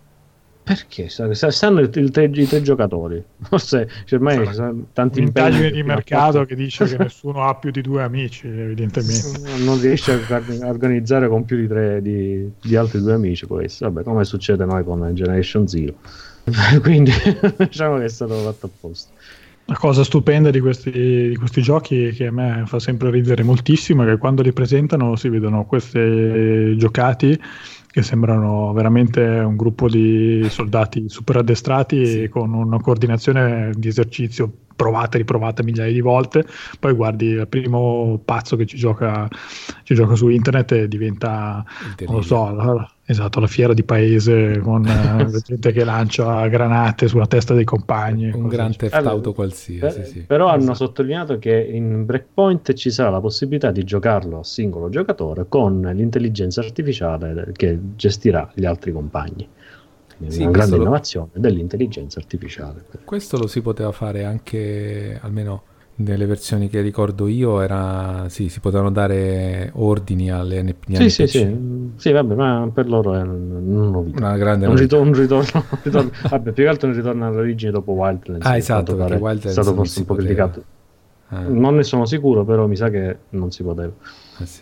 Perché? Stanno i, i, tre, i tre giocatori. Forse cioè, ormai ci sono tanti un'indagine di mercato che dice che nessuno ha più di due amici, evidentemente. Non riesce a organizzare con più di tre di, di altri due amici, può essere. Vabbè, come succede noi con Generation Zero. Quindi diciamo che è stato fatto apposta. La cosa stupenda di questi, di questi giochi, che a me fa sempre ridere moltissimo, è che quando li presentano si vedono questi giocati che sembrano veramente un gruppo di soldati super addestrati, sì, con una coordinazione di esercizio provata e riprovata migliaia di volte. Poi guardi il primo pazzo che ci gioca, ci gioca su internet e diventa, non lo so, la, esatto, la fiera di paese con eh, gente che lancia granate sulla testa dei compagni. Un Grand Theft Auto allora, qualsiasi. Per, sì. Però esatto. Hanno sottolineato che in Breakpoint ci sarà la possibilità di giocarlo a singolo giocatore con l'intelligenza artificiale che gestirà gli altri compagni. Sì, una grande lo... innovazione dell'intelligenza artificiale. Questo lo si poteva fare anche, almeno nelle versioni che ricordo io, era sì, si potevano dare ordini alle N P C. Sì, sì, sì, sì, vabbè, ma per loro è una novità. Una grande un ritorno, un ritorno, un ritorno vabbè, più che altro un ritorno all'origine dopo Wildlands. Ah, esatto, perché Wildlands è stato forse un po' criticato. Ah. Non ne sono sicuro, però mi sa che non si poteva. Ah, sì.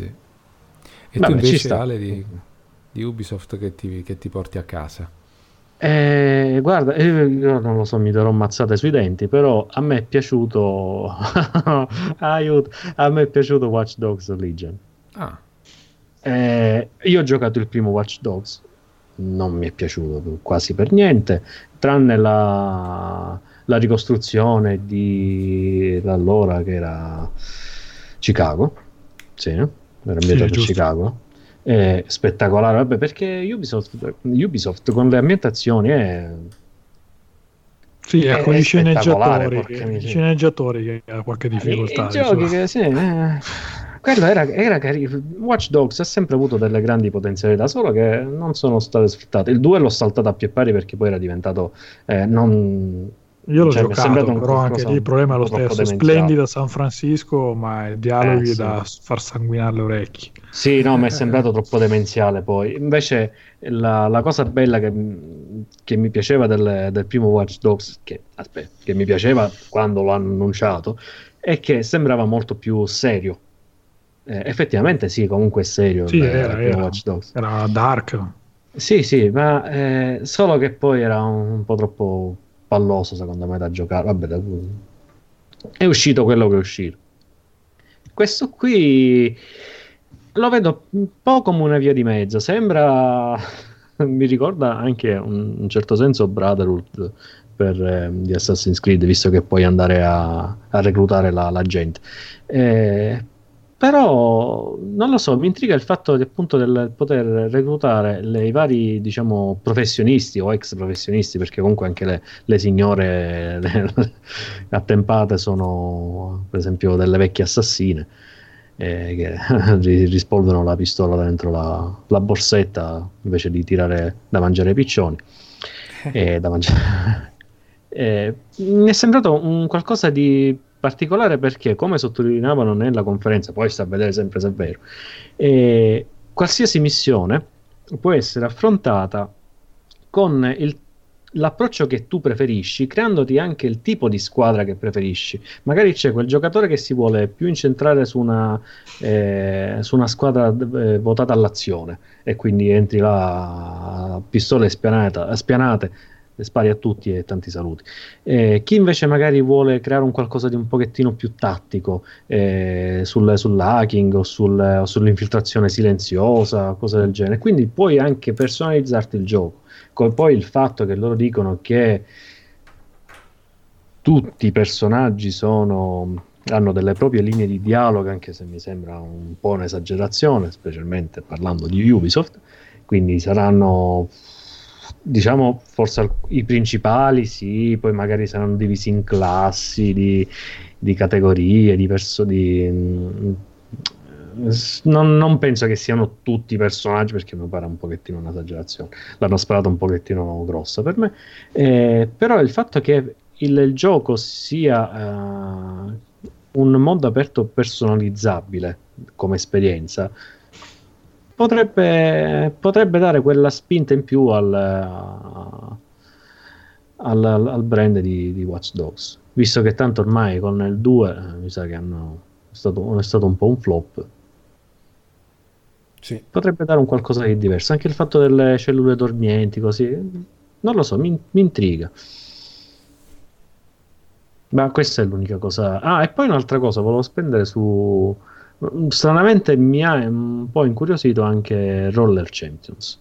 E vabbè, tu invece, Ale, di, di Ubisoft, che ti, che ti porti a casa? Eh, guarda, io non lo so, mi darò mazzate sui denti, però a me è piaciuto aiuto, a me è piaciuto Watch Dogs Legion. Ah. Eh, io ho giocato il primo Watch Dogs, non mi è piaciuto quasi per niente, tranne la, la ricostruzione di allora che era Chicago, sì, era ambientato sì, a Chicago. È spettacolare, vabbè, perché Ubisoft, Ubisoft con le ambientazioni è sì, è, con gli sceneggiatori, che, sceneggiatori che ha qualche difficoltà. I, i giochi che, sì, eh, quello era, era carino. Watch Dogs ha sempre avuto delle grandi potenzialità, solo che non sono state sfruttate. Il due l'ho saltato a pie pari perché poi era diventato eh, non io l'ho cioè, giocato, però anche lì il problema è lo stesso. Splendida San Francisco, ma i dialoghi eh, sì. da far sanguinare le orecchie. Sì, no, mi è sembrato troppo demenziale poi. Invece la, la cosa bella che, che mi piaceva del, del primo Watch Dogs, che, aspetta, che mi piaceva quando l'ho annunciato, è che sembrava molto più serio. Eh, effettivamente sì, comunque è serio. Sì, il, era, il era, Watch Dogs. Era dark. Sì, sì, ma eh, solo che poi era un, un po' troppo palloso secondo me da giocare. Vabbè, da... è uscito quello che è uscito. Questo qui lo vedo un po' come una via di mezzo, sembra mi ricorda anche un, un certo senso Brotherhood per eh, di Assassin's Creed, visto che puoi andare a, a reclutare la, la gente. Eh, però non lo so, mi intriga il fatto di, appunto, del poter reclutare le, i vari, diciamo, professionisti o ex professionisti, perché comunque anche le, le signore le, le attempate sono per esempio delle vecchie assassine eh, che rispolverano la pistola dentro la, la borsetta invece di tirare da mangiare ai piccioni e da mangiare. Eh, mi è sembrato un qualcosa di particolare perché, come sottolineavano nella conferenza, poi sta a vedere sempre se è vero, eh, qualsiasi missione può essere affrontata con il l'approccio che tu preferisci, creandoti anche il tipo di squadra che preferisci. Magari c'è quel giocatore che si vuole più incentrare su una, eh, su una squadra eh, votata all'azione, e quindi entri là a pistole spianata, spianate, spari a tutti e tanti saluti. Eh, chi invece magari vuole creare un qualcosa di un pochettino più tattico, eh, sul, sull'hacking o, sul, o sull'infiltrazione silenziosa, cose del genere, quindi puoi anche personalizzarti il gioco. Poi il fatto che loro dicono che tutti i personaggi sono, hanno delle proprie linee di dialogo, anche se mi sembra un po' un'esagerazione, specialmente parlando di Ubisoft, quindi saranno, diciamo, forse alc- i principali, sì, poi magari saranno divisi in classi, di, di categorie, di perso- di mh, Non, non penso che siano tutti i personaggi, perché mi pare un pochettino un'esagerazione, l'hanno sparato un pochettino grossa per me, eh, però il fatto che il, il gioco sia uh, un mondo aperto personalizzabile come esperienza potrebbe, potrebbe dare quella spinta in più al, uh, al, al brand di, di Watch Dogs, visto che tanto ormai con il due eh, mi sa che hanno, è stato, è stato un po' un flop. Sì. Potrebbe dare un qualcosa di diverso, anche il fatto delle cellule dormienti, così, non lo so, mi, mi intriga. Ma questa è l'unica cosa. Ah, e poi un'altra cosa volevo spendere su, stranamente mi ha un po' incuriosito anche Roller Champions.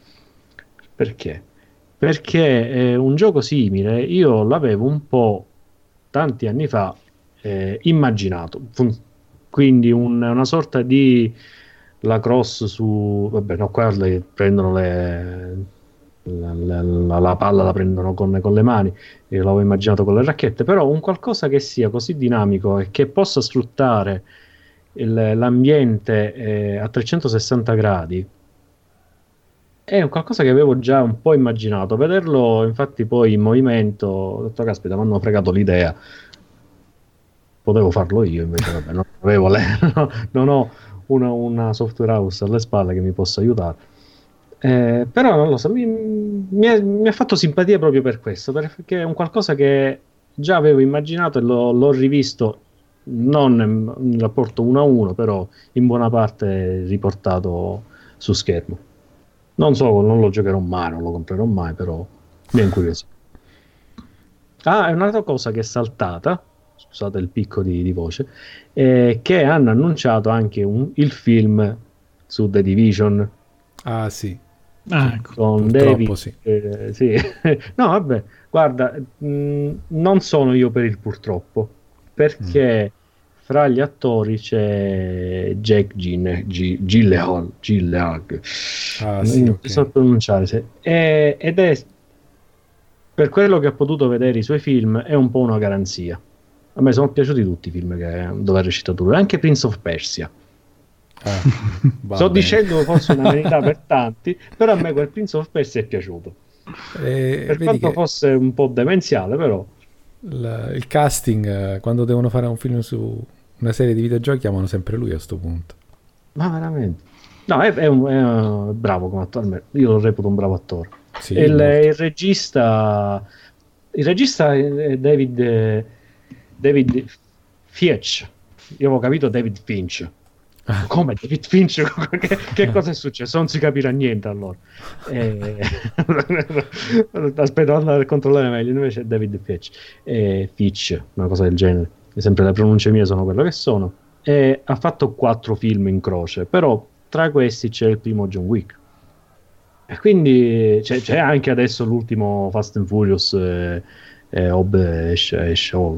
Perché? Perché è un gioco simile, io l'avevo un po' tanti anni fa eh, immaginato, Fun- quindi un, una sorta di la cross su, vabbè, no, qua le prendono le, la, la, la, la palla la prendono con, con le mani, io l'avevo immaginato con le racchette, però un qualcosa che sia così dinamico e che possa sfruttare il, l'ambiente eh, a trecentosessanta gradi è un qualcosa che avevo già un po' immaginato. Vederlo infatti poi in movimento, ho detto caspita, mi hanno fregato l'idea, potevo farlo io, invece vabbè, non avevo le, non ho Una, una software house alle spalle che mi possa aiutare, eh, però non lo so, mi, mi, è, mi ha fatto simpatia proprio per questo, perché è un qualcosa che già avevo immaginato e l'ho, l'ho rivisto non in rapporto uno a uno, però in buona parte riportato su schermo. Non so, non lo giocherò mai, non lo comprerò mai, però mi è incuriosito. Ah, è un'altra cosa che è saltata, scusate il picco di, di voce, eh, che hanno annunciato anche un, il film su The Division. Ah sì, Ah, ecco. Con purtroppo David, sì. eh, sì. No, vabbè, guarda, mh, non sono io per il purtroppo, perché mm. fra gli attori c'è Jack Gin- G- Gyllenhaal, Gyllenhaal. Ah, sì, non okay. so pronunciare, se, è, ed è, per quello che ho potuto vedere i suoi film, è un po' una garanzia. A me sono piaciuti tutti i film che, dove ha recitato lui, anche Prince of Persia. Ah, Sto bene. dicendo forse una verità per tanti, però a me quel Prince of Persia è piaciuto. Eh, Per vedi quanto che fosse un po' demenziale, però il, il casting, eh, quando devono fare un film su una serie di videogiochi, chiamano sempre lui a sto punto. ma veramente no, è, è, un, è un bravo come attore, io lo reputo un bravo attore. Sì, il, molto. il regista il regista è David David Finch, io avevo capito David Finch. Come David Finch? che, che cosa è successo? Non si capirà niente allora. Eh, aspetta, andare a controllare meglio. Invece è David Finch, eh, Fitch, una cosa del genere. Sempre le pronunce mie sono quello che sono. E ha fatto quattro film in croce, però tra questi c'è il primo John Wick. E quindi c'è, c'è anche adesso l'ultimo Fast and Furious, eh, eh, Hobbs e Shaw.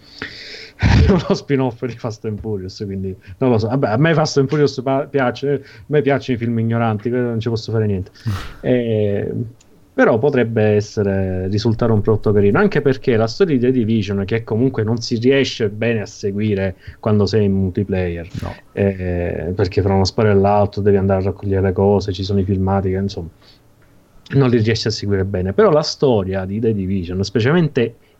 Uno spin-off di Fast and Furious, quindi non lo so. Vabbè, a me Fast and Furious piace, a me piacciono i film ignoranti, non ci posso fare niente. Eh, però potrebbe essere risultare un prodotto carino, anche perché la storia di The Division, che comunque non si riesce bene a seguire quando sei in multiplayer, No. eh, perché fra uno sparo e l'altro devi andare a raccogliere le cose, ci sono i filmati che insomma non li riesci a seguire bene. Però la storia di The Division, specialmente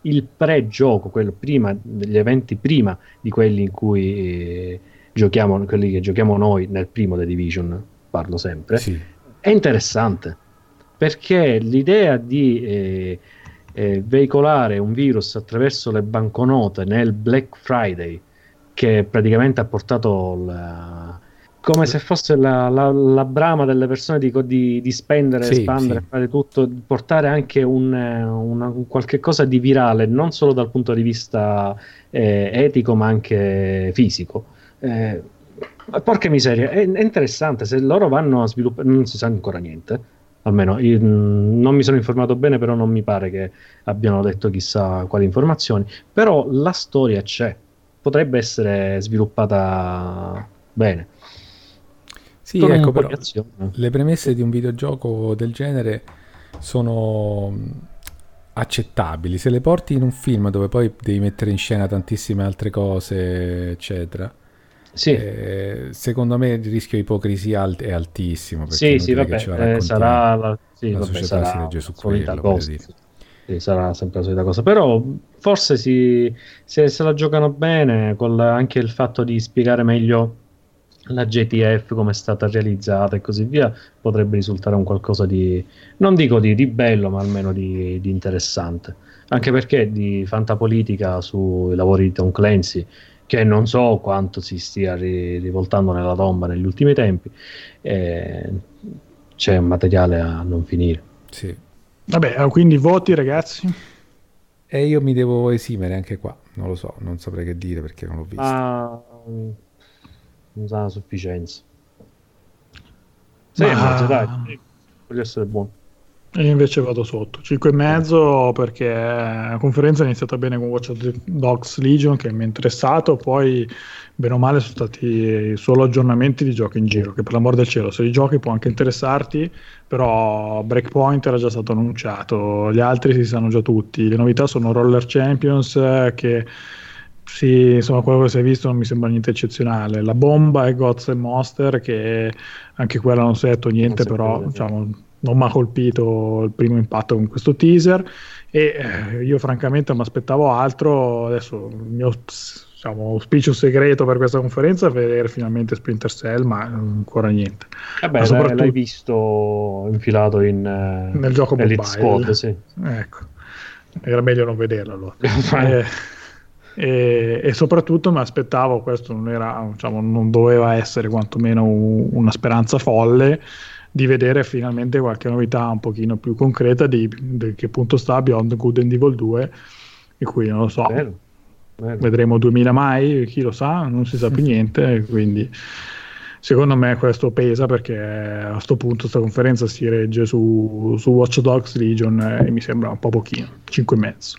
il pre-gioco, quello prima degli eventi prima di quelli in cui eh, giochiamo, quelli che giochiamo noi nel primo The Division, parlo sempre, Sì. è interessante perché l'idea di eh, eh, veicolare un virus attraverso le banconote nel Black Friday, che praticamente ha portato la, come se fosse la, la, la brama delle persone di, di, di spendere, Sì, espandere, sì. fare tutto, portare anche un, una, un qualche cosa di virale, non solo dal punto di vista eh, etico, ma anche fisico. Eh, porca miseria, è, è interessante. Se loro vanno a sviluppare, non si sa ancora niente. Almeno io, mh, non mi sono informato bene, però non mi pare che abbiano detto chissà quali informazioni. Però la storia c'è, potrebbe essere sviluppata bene. Sì, Con ecco, un po' però di azione. le premesse di un videogioco del genere sono mh, accettabili. Se le porti in un film dove poi devi mettere in scena tantissime altre cose, eccetera, Sì, eh, secondo me il rischio di ipocrisia alt- è altissimo, perché è sì, sì, inutile che ce la vabbè, eh, racconti. sarà la, sì, la vabbè, società si sarà regge la su solita quello, voglio cosa. dire. Sì. Sì, sarà sempre la solita cosa. Però forse si, se, se la giocano bene, con la- anche il fatto di spiegare meglio la J T F, come è stata realizzata e così via, potrebbe risultare un qualcosa di, non dico di, di bello, ma almeno di, di interessante. Anche perché di fantapolitica sui lavori di Tom Clancy, che non so quanto si stia ri- rivoltando nella tomba negli ultimi tempi, eh, c'è materiale a non finire. Sì. Vabbè, eh, quindi voti, ragazzi. E io mi devo esimere anche qua, non lo so, non saprei che dire perché non l'ho visto. Ma mm, non sa a sufficienza. Sei e Ma- mezzo, dai, sì, voglio essere buono. Io invece vado sotto cinque e mezzo perché la conferenza è iniziata bene con Watch Dogs Legion, che mi è interessato, poi bene o male sono stati solo aggiornamenti di giochi in giro, che per l'amor del cielo, se li giochi può anche interessarti, però Breakpoint era già stato annunciato, gli altri si sanno già tutti, le novità sono Roller Champions, eh, che sì, insomma, quello che si è visto non mi sembra niente eccezionale. La bomba e Gods and Monster, che anche quella non si è detto niente, Non si è però detto, diciamo, non mi ha colpito il primo impatto con questo teaser. E eh, io francamente mi aspettavo altro. Adesso il mio diciamo, auspicio segreto per questa conferenza è vedere finalmente Splinter Cell, ma ancora niente. Vabbè, Ma soprattutto l'hai visto infilato in eh, nel gioco Elite mobile. Squad, sì. Ecco, era meglio non vederlo allora. eh, e, e soprattutto mi aspettavo, questo non era, diciamo, non doveva essere quantomeno u- una speranza folle, di vedere finalmente qualche novità un pochino più concreta di, di che punto sta Beyond Good and Evil due, e qui non lo so, Bello, bello. vedremo duemila mai, chi lo sa, non si sa più niente, quindi secondo me questo pesa, perché a questo punto questa conferenza si regge su, su Watch Dogs Legion e mi sembra un po' pochino, cinque e mezzo.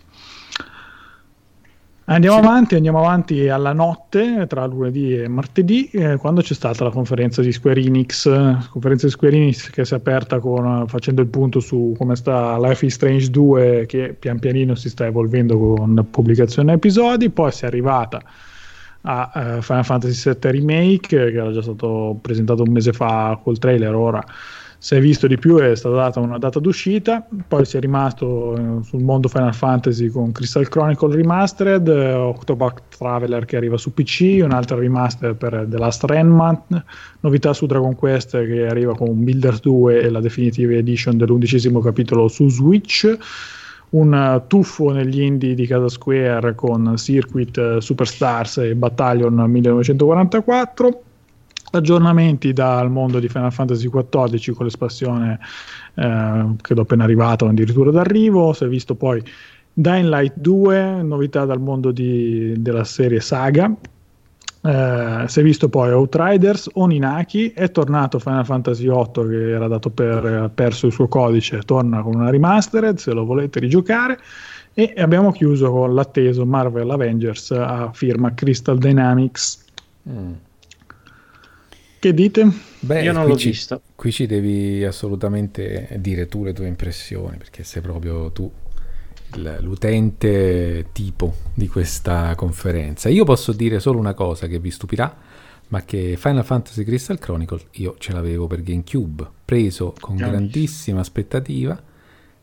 Andiamo Sì. avanti, andiamo avanti alla notte tra lunedì e martedì, eh, quando c'è stata la conferenza di Square Enix, eh, conferenza di Square Enix che si è aperta con, facendo il punto su come sta Life is Strange due, che pian pianino si sta evolvendo con la pubblicazione episodi, poi si è arrivata a uh, Final Fantasy sette Remake, che era già stato presentato un mese fa col trailer, ora si è visto di più, è stata data una data d'uscita, poi si è rimasto eh, sul mondo Final Fantasy con Crystal Chronicle Remastered, eh, Octopath Traveler che arriva su P C, un'altra remaster per The Last Remnant, novità su Dragon Quest che arriva con Builders due e la Definitive Edition dell'undicesimo capitolo su Switch, un uh, tuffo negli indie di casa Square con Circuit, uh, Superstars e Battalion millenovecentoquarantaquattro, aggiornamenti dal mondo di Final Fantasy quattordici con l'espansione eh, che è appena arrivato, addirittura d'arrivo. Si è visto poi Dying Light due, novità dal mondo di, della serie Saga. Eh, si è visto poi Outriders, Oninaki, è tornato Final Fantasy otto che era dato per perso il suo codice, torna con una remastered se lo volete rigiocare, e abbiamo chiuso con l'atteso Marvel Avengers a firma Crystal Dynamics. Mm. Che dite? Beh, Io non qui l'ho ci, visto. Qui ci devi assolutamente dire tu le tue impressioni, perché sei proprio tu il, l'utente tipo di questa conferenza. Io posso dire solo una cosa che vi stupirà, ma che Final Fantasy Crystal Chronicle io ce l'avevo per GameCube, preso con Grandissimo. grandissima aspettativa,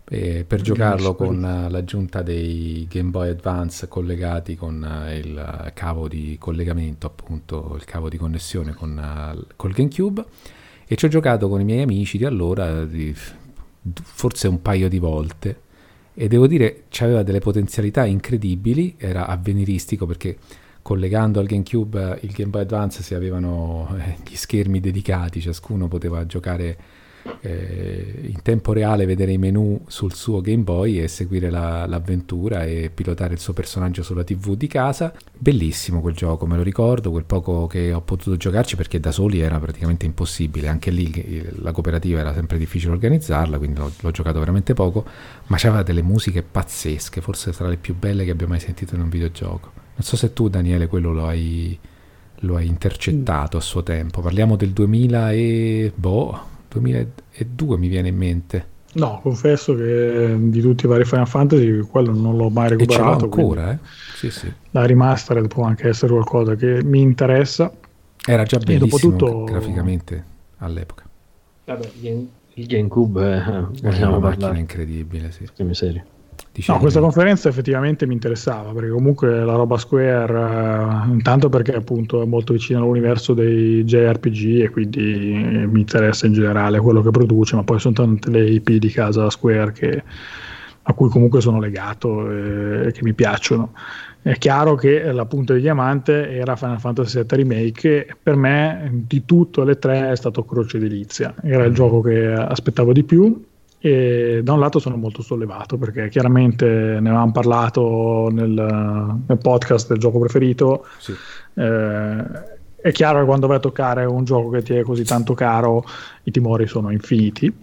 E per giocarlo con uh, l'aggiunta dei Game Boy Advance collegati con uh, il cavo di collegamento, appunto il cavo di connessione con uh, col GameCube, e ci ho giocato con i miei amici di allora di, forse un paio di volte, e devo dire c'aveva delle potenzialità incredibili, era avveniristico perché collegando al GameCube il Game Boy Advance si avevano eh, gli schermi dedicati, ciascuno poteva giocare eh, in tempo reale, vedere i menu sul suo Game Boy e seguire la, l'avventura e pilotare il suo personaggio sulla tivù di casa. Bellissimo quel gioco, me lo ricordo, quel poco che ho potuto giocarci, perché da soli era praticamente impossibile, anche lì la cooperativa era sempre difficile organizzarla, quindi l'ho, l'ho giocato veramente poco, ma c'aveva delle musiche pazzesche, forse tra le più belle che abbia mai sentito in un videogioco. Non so se tu, Daniele, quello lo hai, lo hai intercettato a suo tempo. Parliamo del duemila e boh, duemiladue mi viene in mente. No, confesso che di tutti i vari Final Fantasy quello non l'ho mai recuperato. E ce l'ho ancora, eh? Sì, sì. La remastered può anche essere qualcosa che mi interessa. Era già bellissimo tutto... graficamente all'epoca. Vabbè, il GameCube eh, è una macchina incredibile, sì. Che miseria. No, questa conferenza effettivamente mi interessava, perché comunque la roba Square, eh, intanto perché appunto è molto vicina all'universo dei J R P G e quindi eh, mi interessa in generale quello che produce, ma poi sono tante le I P di casa Square che, a cui comunque sono legato e eh, che mi piacciono. È chiaro che la punta di diamante era Final Fantasy sette Remake, e per me di tutto le tre è stato Croce Delizia, era il gioco che aspettavo di più. E da un lato sono molto sollevato perché chiaramente ne avevamo parlato nel, nel podcast del gioco preferito. Sì. Eh, è chiaro che quando vai a toccare un gioco che ti è così tanto caro i timori sono infiniti,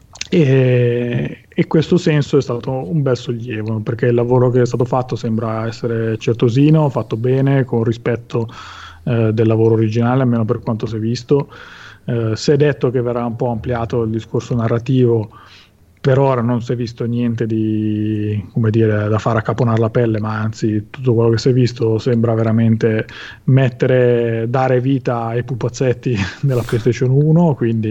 e in questo senso è stato un bel sollievo, perché il lavoro che è stato fatto sembra essere certosino, fatto bene, con rispetto eh, del lavoro originale, almeno per quanto si è visto. Eh, si è detto che verrà un po' ampliato il discorso narrativo. Per ora non si è visto niente di, come dire, da far accaponare la pelle, ma anzi tutto quello che si è visto sembra veramente mettere, dare vita ai pupazzetti della PlayStation uno, quindi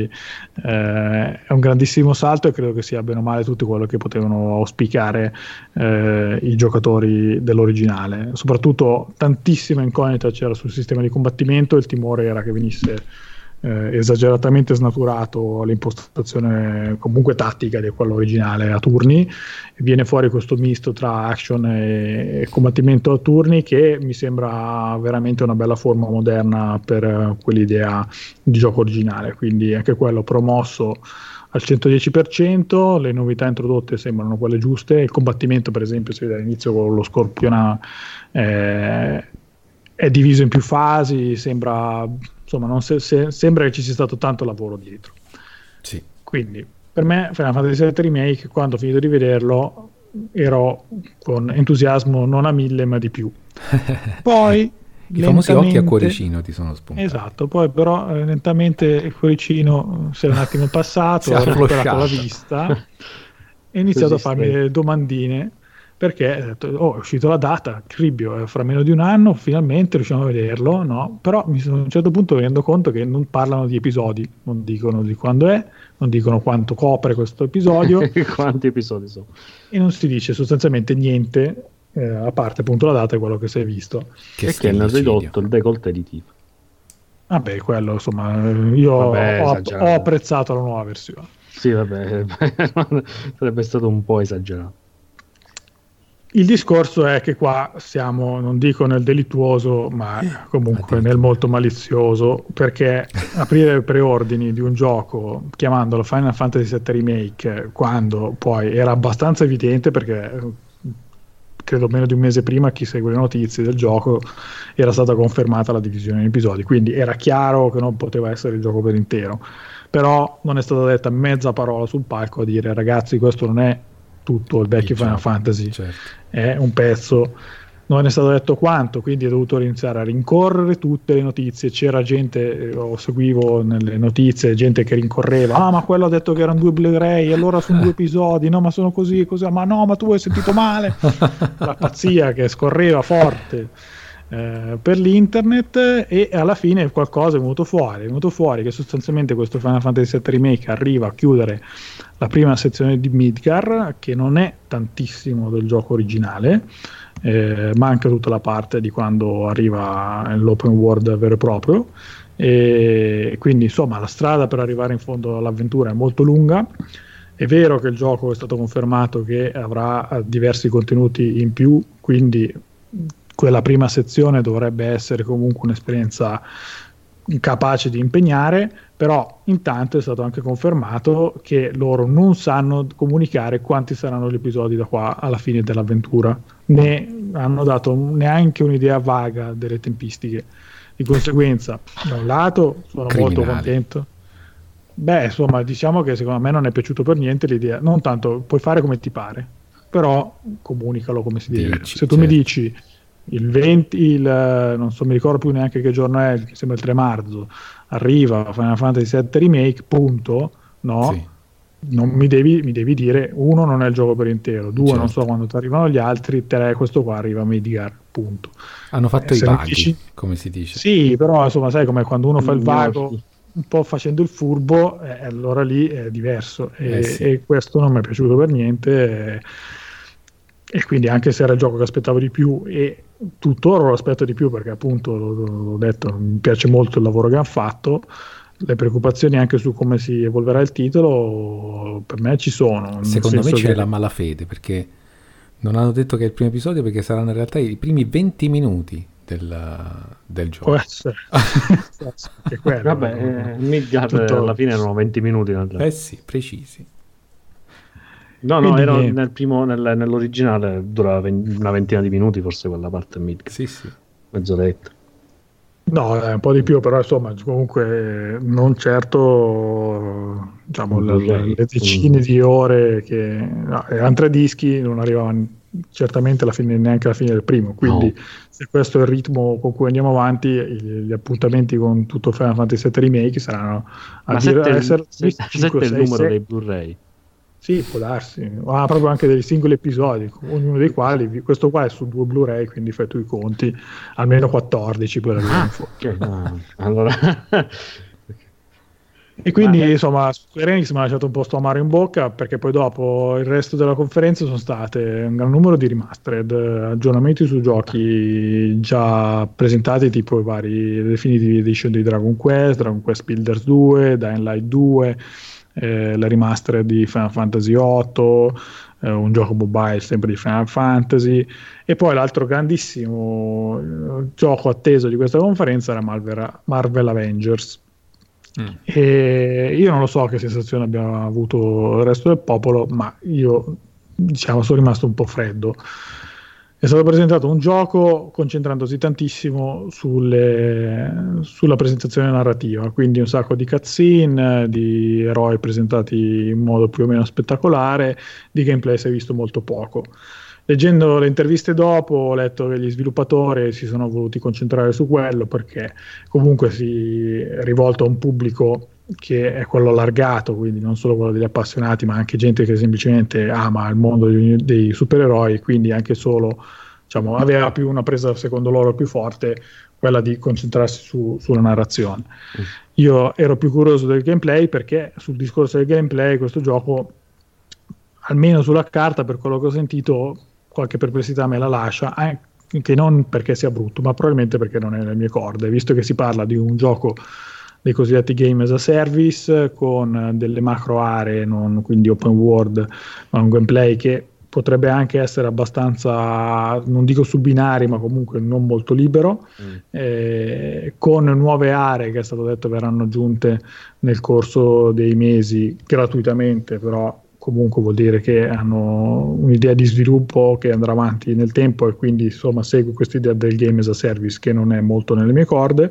eh, è un grandissimo salto, e credo che sia bene o male tutto quello che potevano auspicare eh, i giocatori dell'originale. Soprattutto tantissima incognita c'era sul sistema di combattimento, il timore era che venisse Eh, esageratamente snaturato l'impostazione comunque tattica di quello originale a turni, e viene fuori questo misto tra action e, e combattimento a turni che mi sembra veramente una bella forma moderna per uh, quell'idea di gioco originale, quindi anche quello promosso al centodieci per cento. Le novità introdotte sembrano quelle giuste, il combattimento per esempio si vede all'inizio con lo scorpione eh, è diviso in più fasi, sembra insomma non se, se, sembra che ci sia stato tanto lavoro dietro. Sì. Quindi per me Final Fantasy sette Remake, quando ho finito di vederlo, ero con entusiasmo non a mille ma di più. Poi i famosi occhi a cuoricino ti sono spuntati. Esatto, poi però eh, lentamente il cuoricino si è un attimo passato, ho recuperato la vista e ho iniziato a farmi delle domandine, perché ho detto, oh, è uscita la data, Cribbio, è fra meno di un anno, finalmente riusciamo a vederlo, no? Però mi sono, a un certo punto mi rendo conto che non parlano di episodi, non dicono di quando è, non dicono quanto copre questo episodio. Quanti episodi sono? E non si dice sostanzialmente niente, eh, a parte appunto la data e quello che si è visto. Che, che hanno ridotto il décolleté di tipo. Vabbè, quello insomma, io vabbè, ho, ho apprezzato la nuova versione. Sì, vabbè, sarebbe stato un po' esagerato. Il discorso è che qua siamo, non dico nel delittuoso, ma comunque nel molto malizioso, perché aprire preordini di un gioco chiamandolo Final Fantasy sette Remake, quando poi era abbastanza evidente, perché credo meno di un mese prima chi segue le notizie del gioco era stata confermata la divisione in episodi, quindi era chiaro che non poteva essere il gioco per intero, però non è stata detta mezza parola sul palco a dire ragazzi questo non è tutto il vecchio Final Fantasy, certo. È un pezzo, non è stato detto quanto, quindi è dovuto iniziare a rincorrere tutte le notizie. C'era gente, lo seguivo nelle notizie, gente che rincorreva, ah ma quello ha detto che erano due Blu-ray, allora sono due episodi, no ma sono così, così, ma no ma tu hai sentito male, la pazzia che scorreva forte. eh, per l'internet, e alla fine qualcosa è venuto fuori. È venuto fuori che sostanzialmente questo Final Fantasy sette Remake arriva a chiudere la prima sezione di Midgar, che non è tantissimo del gioco originale, eh, manca tutta la parte di quando arriva l'open world vero e proprio, e quindi insomma la strada per arrivare in fondo all'avventura è molto lunga. È vero che il gioco è stato confermato che avrà diversi contenuti in più, quindi quella prima sezione dovrebbe essere comunque un'esperienza capace di impegnare, però intanto è stato anche confermato che loro non sanno comunicare quanti saranno gli episodi da qua alla fine dell'avventura, né hanno dato neanche un'idea vaga delle tempistiche. Di conseguenza, da un lato sono Criminali. molto contento. Beh, insomma, diciamo che secondo me non è piaciuto per niente l'idea, non tanto puoi fare come ti pare, però comunicalo come si deve. Dici, Se tu certo. mi dici il venti, il, non so, mi ricordo più neanche che giorno è, mi sembra il tre marzo, arriva Final Fantasy sette Remake, punto, no? Sì. Non mi devi, mi devi dire, uno, non è il gioco per intero, due, Certo. non so quando ti arrivano gli altri, tre, questo qua arriva a Midgar, punto. Hanno fatto Eh, i se non paghi, dici- come si dice. Sì, però insomma, sai come quando uno fa il Mm, vago sì. un po' facendo il furbo, eh, allora lì è diverso, e, Eh, sì. e questo non mi è piaciuto per niente, e, e quindi anche se era il gioco che aspettavo di più, e tuttora lo aspetto di più perché appunto l'ho detto, mi piace molto il lavoro che hanno fatto, le preoccupazioni anche su come si evolverà il titolo per me ci sono, nel Secondo me senso c'è che- la malafede, perché non hanno detto che è il primo episodio, perché saranno in realtà i primi venti minuti del, del gioco. può essere che quello, Vabbè, eh, Midgard tutto- alla fine erano venti minuti. in realtà. Eh sì, precisi. No, no, Quindi era niente. nel primo, nel- nell'originale durava ven- una ventina di minuti, forse quella parte Midgard, Sì, sì. mezz'oretta. No, è un po' di più, però insomma, comunque non certo, diciamo, Un le, Blu-ray. le decine di ore che no, erano tre dischi, non arrivavano certamente alla fine, neanche alla fine del primo, quindi No. se questo è il ritmo con cui andiamo avanti, gli, gli appuntamenti con tutto Final Fantasy sette Remake saranno a Ma dire sette, è il- essere se- cinque, sette è il sei, numero sei. dei Blu-ray. Sì, può darsi, ma proprio anche dei singoli episodi, ognuno dei quali, questo qua è su due Blu-ray, quindi fai tu i conti, almeno quattordici poi arrivano in fondo. Ok, no, allora E quindi Ma, eh, insomma Square Enix mi ha lasciato un po' sto amaro in bocca, perché poi dopo il resto della conferenza sono state un gran numero di remastered, eh, aggiornamenti su giochi già presentati, tipo i vari Definitive Edition di Dragon Quest, Dragon Quest Builders due, Dying Light due, eh, la remastered di Final Fantasy otto, eh, un gioco mobile sempre di Final Fantasy, e poi l'altro grandissimo eh, gioco atteso di questa conferenza era Marvel, Marvel Avengers. Mm. E io non lo so che sensazione abbia avuto il resto del popolo, ma io diciamo sono rimasto un po' freddo. È stato presentato un gioco concentrandosi tantissimo sulle, sulla presentazione narrativa, quindi un sacco di cutscene, di eroi presentati in modo più o meno spettacolare, di gameplay si è visto molto poco. Leggendo le interviste dopo ho letto che gli sviluppatori si sono voluti concentrare su quello, perché comunque si è rivolto a un pubblico che è quello allargato, quindi non solo quello degli appassionati, ma anche gente che semplicemente ama il mondo dei, dei supereroi, quindi anche solo, diciamo, aveva più una presa secondo loro più forte, quella di concentrarsi su, sulla narrazione. Mm. Io ero più curioso del gameplay, perché sul discorso del gameplay questo gioco, almeno sulla carta, per quello che ho sentito, qualche perplessità me la lascia, anche non perché sia brutto, ma probabilmente perché non è nelle mie corde, visto che si parla di un gioco dei cosiddetti game as a service, con delle macro aree, non quindi open world, ma un gameplay che potrebbe anche essere abbastanza, non dico su binari, ma comunque non molto libero, Mm. eh, con nuove aree che è stato detto verranno aggiunte nel corso dei mesi gratuitamente, però comunque vuol dire che hanno un'idea di sviluppo che andrà avanti nel tempo, e quindi insomma segue questa idea del game as a service che non è molto nelle mie corde,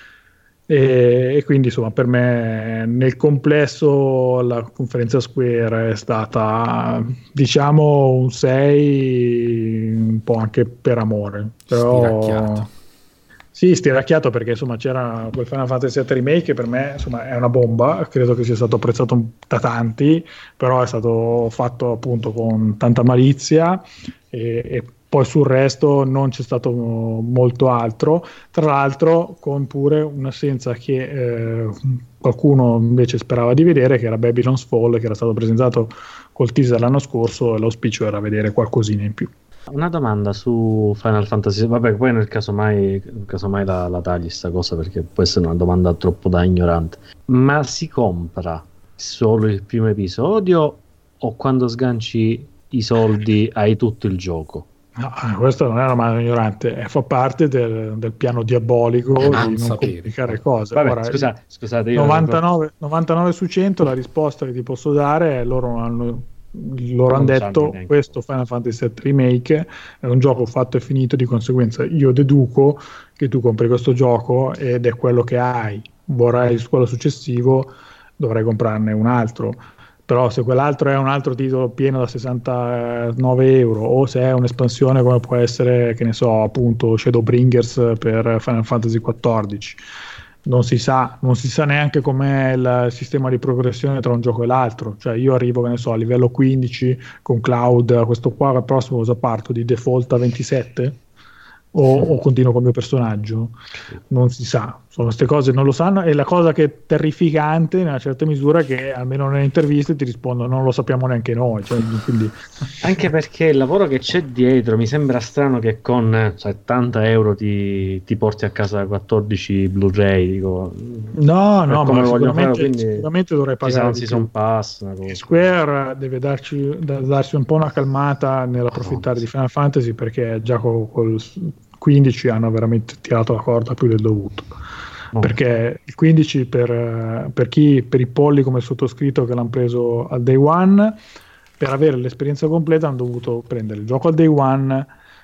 e, e quindi insomma per me nel complesso la conferenza Square è stata, diciamo, un sei, un po' anche per amore, però Stiracchiato. sì, stiracchiato, perché insomma c'era quel Final Fantasy sette Remake che per me insomma è una bomba, credo che sia stato apprezzato da tanti, però è stato fatto appunto con tanta malizia, e, e poi sul resto non c'è stato molto altro, tra l'altro con pure un'assenza che eh, qualcuno invece sperava di vedere, che era Babylon's Fall, che era stato presentato col teaser l'anno scorso, e l'auspicio era vedere qualcosina in più. Una domanda su Final Fantasy, vabbè, poi nel caso mai, nel caso mai la, la tagli sta cosa, perché può essere una domanda troppo da ignorante, ma si compra solo il primo episodio o quando sganci i soldi hai tutto il gioco? No, questo non è una domanda ignorante, eh, fa parte del, del piano diabolico non di non sapere. complicare cose. Vabbè, Ora, scusa, scusate, io novantanove, novantanove su cento la risposta che ti posso dare è loro non hanno, loro hanno detto questo Final Fantasy sette Remake è un gioco fatto e finito, di conseguenza io deduco che tu compri questo gioco ed è quello che hai, vorrai il quello successivo, dovrai comprarne un altro. Però se quell'altro è un altro titolo pieno da sessantanove euro, o se è un'espansione come può essere, che ne so, appunto Shadowbringers per Final Fantasy quattordici, non si sa, non si sa neanche com'è il sistema di progressione tra un gioco e l'altro. Cioè io arrivo, che ne so, a livello quindici con Cloud, questo qua al prossimo cosa parto, di default a ventisette? O, o continuo col mio personaggio? Non si sa, sono queste cose, non lo sanno, e la cosa che è terrificante in una certa misura è che almeno nelle interviste ti rispondono non lo sappiamo neanche noi, cioè, quindi... anche perché il lavoro che c'è dietro mi sembra strano che con settanta euro ti, ti porti a casa quattordici Blu-ray, dico, no no ma sicuramente, fare, sicuramente dovrei pagare un season pass, Square deve darci, darsi un po' una calmata nell'approfittare oh, di Final Fantasy, perché già col, col quindici hanno veramente tirato la corda più del dovuto. Oh. Perché il quindici per, per chi, per i polli come il sottoscritto che l'hanno preso al day one, per avere l'esperienza completa hanno dovuto prendere il gioco al day one,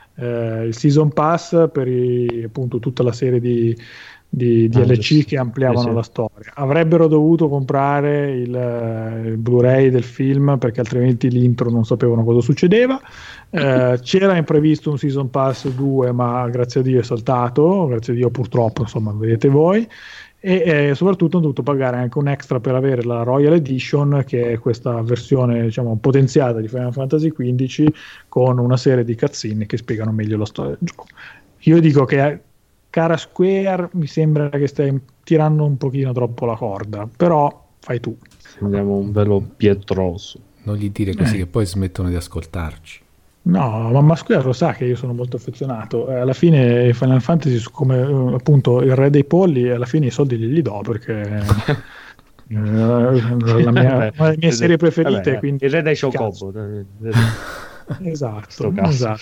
eh, il season pass per i, appunto tutta la serie di, di D L C che ampliavano sì, sì. la storia. Avrebbero dovuto comprare il, il Blu-ray del film, perché altrimenti l'intro non sapevano cosa succedeva. Eh, c'era imprevisto un season pass due, ma grazie a Dio è saltato, grazie a Dio purtroppo, insomma, vedete voi, e eh, soprattutto hanno dovuto pagare anche un extra per avere la Royal Edition, che è questa versione, diciamo, potenziata di Final Fantasy quindici, con una serie di cutscene che spiegano meglio la storia del gioco. Io dico che, cara Square, mi sembra che stai tirando un pochino troppo la corda, però fai tu. Sembriamo un velo pietroso. Non gli dire così, eh. che poi smettono di ascoltarci. No, ma Square lo sa che io sono molto affezionato. Eh, alla fine Final Fantasy, come eh, appunto il re dei polli, alla fine i soldi glieli do, perché eh, la mia, una delle mie serie preferite. Vabbè, quindi il re dei Chocobo. Esatto, esatto.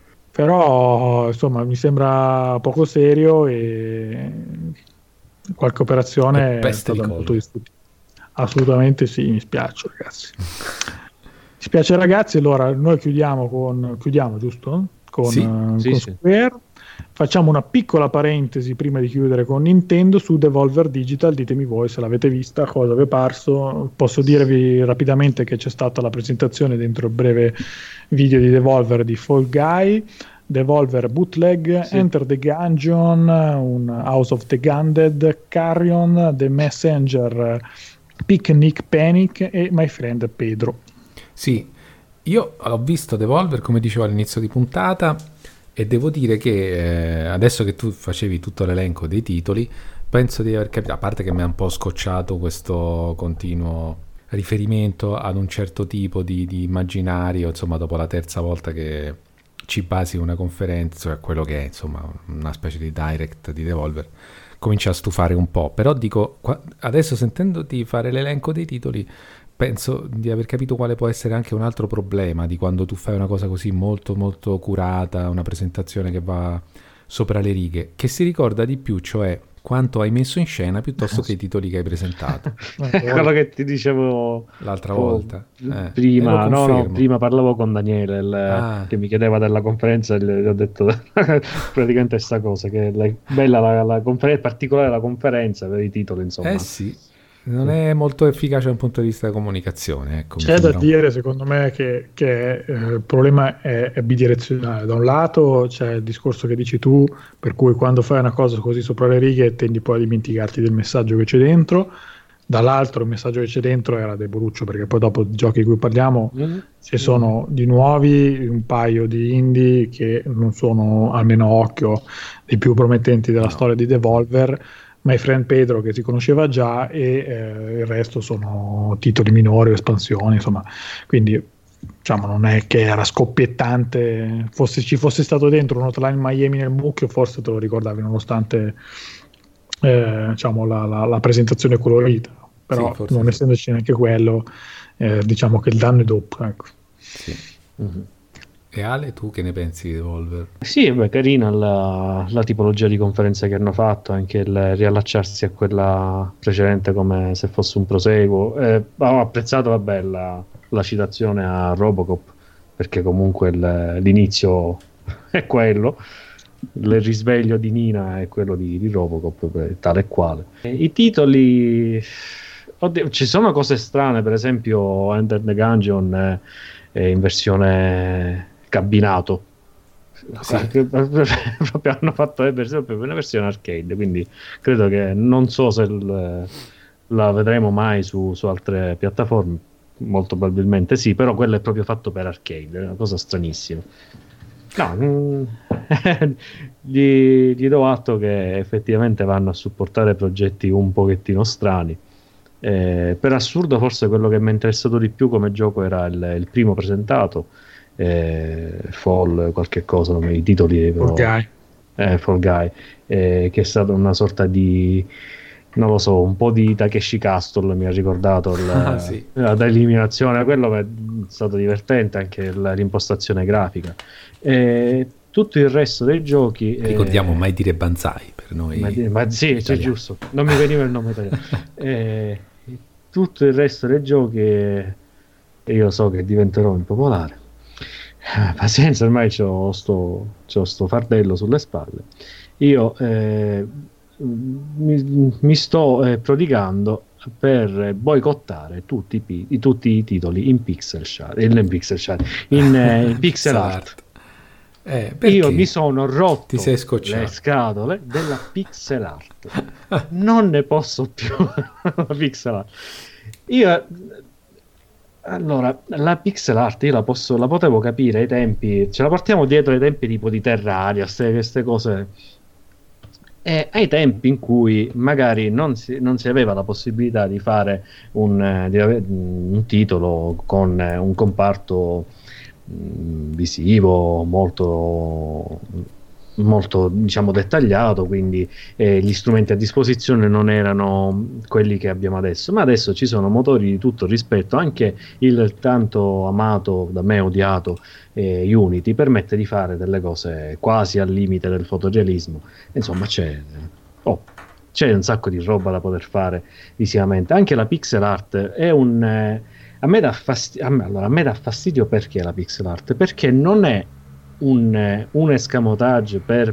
Però insomma mi sembra poco serio e qualche operazione è stata molto discutibile. Assolutamente sì, mi spiace, ragazzi. Mi spiace, ragazzi. Allora noi chiudiamo con chiudiamo giusto? Con, sì, uh, sì, con sì. Square. Facciamo una piccola parentesi prima di chiudere con Nintendo su Devolver Digital. Ditemi voi se l'avete vista, cosa vi è parso. Posso dirvi rapidamente che c'è stata la presentazione dentro il breve video di Devolver di Fall Guy, Devolver Bootleg, sì. Enter the Gungeon, un House of the Gundead, Carrion, The Messenger, Picnic Panic e My Friend Pedro. Sì, io ho visto Devolver, come dicevo all'inizio di puntata, e devo dire che eh, adesso che tu facevi tutto l'elenco dei titoli, penso di aver capito, a parte che mi ha un po' scocciato questo continuo riferimento ad un certo tipo di, di immaginario, insomma, dopo la terza volta che ci basi una conferenza, cioè quello che è, insomma, una specie di direct di Devolver, comincia a stufare un po'. Però dico, qua, adesso sentendoti fare l'elenco dei titoli, penso di aver capito quale può essere anche un altro problema di quando tu fai una cosa così molto molto curata, una presentazione che va sopra le righe, che si ricorda di più, cioè quanto hai messo in scena piuttosto che i titoli che hai presentato. Quello che ti dicevo l'altra volta eh, prima, no, no, prima parlavo con Daniele il, ah. che mi chiedeva della conferenza, e gli ho detto praticamente questa cosa, che è bella la, la conferenza, particolare la conferenza per i titoli, insomma. Eh sì, non è molto efficace da un punto di vista di comunicazione, ecco. C'è da dire, secondo me, che, che eh, il problema è, è bidirezionale. Da un lato c'è il discorso che dici tu, per cui quando fai una cosa così sopra le righe tendi poi a dimenticarti del messaggio che c'è dentro. Dall'altro il messaggio che c'è dentro era deboluccio, perché poi dopo i giochi di cui parliamo Mm. ci sono di nuovi un paio di indie che non sono, almeno a occhio, i più promettenti della No. storia di Devolver. My Friend Pedro, che si conosceva già, e eh, il resto sono titoli minori o espansioni, insomma, quindi diciamo non è che era scoppiettante. Fosse ci fosse stato dentro un Hotline Miami nel mucchio, forse te lo ricordavi, nonostante eh, diciamo la, la, la presentazione colorita, però Sì, forse non sì. essendoci neanche quello, eh, diciamo che il danno è doppio, ecco. Sì. Mhm. E Ale, tu che ne pensi di Devolver? Sì, beh, carina la, la tipologia di conferenza che hanno fatto, anche il riallacciarsi a quella precedente come se fosse un proseguo. Eh, ho apprezzato, vabbè, la, la citazione a Robocop, perché comunque il- l'inizio è quello, il risveglio di Nina è quello di, di Robocop, per- tale e quale. E i titoli... Oddio, ci sono cose strane, per esempio Enter the Gungeon è, è in versione cabinato. Sì. Proprio hanno fatto per esempio una versione arcade, quindi credo che non so se il- la vedremo mai su, su altre piattaforme, molto probabilmente sì, però quello è proprio fatto per arcade, è una cosa stranissima. No, mm, gli, gli do atto che effettivamente vanno a supportare progetti un pochettino strani. Eh, per assurdo, forse quello che mi è interessato di più come gioco era il, il primo presentato, eh, Fall, qualche cosa, non mi- i titoli però, Fall Guy. eh, Fall Guy, eh, che è stata una sorta di, non lo so, un po' di Takeshi Castle, mi ha ricordato il- Ah, sì. la eliminazione, quello è stato divertente, anche la- l'impostazione grafica. Eh, tutto il resto dei giochi, eh, Ricordiamo mai dire Banzai per noi. ma, ma sì, c'è italiani. giusto, non mi veniva il nome italiano. Eh, tutto il resto dei giochi, eh, e io so che diventerò impopolare. Eh, Pazienza, ormai c'ho sto, c'ho sto fardello sulle spalle. Io eh, mi, mi sto eh, prodigando per boicottare tutti i, pi- i- tutti i titoli in pixel share, eh, in pixel share, in, eh, in pixel art. Eh, perché? Io mi sono rotto Ti sei scocciato. le scatole della pixel art. Non ne posso più la pixel art. Io allora, la pixel art io la posso la potevo capire ai tempi, ce la portiamo dietro ai tempi tipo di Terraria, queste cose. E ai tempi in cui magari non si, non si aveva la possibilità di fare un, eh, di ave- un titolo con eh, un comparto mh, visivo molto, molto diciamo dettagliato, quindi eh, gli strumenti a disposizione non erano quelli che abbiamo adesso, ma adesso ci sono motori di tutto rispetto, anche il tanto amato, da me odiato eh, Unity permette di fare delle cose quasi al limite del fotorealismo. Insomma, c'è, oh, c'è un sacco di roba da poter fare visivamente. Anche la pixel art è un eh, a me dà fastidio, a me, allora, a me dà fastidio perché la pixel art? Perché non è un, eh, un escamotage per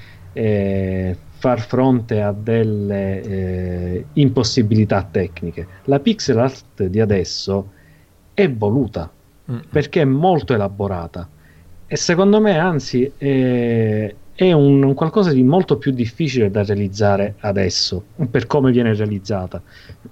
eh, far fronte a delle eh, impossibilità tecniche. La pixel art di adesso è voluta Mm. perché è molto elaborata e secondo me anzi è, è un, un qualcosa di molto più difficile da realizzare adesso per come viene realizzata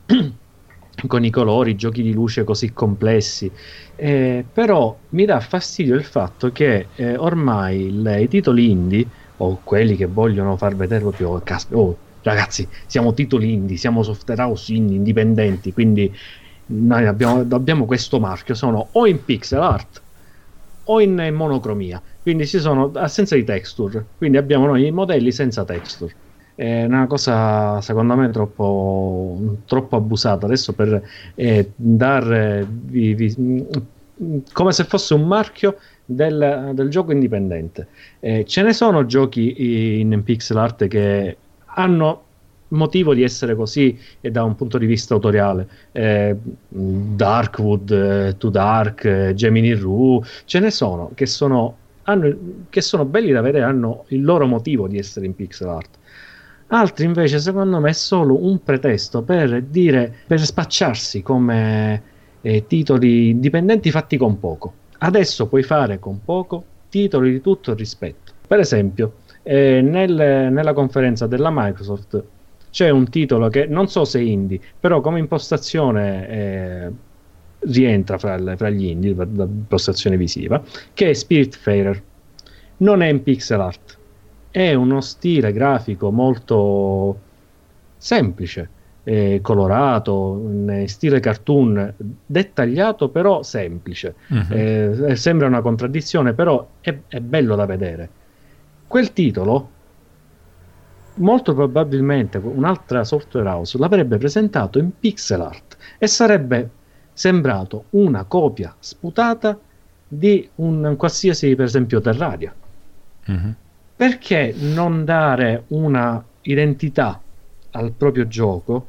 con i colori, i giochi di luce così complessi. Eh, però mi dà fastidio il fatto che eh, ormai le- i titoli indie o quelli che vogliono far vedere proprio oh, cas- oh, ragazzi, siamo titoli indie, siamo software house indie indipendenti, quindi noi abbiamo, abbiamo questo marchio, sono o in pixel art o in, in monocromia, quindi ci sono assenza di texture, quindi abbiamo noi i modelli senza texture. È una cosa secondo me troppo, troppo abusata adesso per eh, dare vi- vi- come se fosse un marchio del, del gioco indipendente. Eh, ce ne sono giochi in pixel art che hanno motivo di essere così e da un punto di vista autoriale, eh, Darkwood, eh, To Dark, eh, Gemini Rue, ce ne sono che sono, hanno, che sono belli da vedere, hanno il loro motivo di essere in pixel art. Altri invece secondo me è solo un pretesto per dire, per spacciarsi come eh, titoli indipendenti fatti con poco. Adesso puoi fare con poco titoli di tutto il rispetto. Per esempio eh, nel, nella conferenza della Microsoft c'è un titolo che non so se è indie, però come impostazione eh, rientra fra, le, fra gli indie, la, la impostazione visiva, che è Spiritfarer. Non è in pixel art, è uno stile grafico molto semplice, eh, colorato, in stile cartoon, dettagliato però semplice. Uh-huh. Eh, sembra una contraddizione, però è, è bello da vedere. Quel titolo molto probabilmente un'altra software house l'avrebbe presentato in pixel art e sarebbe sembrato una copia sputata di un qualsiasi, per esempio, Terraria. Uh-huh. Perché non dare una identità al proprio gioco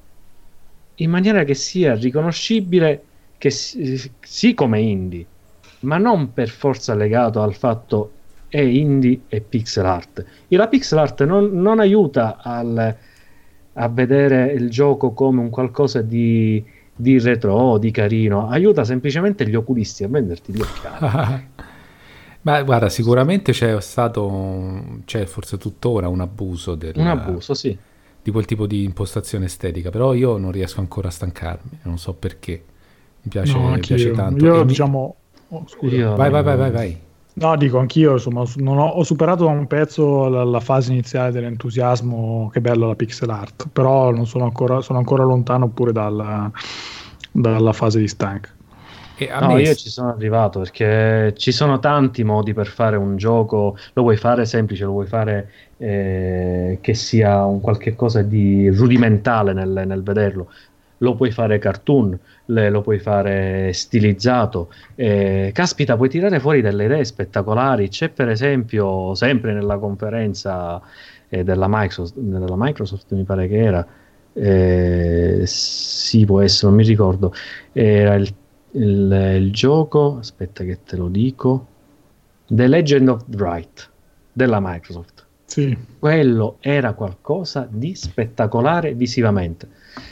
in maniera che sia riconoscibile, che si, sì come indie, ma non per forza legato al fatto è indie e pixel art. E la pixel art non, non aiuta al, a vedere il gioco come un qualcosa di, di retro, di carino, aiuta semplicemente gli oculisti a venderti gli occhiali. Ma guarda, sicuramente c'è stato, c'è forse tuttora un abuso del, un abuso, sì, di quel tipo di impostazione estetica, però io non riesco ancora a stancarmi, non so perché. Mi piace, no, mi piace tanto. Io, mi... diciamo, oh, scusa. Io... Vai, vai, vai, vai, vai. No, dico anch'io, insomma, non ho, ho superato da un pezzo la, la fase iniziale dell'entusiasmo, che bello la pixel art, però non sono ancora, sono ancora lontano pure dalla, dalla fase di stank. E a no, me... io ci sono arrivato perché ci sono tanti modi per fare un gioco, lo vuoi fare semplice, lo vuoi fare eh, che sia un qualche cosa di rudimentale nel, nel vederlo, lo puoi fare cartoon, le, lo puoi fare stilizzato, eh, caspita, puoi tirare fuori delle idee spettacolari. C'è per esempio, sempre nella conferenza eh, della Microsoft, della Microsoft mi pare che era, eh, sì può essere, non mi ricordo, era il Il, il gioco, aspetta che te lo dico, The Legend of Wright della Microsoft. Sì. Quello era qualcosa di spettacolare visivamente.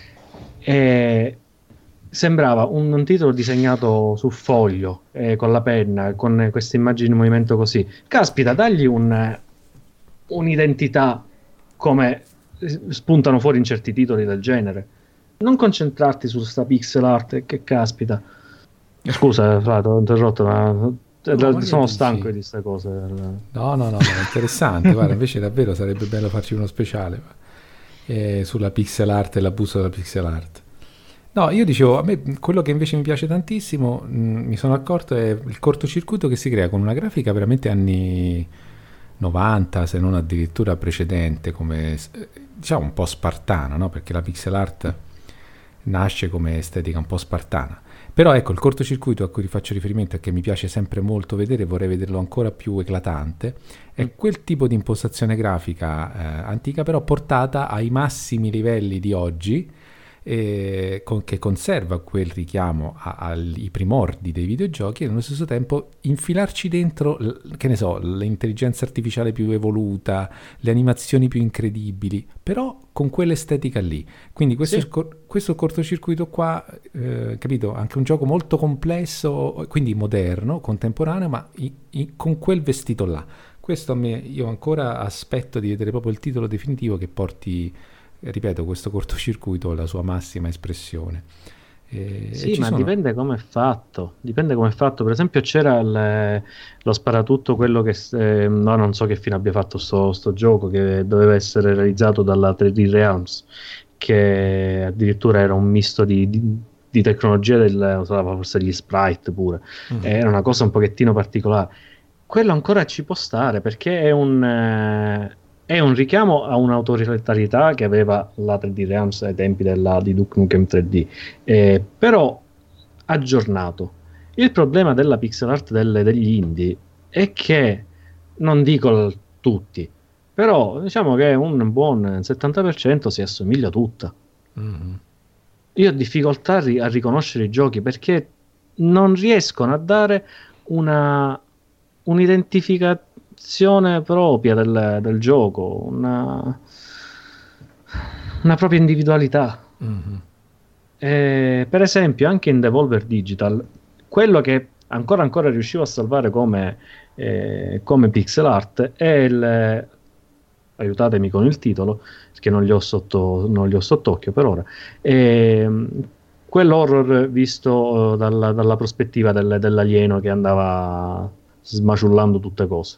E sembrava un, un titolo disegnato su foglio, eh, con la penna, con queste immagini in movimento così. Caspita, dagli un, un'identità, come spuntano fuori in certi titoli del genere. Non concentrarti su sta pixel art, che caspita. Scusa, Flato, ho interrotto, ma no, sono stanco sì. di queste cose. No, no, no, no, è interessante. Guarda, invece davvero sarebbe bello farci uno speciale eh, sulla pixel art e l'abuso della pixel art. No, io dicevo, a me quello che invece mi piace tantissimo, mh, mi sono accorto, è il cortocircuito che si crea con una grafica veramente anni novanta, se non addirittura precedente, come diciamo un po' spartana, no? Perché la pixel art nasce come estetica un po' spartana. Però ecco, il cortocircuito a cui faccio riferimento e che mi piace sempre molto vedere, vorrei vederlo ancora più eclatante, è quel tipo di impostazione grafica eh, antica, però portata ai massimi livelli di oggi, eh, con, che conserva quel richiamo a, ai primordi dei videogiochi e nello stesso tempo infilarci dentro, che ne so, l'intelligenza artificiale più evoluta, le animazioni più incredibili, però con quell'estetica lì. Quindi questo, sì. scor- questo cortocircuito qua, eh, capito? Anche un gioco molto complesso, quindi moderno, contemporaneo, ma i- i- con quel vestito là. Questo a me, io ancora aspetto di vedere proprio il titolo definitivo che porti, ripeto, questo cortocircuito alla sua massima espressione. E, sì, e ma sono... dipende come è fatto. Dipende come è fatto. Per esempio, c'era il, lo sparatutto, quello che eh, no, non so che fine abbia fatto sto, sto gioco, che doveva essere realizzato dalla tre D Realms, che addirittura era un misto di, di, di tecnologia del, forse gli sprite pure. Mm-hmm. Era una cosa un pochettino particolare. Quello ancora ci può stare perché è un. Eh, È un richiamo a un'autoritarità che aveva la tre D Realms ai tempi della, di Duke Nukem tre D, eh, però aggiornato. Il problema della pixel art delle, degli indie è che, non dico tutti, però diciamo che un buon settanta per cento si assomiglia tutta. Mm-hmm. Io ho difficoltà a, ri- a riconoscere i giochi perché non riescono a dare una un'identificazione propria del, del gioco, una, una propria individualità. Mm-hmm. E, per esempio, anche in Devolver Digital, quello che ancora ancora riuscivo a salvare come, eh, come pixel art è il, aiutatemi con il titolo, perché non li ho sotto, non li ho sott'occhio per ora. E, quell'horror visto dalla, dalla prospettiva del, dell'alieno che andava smaciullando tutte cose.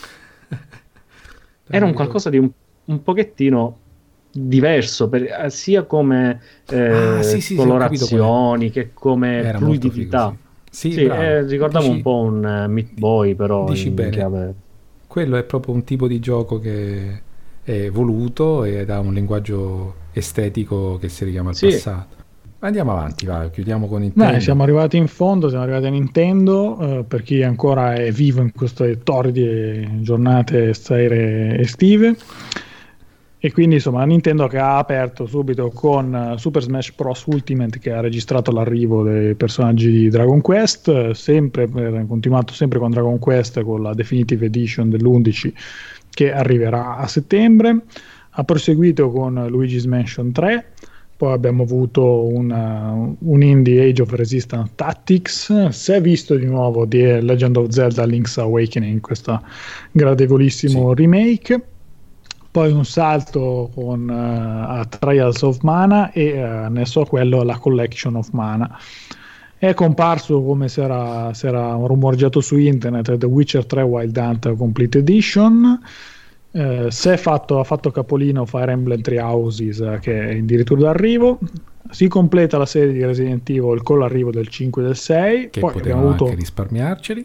Era un qualcosa di un, un pochettino diverso, per, sia come eh, ah, sì, sì, colorazioni che come era fluidità. Sì, sì, eh, ricordavo dici, un po' un uh, Meat Boy, però dici in bene. Chiave... Quello è proprio un tipo di gioco che è voluto ed ha un linguaggio estetico che si richiama al sì. passato. Andiamo avanti, va, chiudiamo con Nintendo. Beh, siamo arrivati in fondo, siamo arrivati a Nintendo, eh, per chi ancora è vivo in queste torride giornate sere estive. E quindi insomma Nintendo che ha aperto subito con Super Smash Bros. Ultimate, che ha registrato l'arrivo dei personaggi di Dragon Quest, sempre per, continuato sempre con Dragon Quest con la Definitive Edition dell'undici che arriverà a settembre. Ha proseguito con Luigi's Mansion tre, poi abbiamo avuto una, un indie Age of Resistance Tactics, si è visto di nuovo The Legend of Zelda Link's Awakening, questo gradevolissimo sì. remake. Poi un salto con uh, a Trials of Mana e uh, annesso a quello la Collection of Mana. È comparso, come si era, si era rumorgiato su internet, The Witcher tre Wild Hunt Complete Edition. Uh, si è fatto, ha fatto capolino Fire Emblem Three Houses, uh, che è addirittura d'arrivo. Si completa la serie di Resident Evil con l'arrivo del cinque e del sei. Che poi potevamo avuto... anche risparmiarceli.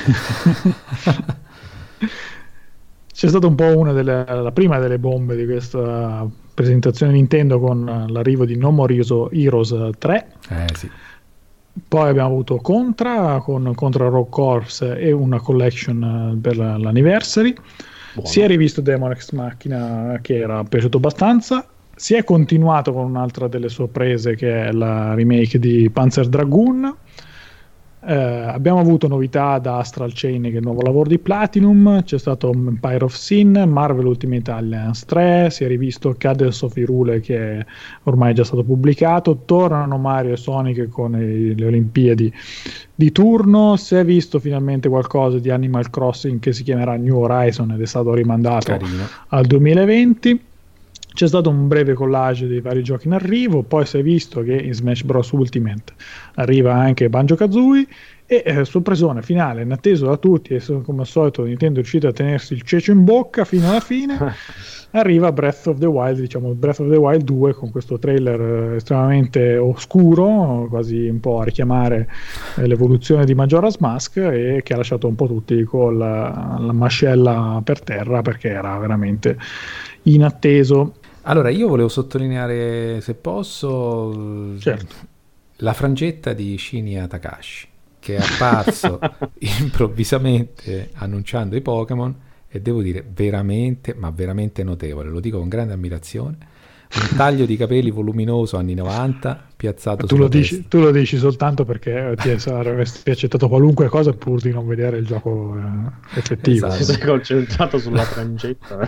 C'è stata un po' una delle, la prima delle bombe di questa presentazione Nintendo con l'arrivo di No More Heroes tre. Eh, sì. Poi abbiamo avuto Contra con Contra Rogue Corps e una collection per l'anniversary. Buono. Si è rivisto Demon Ex Machina, che era piaciuto abbastanza. Si è continuato con un'altra delle sorprese, che è la remake di Panzer Dragoon. Eh, abbiamo avuto novità da Astral Chain, che è il nuovo lavoro di Platinum. C'è stato Empire of Sin, Marvel Ultimate Alliance tre, si è rivisto Cadence of Hyrule, che è ormai già stato pubblicato. Tornano Mario e Sonic con i, le Olimpiadi di turno. Si è visto finalmente qualcosa di Animal Crossing, che si chiamerà New Horizon ed è stato rimandato Carino. al duemilaventi. C'è stato un breve collage dei vari giochi in arrivo, poi si è visto che in Smash Bros. Ultimate arriva anche Banjo-Kazooie e eh, sorpresone finale, inatteso da tutti, e come al solito Nintendo è riuscito a tenersi il cecio in bocca fino alla fine. Arriva Breath of the Wild, diciamo Breath of the Wild due, con questo trailer eh, estremamente oscuro, quasi un po' a richiamare eh, l'evoluzione di Majora's Mask, e che ha lasciato un po' tutti con la, la mascella per terra, perché era veramente inatteso. Allora, io volevo sottolineare, se posso, certo. la frangetta di Shinya Takahashi, che è apparso improvvisamente annunciando i Pokémon, e devo dire veramente, ma veramente notevole, lo dico con grande ammirazione. Un taglio di capelli voluminoso anni novanta piazzato tu lo dici, tu lo dici soltanto perché ti avresti accettato qualunque cosa pur di non vedere il gioco eh, effettivo. Esatto. Sei concentrato sulla frangetta.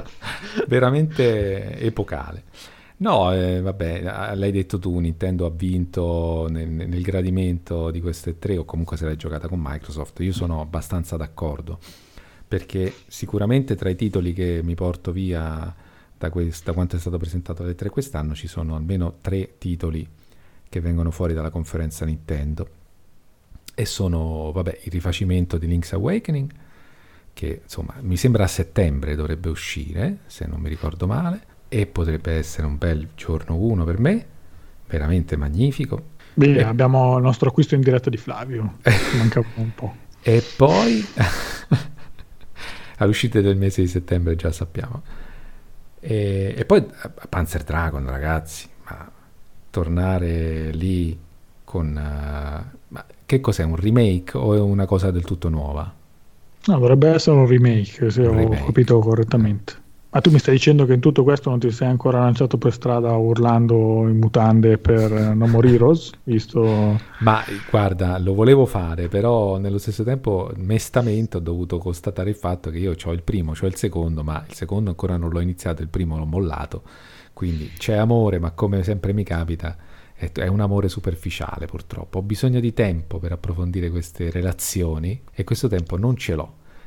Veramente epocale. No, eh, vabbè, l'hai detto tu, Nintendo ha vinto nel, nel gradimento di queste tre, o comunque se l'hai giocata con Microsoft. Io sono abbastanza d'accordo, perché sicuramente tra i titoli che mi porto via da, questa, quanto è stato presentato alle tre quest'anno ci sono almeno tre titoli che vengono fuori dalla conferenza Nintendo, e sono, vabbè, il rifacimento di Link's Awakening, che insomma mi sembra a settembre dovrebbe uscire, se non mi ricordo male, e potrebbe essere un bel giorno uno per me, veramente magnifico. Beh, e... abbiamo il nostro acquisto in diretta di Flavio, manca un po'. E poi all'uscita del mese di settembre già sappiamo. E, e poi Panzer Dragon, ragazzi, ma tornare lì con uh, ma che cos'è, un remake o è una cosa del tutto nuova? No, dovrebbe essere un remake, se un ho remake. capito correttamente. Ma tu mi stai dicendo che in tutto questo non ti sei ancora lanciato per strada urlando in mutande per No More Heroes, visto... Ma guarda, lo volevo fare, però nello stesso tempo mestamente ho dovuto constatare il fatto che io ho il primo, ho il secondo, ma il secondo ancora non l'ho iniziato, il primo l'ho mollato, quindi c'è amore, ma come sempre mi capita è un amore superficiale, purtroppo. Ho bisogno di tempo per approfondire queste relazioni e questo tempo non ce l'ho.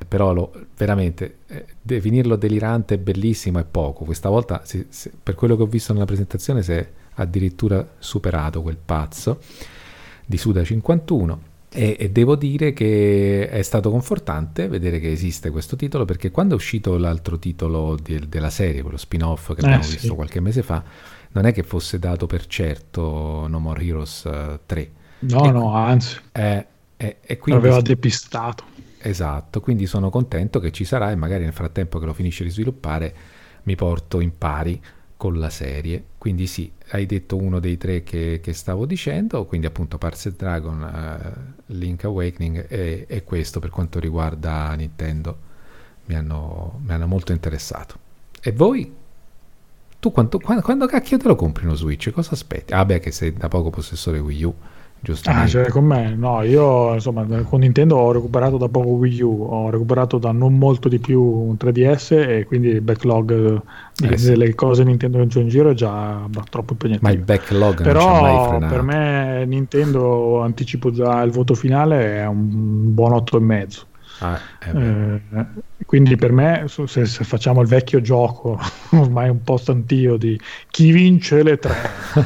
però lo, veramente eh, definirlo delirante e bellissimo è poco. Questa volta si, si, per quello che ho visto nella presentazione si è addirittura superato quel pazzo di Suda cinquantuno. E, e devo dire che è stato confortante vedere che esiste questo titolo, perché quando è uscito l'altro titolo di, della serie, quello spin-off che abbiamo eh, visto sì. qualche mese fa, non è che fosse dato per certo No More Heroes uh, tre. No, e, no, anzi, eh, eh, e quindi, aveva depistato. Esatto, quindi sono contento che ci sarà, e magari nel frattempo che lo finisce di sviluppare mi porto in pari con la serie. Quindi sì, hai detto uno dei tre che, che stavo dicendo, quindi appunto Parse Dragon, uh, Link Awakening e, e questo per quanto riguarda Nintendo mi hanno, mi hanno molto interessato. E voi? Tu quanto, quando, quando cacchio te lo compri uno Switch? Cosa aspetti? Ah beh, che sei da poco possessore Wii U, giustamente. Ah, cioè con me? No, io insomma con Nintendo ho recuperato da poco Wii U, ho recuperato da non molto di più un tre D S, e quindi il backlog di, Eh sì. delle cose Nintendo che c'ho in giro è già bah, troppo impegnativo. Ma il backlog Però non ci ha mai frenato. per me Nintendo, anticipo già il voto finale, è un buon otto e mezzo. Ah, eh eh, quindi per me, se, se facciamo il vecchio gioco ormai un po' stantio di chi vince le tre,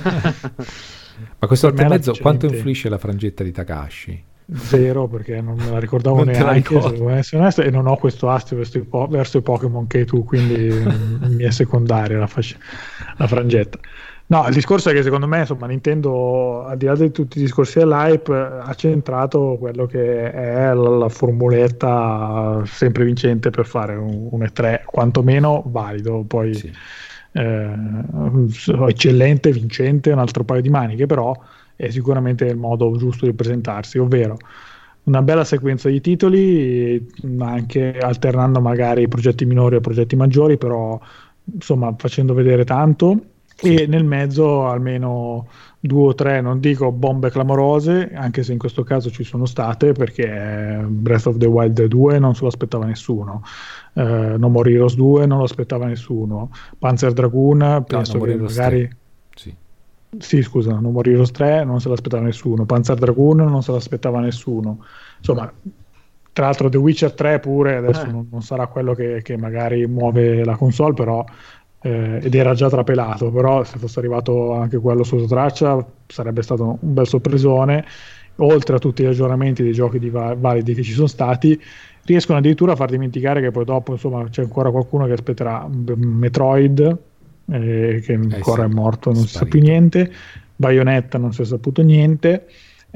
ma questo otto e mezzo vince quanto Nintendo. influisce la frangetta di Takahashi? Zero, perché non me la ricordavo Non te la neanche, ricordi? se devo essere onesto, e non ho questo astio verso i, po- verso i Pokémon che hai tu, quindi mi è secondaria la, fasc- la frangetta. No, il discorso è che secondo me, insomma, Nintendo, al di là di tutti i discorsi dell'hype, ha centrato quello che è la, la formuletta sempre vincente per fare un, un E tre, quantomeno valido, poi Sì. eh, eccellente, vincente, un altro paio di maniche, però è sicuramente il modo giusto di presentarsi, ovvero una bella sequenza di titoli, anche alternando magari progetti minori a progetti maggiori, però insomma facendo vedere tanto. Sì. E nel mezzo almeno due o tre, non dico bombe clamorose, anche se in questo caso ci sono state, perché Breath of the Wild due non se lo aspettava nessuno, uh, No More Heroes due non lo aspettava nessuno, Panzer Dragoon penso no, che magari sì. sì scusa, No More Heroes tre non se l'aspettava nessuno, Panzer Dragoon non se l'aspettava nessuno, insomma tra l'altro The Witcher tre pure adesso eh. non, non sarà quello che, che magari muove la console, però Eh, ed era già trapelato, però se fosse arrivato anche quello sotto traccia sarebbe stato un bel sorpresone, oltre a tutti gli aggiornamenti dei giochi di va- validi che ci sono stati. Riescono addirittura a far dimenticare che poi dopo insomma c'è ancora qualcuno che aspetterà Metroid, eh, che ancora eh sì, è morto, non sparito. si sa più niente, Bayonetta non si è saputo niente,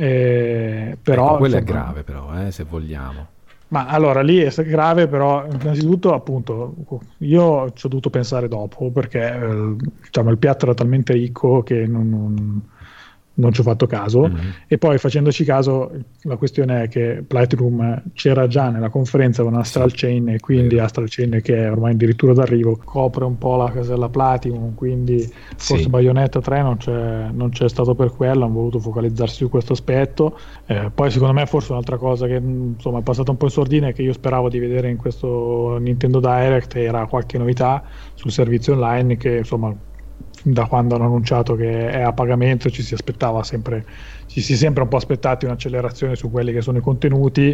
eh, però ecco, quello insomma, è grave però, eh, se vogliamo. ma allora lì è grave, però innanzitutto appunto io ci ho dovuto pensare dopo, perché eh, diciamo il piatto era talmente ricco che non, non, non ci ho fatto caso, mm-hmm. E poi facendoci caso la questione è che Playroom c'era già nella conferenza con Astral sì. Chain, e quindi Vero. Astral Chain, che è ormai addirittura d'arrivo, copre un po' la casella Platinum, quindi forse sì. Bayonetta tre non c'è, non c'è stato per quello, hanno voluto focalizzarsi su questo aspetto. Eh, poi secondo me forse un'altra cosa che insomma è passata un po' in sordina e che io speravo di vedere in questo Nintendo Direct era qualche novità sul servizio online, che insomma da quando hanno annunciato che è a pagamento ci si aspettava sempre, ci si è sempre un po' aspettati un'accelerazione su quelli che sono i contenuti,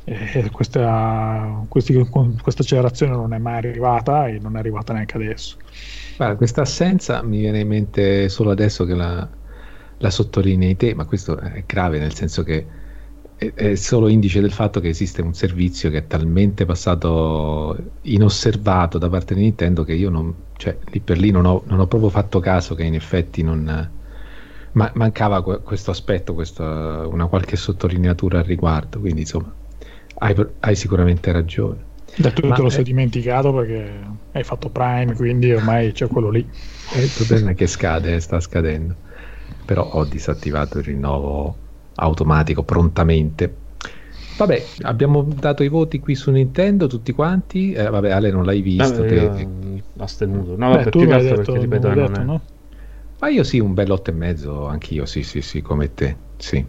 e questa, questi, questa accelerazione non è mai arrivata e non è arrivata neanche adesso. Guarda, questa assenza mi viene in mente solo adesso che la, la sottolinei te, ma questo è grave, nel senso che è, è solo indice del fatto che esiste un servizio che è talmente passato inosservato da parte di Nintendo che io non, cioè lì per lì non ho, non ho proprio fatto caso che in effetti non ma, mancava questo aspetto, questa, una qualche sottolineatura al riguardo, quindi insomma hai, hai sicuramente ragione. Da tu ma te lo è... sei dimenticato perché hai fatto Prime, quindi ormai c'è quello lì. Il problema è che scade, sta scadendo, però ho disattivato il rinnovo automatico prontamente. Vabbè, abbiamo dato i voti qui su Nintendo tutti quanti. Eh, vabbè, Ale non l'hai visto. Vabbè, te... astenuto. No, vabbè, tu più che l'hai altro detto, perché ripeto, non non detto, è... no? Ma io sì, un bel otto e mezzo, anch'io, sì, sì, sì, come te, sì.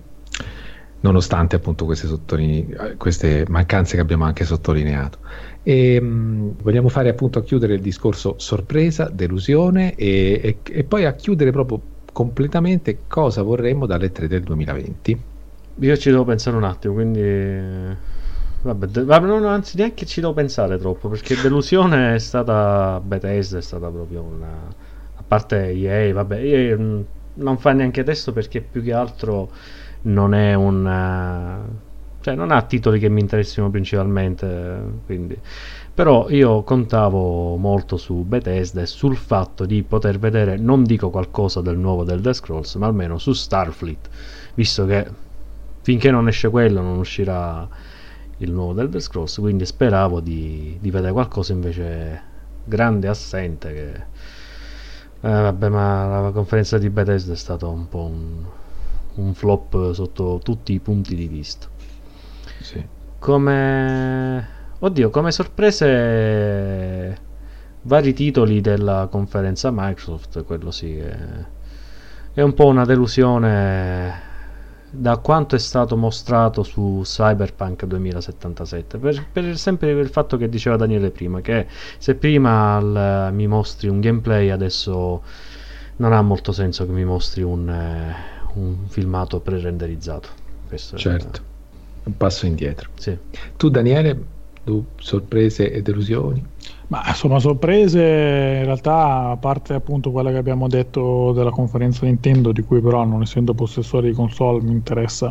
Nonostante appunto queste, sottoline... queste mancanze che abbiamo anche sottolineato. E mh, vogliamo fare appunto a chiudere il discorso sorpresa, delusione e, e, e poi a chiudere proprio completamente cosa vorremmo dalle tre del duemilaventi. Io ci devo pensare un attimo, quindi vabbè, de- vabbè no, no, anzi neanche ci devo pensare troppo, perché delusione è stata Bethesda, è stata proprio una, a parte E A, vabbè, E A mh, non fa neanche adesso, perché più che altro non è un uh, cioè non ha titoli che mi interessino principalmente, quindi. Però io contavo molto su Bethesda e sul fatto di poter vedere, non dico qualcosa del nuovo del Elder Scrolls, ma almeno su Starfleet, visto che finché non esce quello non uscirà il nuovo del Elder Scrolls, quindi speravo di, di vedere qualcosa. Invece grande assente, che eh, vabbè, ma la conferenza di Bethesda è stata un po' un, un flop sotto tutti i punti di vista. Sì. Come oddio, come sorprese, vari titoli della conferenza Microsoft, quello sì è, è un po' una delusione da quanto è stato mostrato su Cyberpunk duemilasettantasette, per, per sempre per il fatto che diceva Daniele prima, che se prima al, mi mostri un gameplay, adesso non ha molto senso che mi mostri un, eh, un filmato pre-renderizzato. Questo certo, è un passo indietro. Sì. Tu Daniele, tu, sorprese e delusioni? Ma insomma, sorprese in realtà, a parte appunto quella che abbiamo detto della conferenza Nintendo, di cui però non essendo possessore di console mi interessa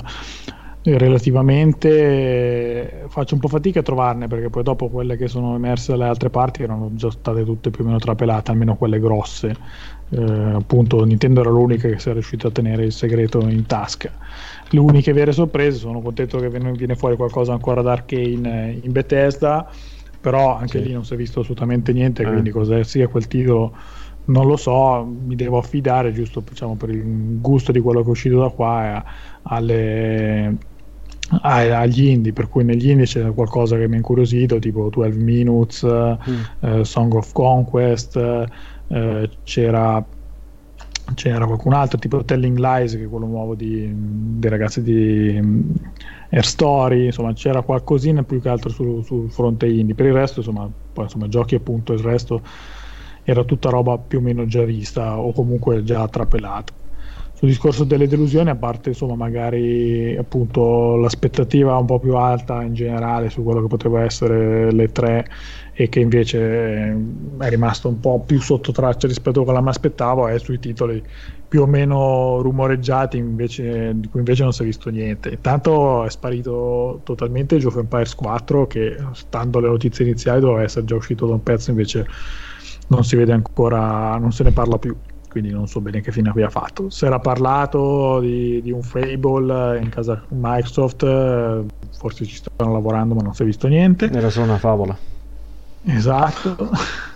relativamente, faccio un po' fatica a trovarne, perché poi dopo quelle che sono emerse dalle altre parti erano già state tutte più o meno trapelate, almeno quelle grosse. Eh, appunto Nintendo era l'unica che si è riuscita a tenere il segreto in tasca. Le uniche vere sorprese, sono contento che viene fuori qualcosa ancora da Arcane in Bethesda, però anche sì. lì non si è visto assolutamente niente, eh. quindi cosa sia quel titolo non lo so, mi devo affidare giusto, diciamo, per il gusto di quello che è uscito da qua alle, agli indie, per cui negli indie c'è qualcosa che mi ha incuriosito, tipo dodici Minutes, mm. eh, Song of Conquest, eh, c'era c'era qualcun altro tipo Telling Lies, che è quello nuovo di, dei ragazzi di um, Air Story, insomma c'era qualcosina più che altro sul, sul fronte indie. Per il resto insomma, poi, insomma giochi appunto, il resto era tutta roba più o meno già vista o comunque già trapelata. Sul discorso delle delusioni, a parte insomma magari appunto l'aspettativa un po' più alta in generale su quello che poteva essere le tre, e che invece è rimasto un po' più sotto traccia rispetto a quello che mi aspettavo, è sui titoli più o meno rumoreggiati, invece, di cui invece non si è visto niente. Intanto è sparito totalmente Age of Empires quattro, che stando alle notizie iniziali doveva essere già uscito da un pezzo, invece non si vede ancora, non se ne parla più, quindi non so bene che fine abbia fatto. Si era parlato di, di un Fable in casa Microsoft, forse ci stanno lavorando ma non si è visto niente, era solo una favola. Esatto.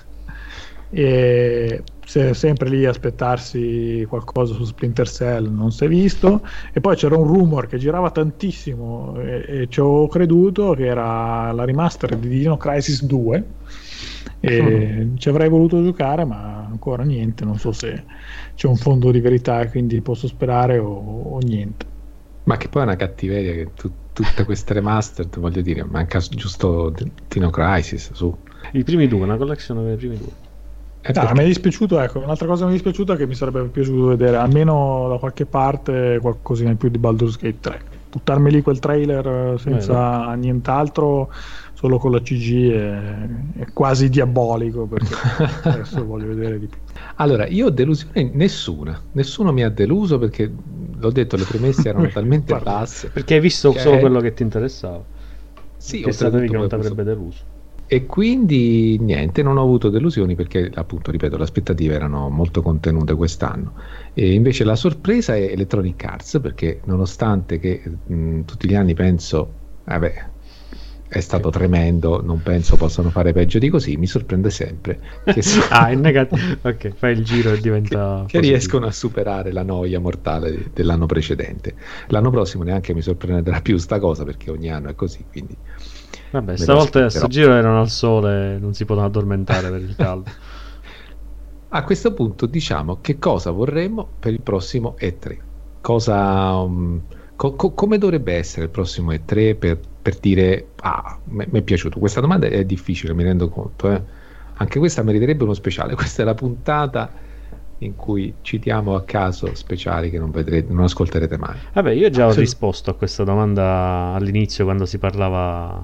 E se sempre lì aspettarsi qualcosa su Splinter Cell, non si è visto. E poi c'era un rumor che girava tantissimo e, e ci ho creduto, che era la remaster di Dino Crisis due, e mm. ci avrei voluto giocare, ma ancora niente. Non so se c'è un fondo di verità e quindi posso sperare o, o niente. Ma che poi è una cattiveria che tu, tutte queste remastered, voglio dire, manca giusto Dino Crisis su i primi due, una collection dei primi due. Eh, no, mi è dispiaciuto, ecco, un'altra cosa che mi è dispiaciuta è che mi sarebbe piaciuto vedere almeno da qualche parte qualcosina in più di Baldur's Gate tre. Buttarmi lì quel trailer senza eh, nient'altro, solo con la C G è, è quasi diabolico, perché adesso voglio vedere di più. Allora, io ho delusione nessuna, nessuno mi ha deluso, perché l'ho detto, le premesse erano talmente basse. Perché hai visto che... solo quello che ti interessava. Sì, che sapevi che non ti avrebbe deluso. E quindi niente, non ho avuto delusioni, perché appunto, ripeto, le aspettative erano molto contenute quest'anno. E invece la sorpresa è Electronic Arts, perché nonostante che mh, tutti gli anni penso, vabbè, è stato tremendo, non penso possano fare peggio di così, mi sorprende sempre che so, ah, è negativo. Ok, fai il giro e diventa che, che riescono a superare la noia mortale dell'anno precedente. L'anno prossimo neanche mi sorprenderà più sta cosa, perché ogni anno è così, quindi vabbè, stavolta a sto giro erano al sole, non si potevano addormentare per il caldo. A questo punto diciamo che cosa vorremmo per il prossimo E tre, cosa um, co- co- come dovrebbe essere il prossimo E tre per, per dire ah, mi è piaciuto. Questa domanda è difficile, mi rendo conto, eh. Anche questa meriterebbe uno speciale. Questa è la puntata in cui citiamo a caso speciali che non vedrete, non ascolterete mai. Vabbè, io già ho Se... risposto a questa domanda all'inizio, quando si parlava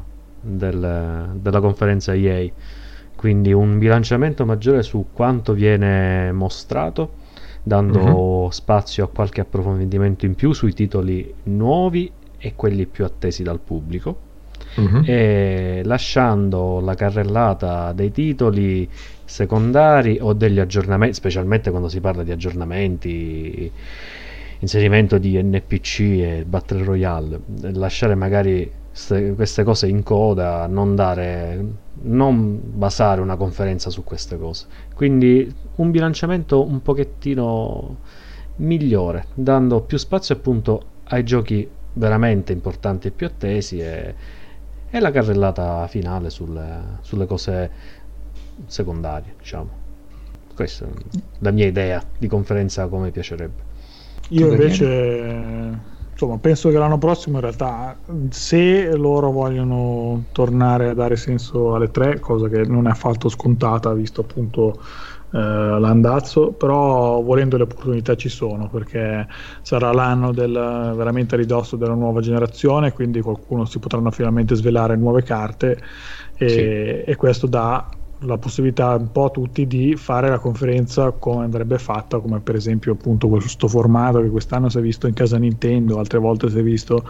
del, della conferenza E A, quindi un bilanciamento maggiore su quanto viene mostrato, dando uh-huh. spazio a qualche approfondimento in più sui titoli nuovi e quelli più attesi dal pubblico, uh-huh. e lasciando la carrellata dei titoli secondari o degli aggiornamenti, specialmente quando si parla di aggiornamenti, inserimento di N P C e Battle Royale, lasciare magari st- queste cose in coda, non dare, non basare una conferenza su queste cose. Quindi un bilanciamento un pochettino migliore, dando più spazio appunto ai giochi veramente importanti e più attesi, e, e la carrellata finale sulle, sulle cose secondarie, diciamo. Questa è la mia idea di conferenza, come piacerebbe. Io invece insomma penso che l'anno prossimo, in realtà, se loro vogliono tornare a dare senso alle tre, cosa che non è affatto scontata visto appunto eh, l'andazzo, però volendo le opportunità ci sono, perché sarà l'anno del veramente a ridosso della nuova generazione, quindi qualcuno si potranno finalmente svelare nuove carte, e, sì. e questo dà la possibilità un po' a tutti di fare la conferenza come andrebbe fatta, come per esempio appunto questo formato che quest'anno si è visto in casa Nintendo, altre volte si è visto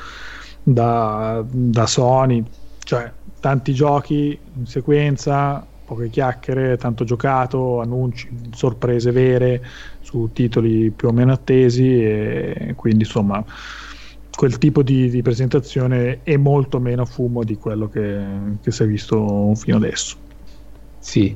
da, da Sony, cioè tanti giochi in sequenza, poche chiacchiere, tanto giocato, annunci, sorprese vere su titoli più o meno attesi, e quindi insomma quel tipo di, di presentazione è molto meno fumo di quello che, che si è visto fino adesso. Sì,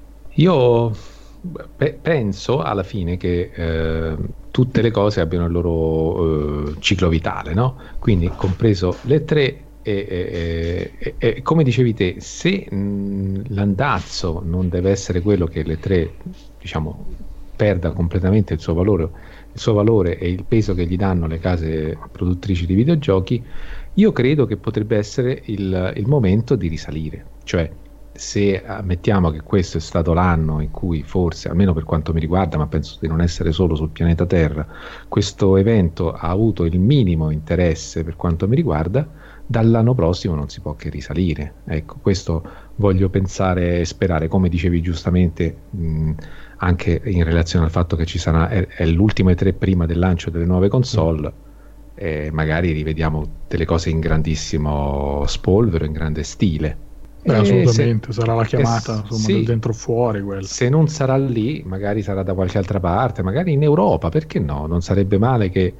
io pe- penso alla fine che eh, tutte le cose abbiano il loro eh, ciclo vitale, no? Quindi compreso le tre, e, e, e, e come dicevi te, se mh, l'andazzo non deve essere quello che le tre, diciamo, perda completamente il suo valore, il suo valore e il peso che gli danno le case produttrici di videogiochi, io credo che potrebbe essere il, il momento di risalire, cioè se ammettiamo che questo è stato l'anno in cui forse, almeno per quanto mi riguarda, ma penso di non essere solo sul pianeta Terra, questo evento ha avuto il minimo interesse per quanto mi riguarda, dall'anno prossimo non si può che risalire. Ecco, questo voglio pensare e sperare, come dicevi giustamente, mh, anche in relazione al fatto che ci sarà, è, è l'ultimo E tre prima del lancio delle nuove console, mm. e magari rivediamo delle cose in grandissimo spolvero, in grande stile. Beh, assolutamente, se, sarà la chiamata eh, insomma, sì, del dentro fuori quella. Se non sarà lì, magari sarà da qualche altra parte, magari in Europa, perché no? Non sarebbe male che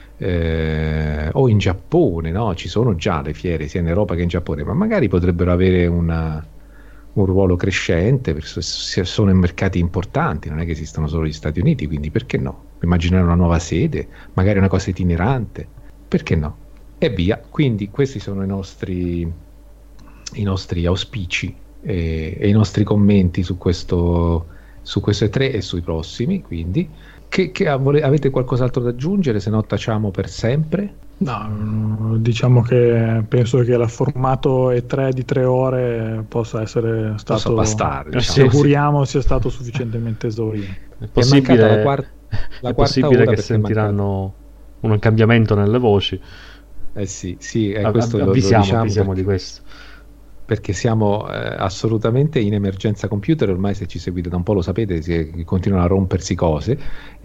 eh, o in Giappone, no? Ci sono già le fiere sia in Europa che in Giappone, ma magari potrebbero avere una, un ruolo crescente, perché sono in mercati importanti, non è che esistono solo gli Stati Uniti, quindi perché no? Immaginare una nuova sede, magari una cosa itinerante, perché no? E via. Quindi questi sono i nostri i nostri auspici e, e i nostri commenti su questo su queste tre e sui prossimi. Quindi che, che avete qualcos'altro da aggiungere, se no tacciamo per sempre? No, diciamo che penso che il formato E tre di tre ore possa essere stato, possa bastare, diciamo. Ci auguriamo sia stato sufficientemente esaurito. È possibile, la quarta, la è possibile che sentiranno un cambiamento nelle voci. Eh sì, sì, è Av- questo avvisiamo, lo, lo diciamo avvisiamo perché... di questo. perché siamo eh, assolutamente in emergenza computer, ormai se ci seguite da un po' lo sapete, si, continuano a rompersi cose,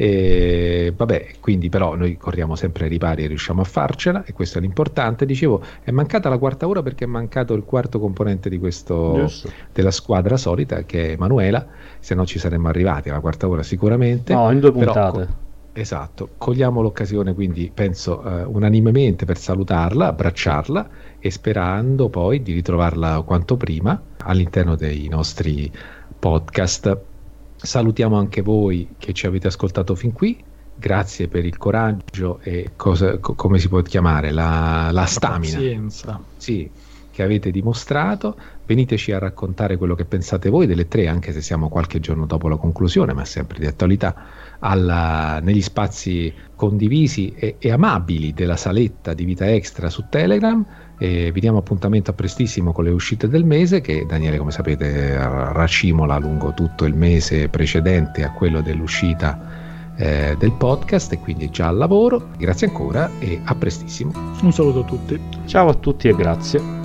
e vabbè, quindi però noi corriamo sempre ai ripari e riusciamo a farcela, e questo è l'importante. Dicevo, è mancata la quarta ora perché è mancato il quarto componente di questo Giusto. della squadra solita, che è Emanuela, se no ci saremmo arrivati alla quarta ora sicuramente. No, in due puntate. Però, esatto, cogliamo l'occasione quindi penso eh, unanimemente per salutarla, abbracciarla e sperando poi di ritrovarla quanto prima all'interno dei nostri podcast. Salutiamo anche voi che ci avete ascoltato fin qui, grazie per il coraggio e cosa, co- come si può chiamare, la, la, la stamina, pazienza. Sì, che avete dimostrato. Veniteci a raccontare quello che pensate voi delle tre, anche se siamo qualche giorno dopo la conclusione, ma sempre di attualità, alla, negli spazi condivisi e, e amabili della saletta di Vita Extra su Telegram. E vi diamo appuntamento a prestissimo con le uscite del mese, che Daniele, come sapete, racimola lungo tutto il mese precedente a quello dell'uscita eh, del podcast, e quindi è già al lavoro. Grazie ancora e a prestissimo. Un saluto a tutti. Ciao a tutti e grazie.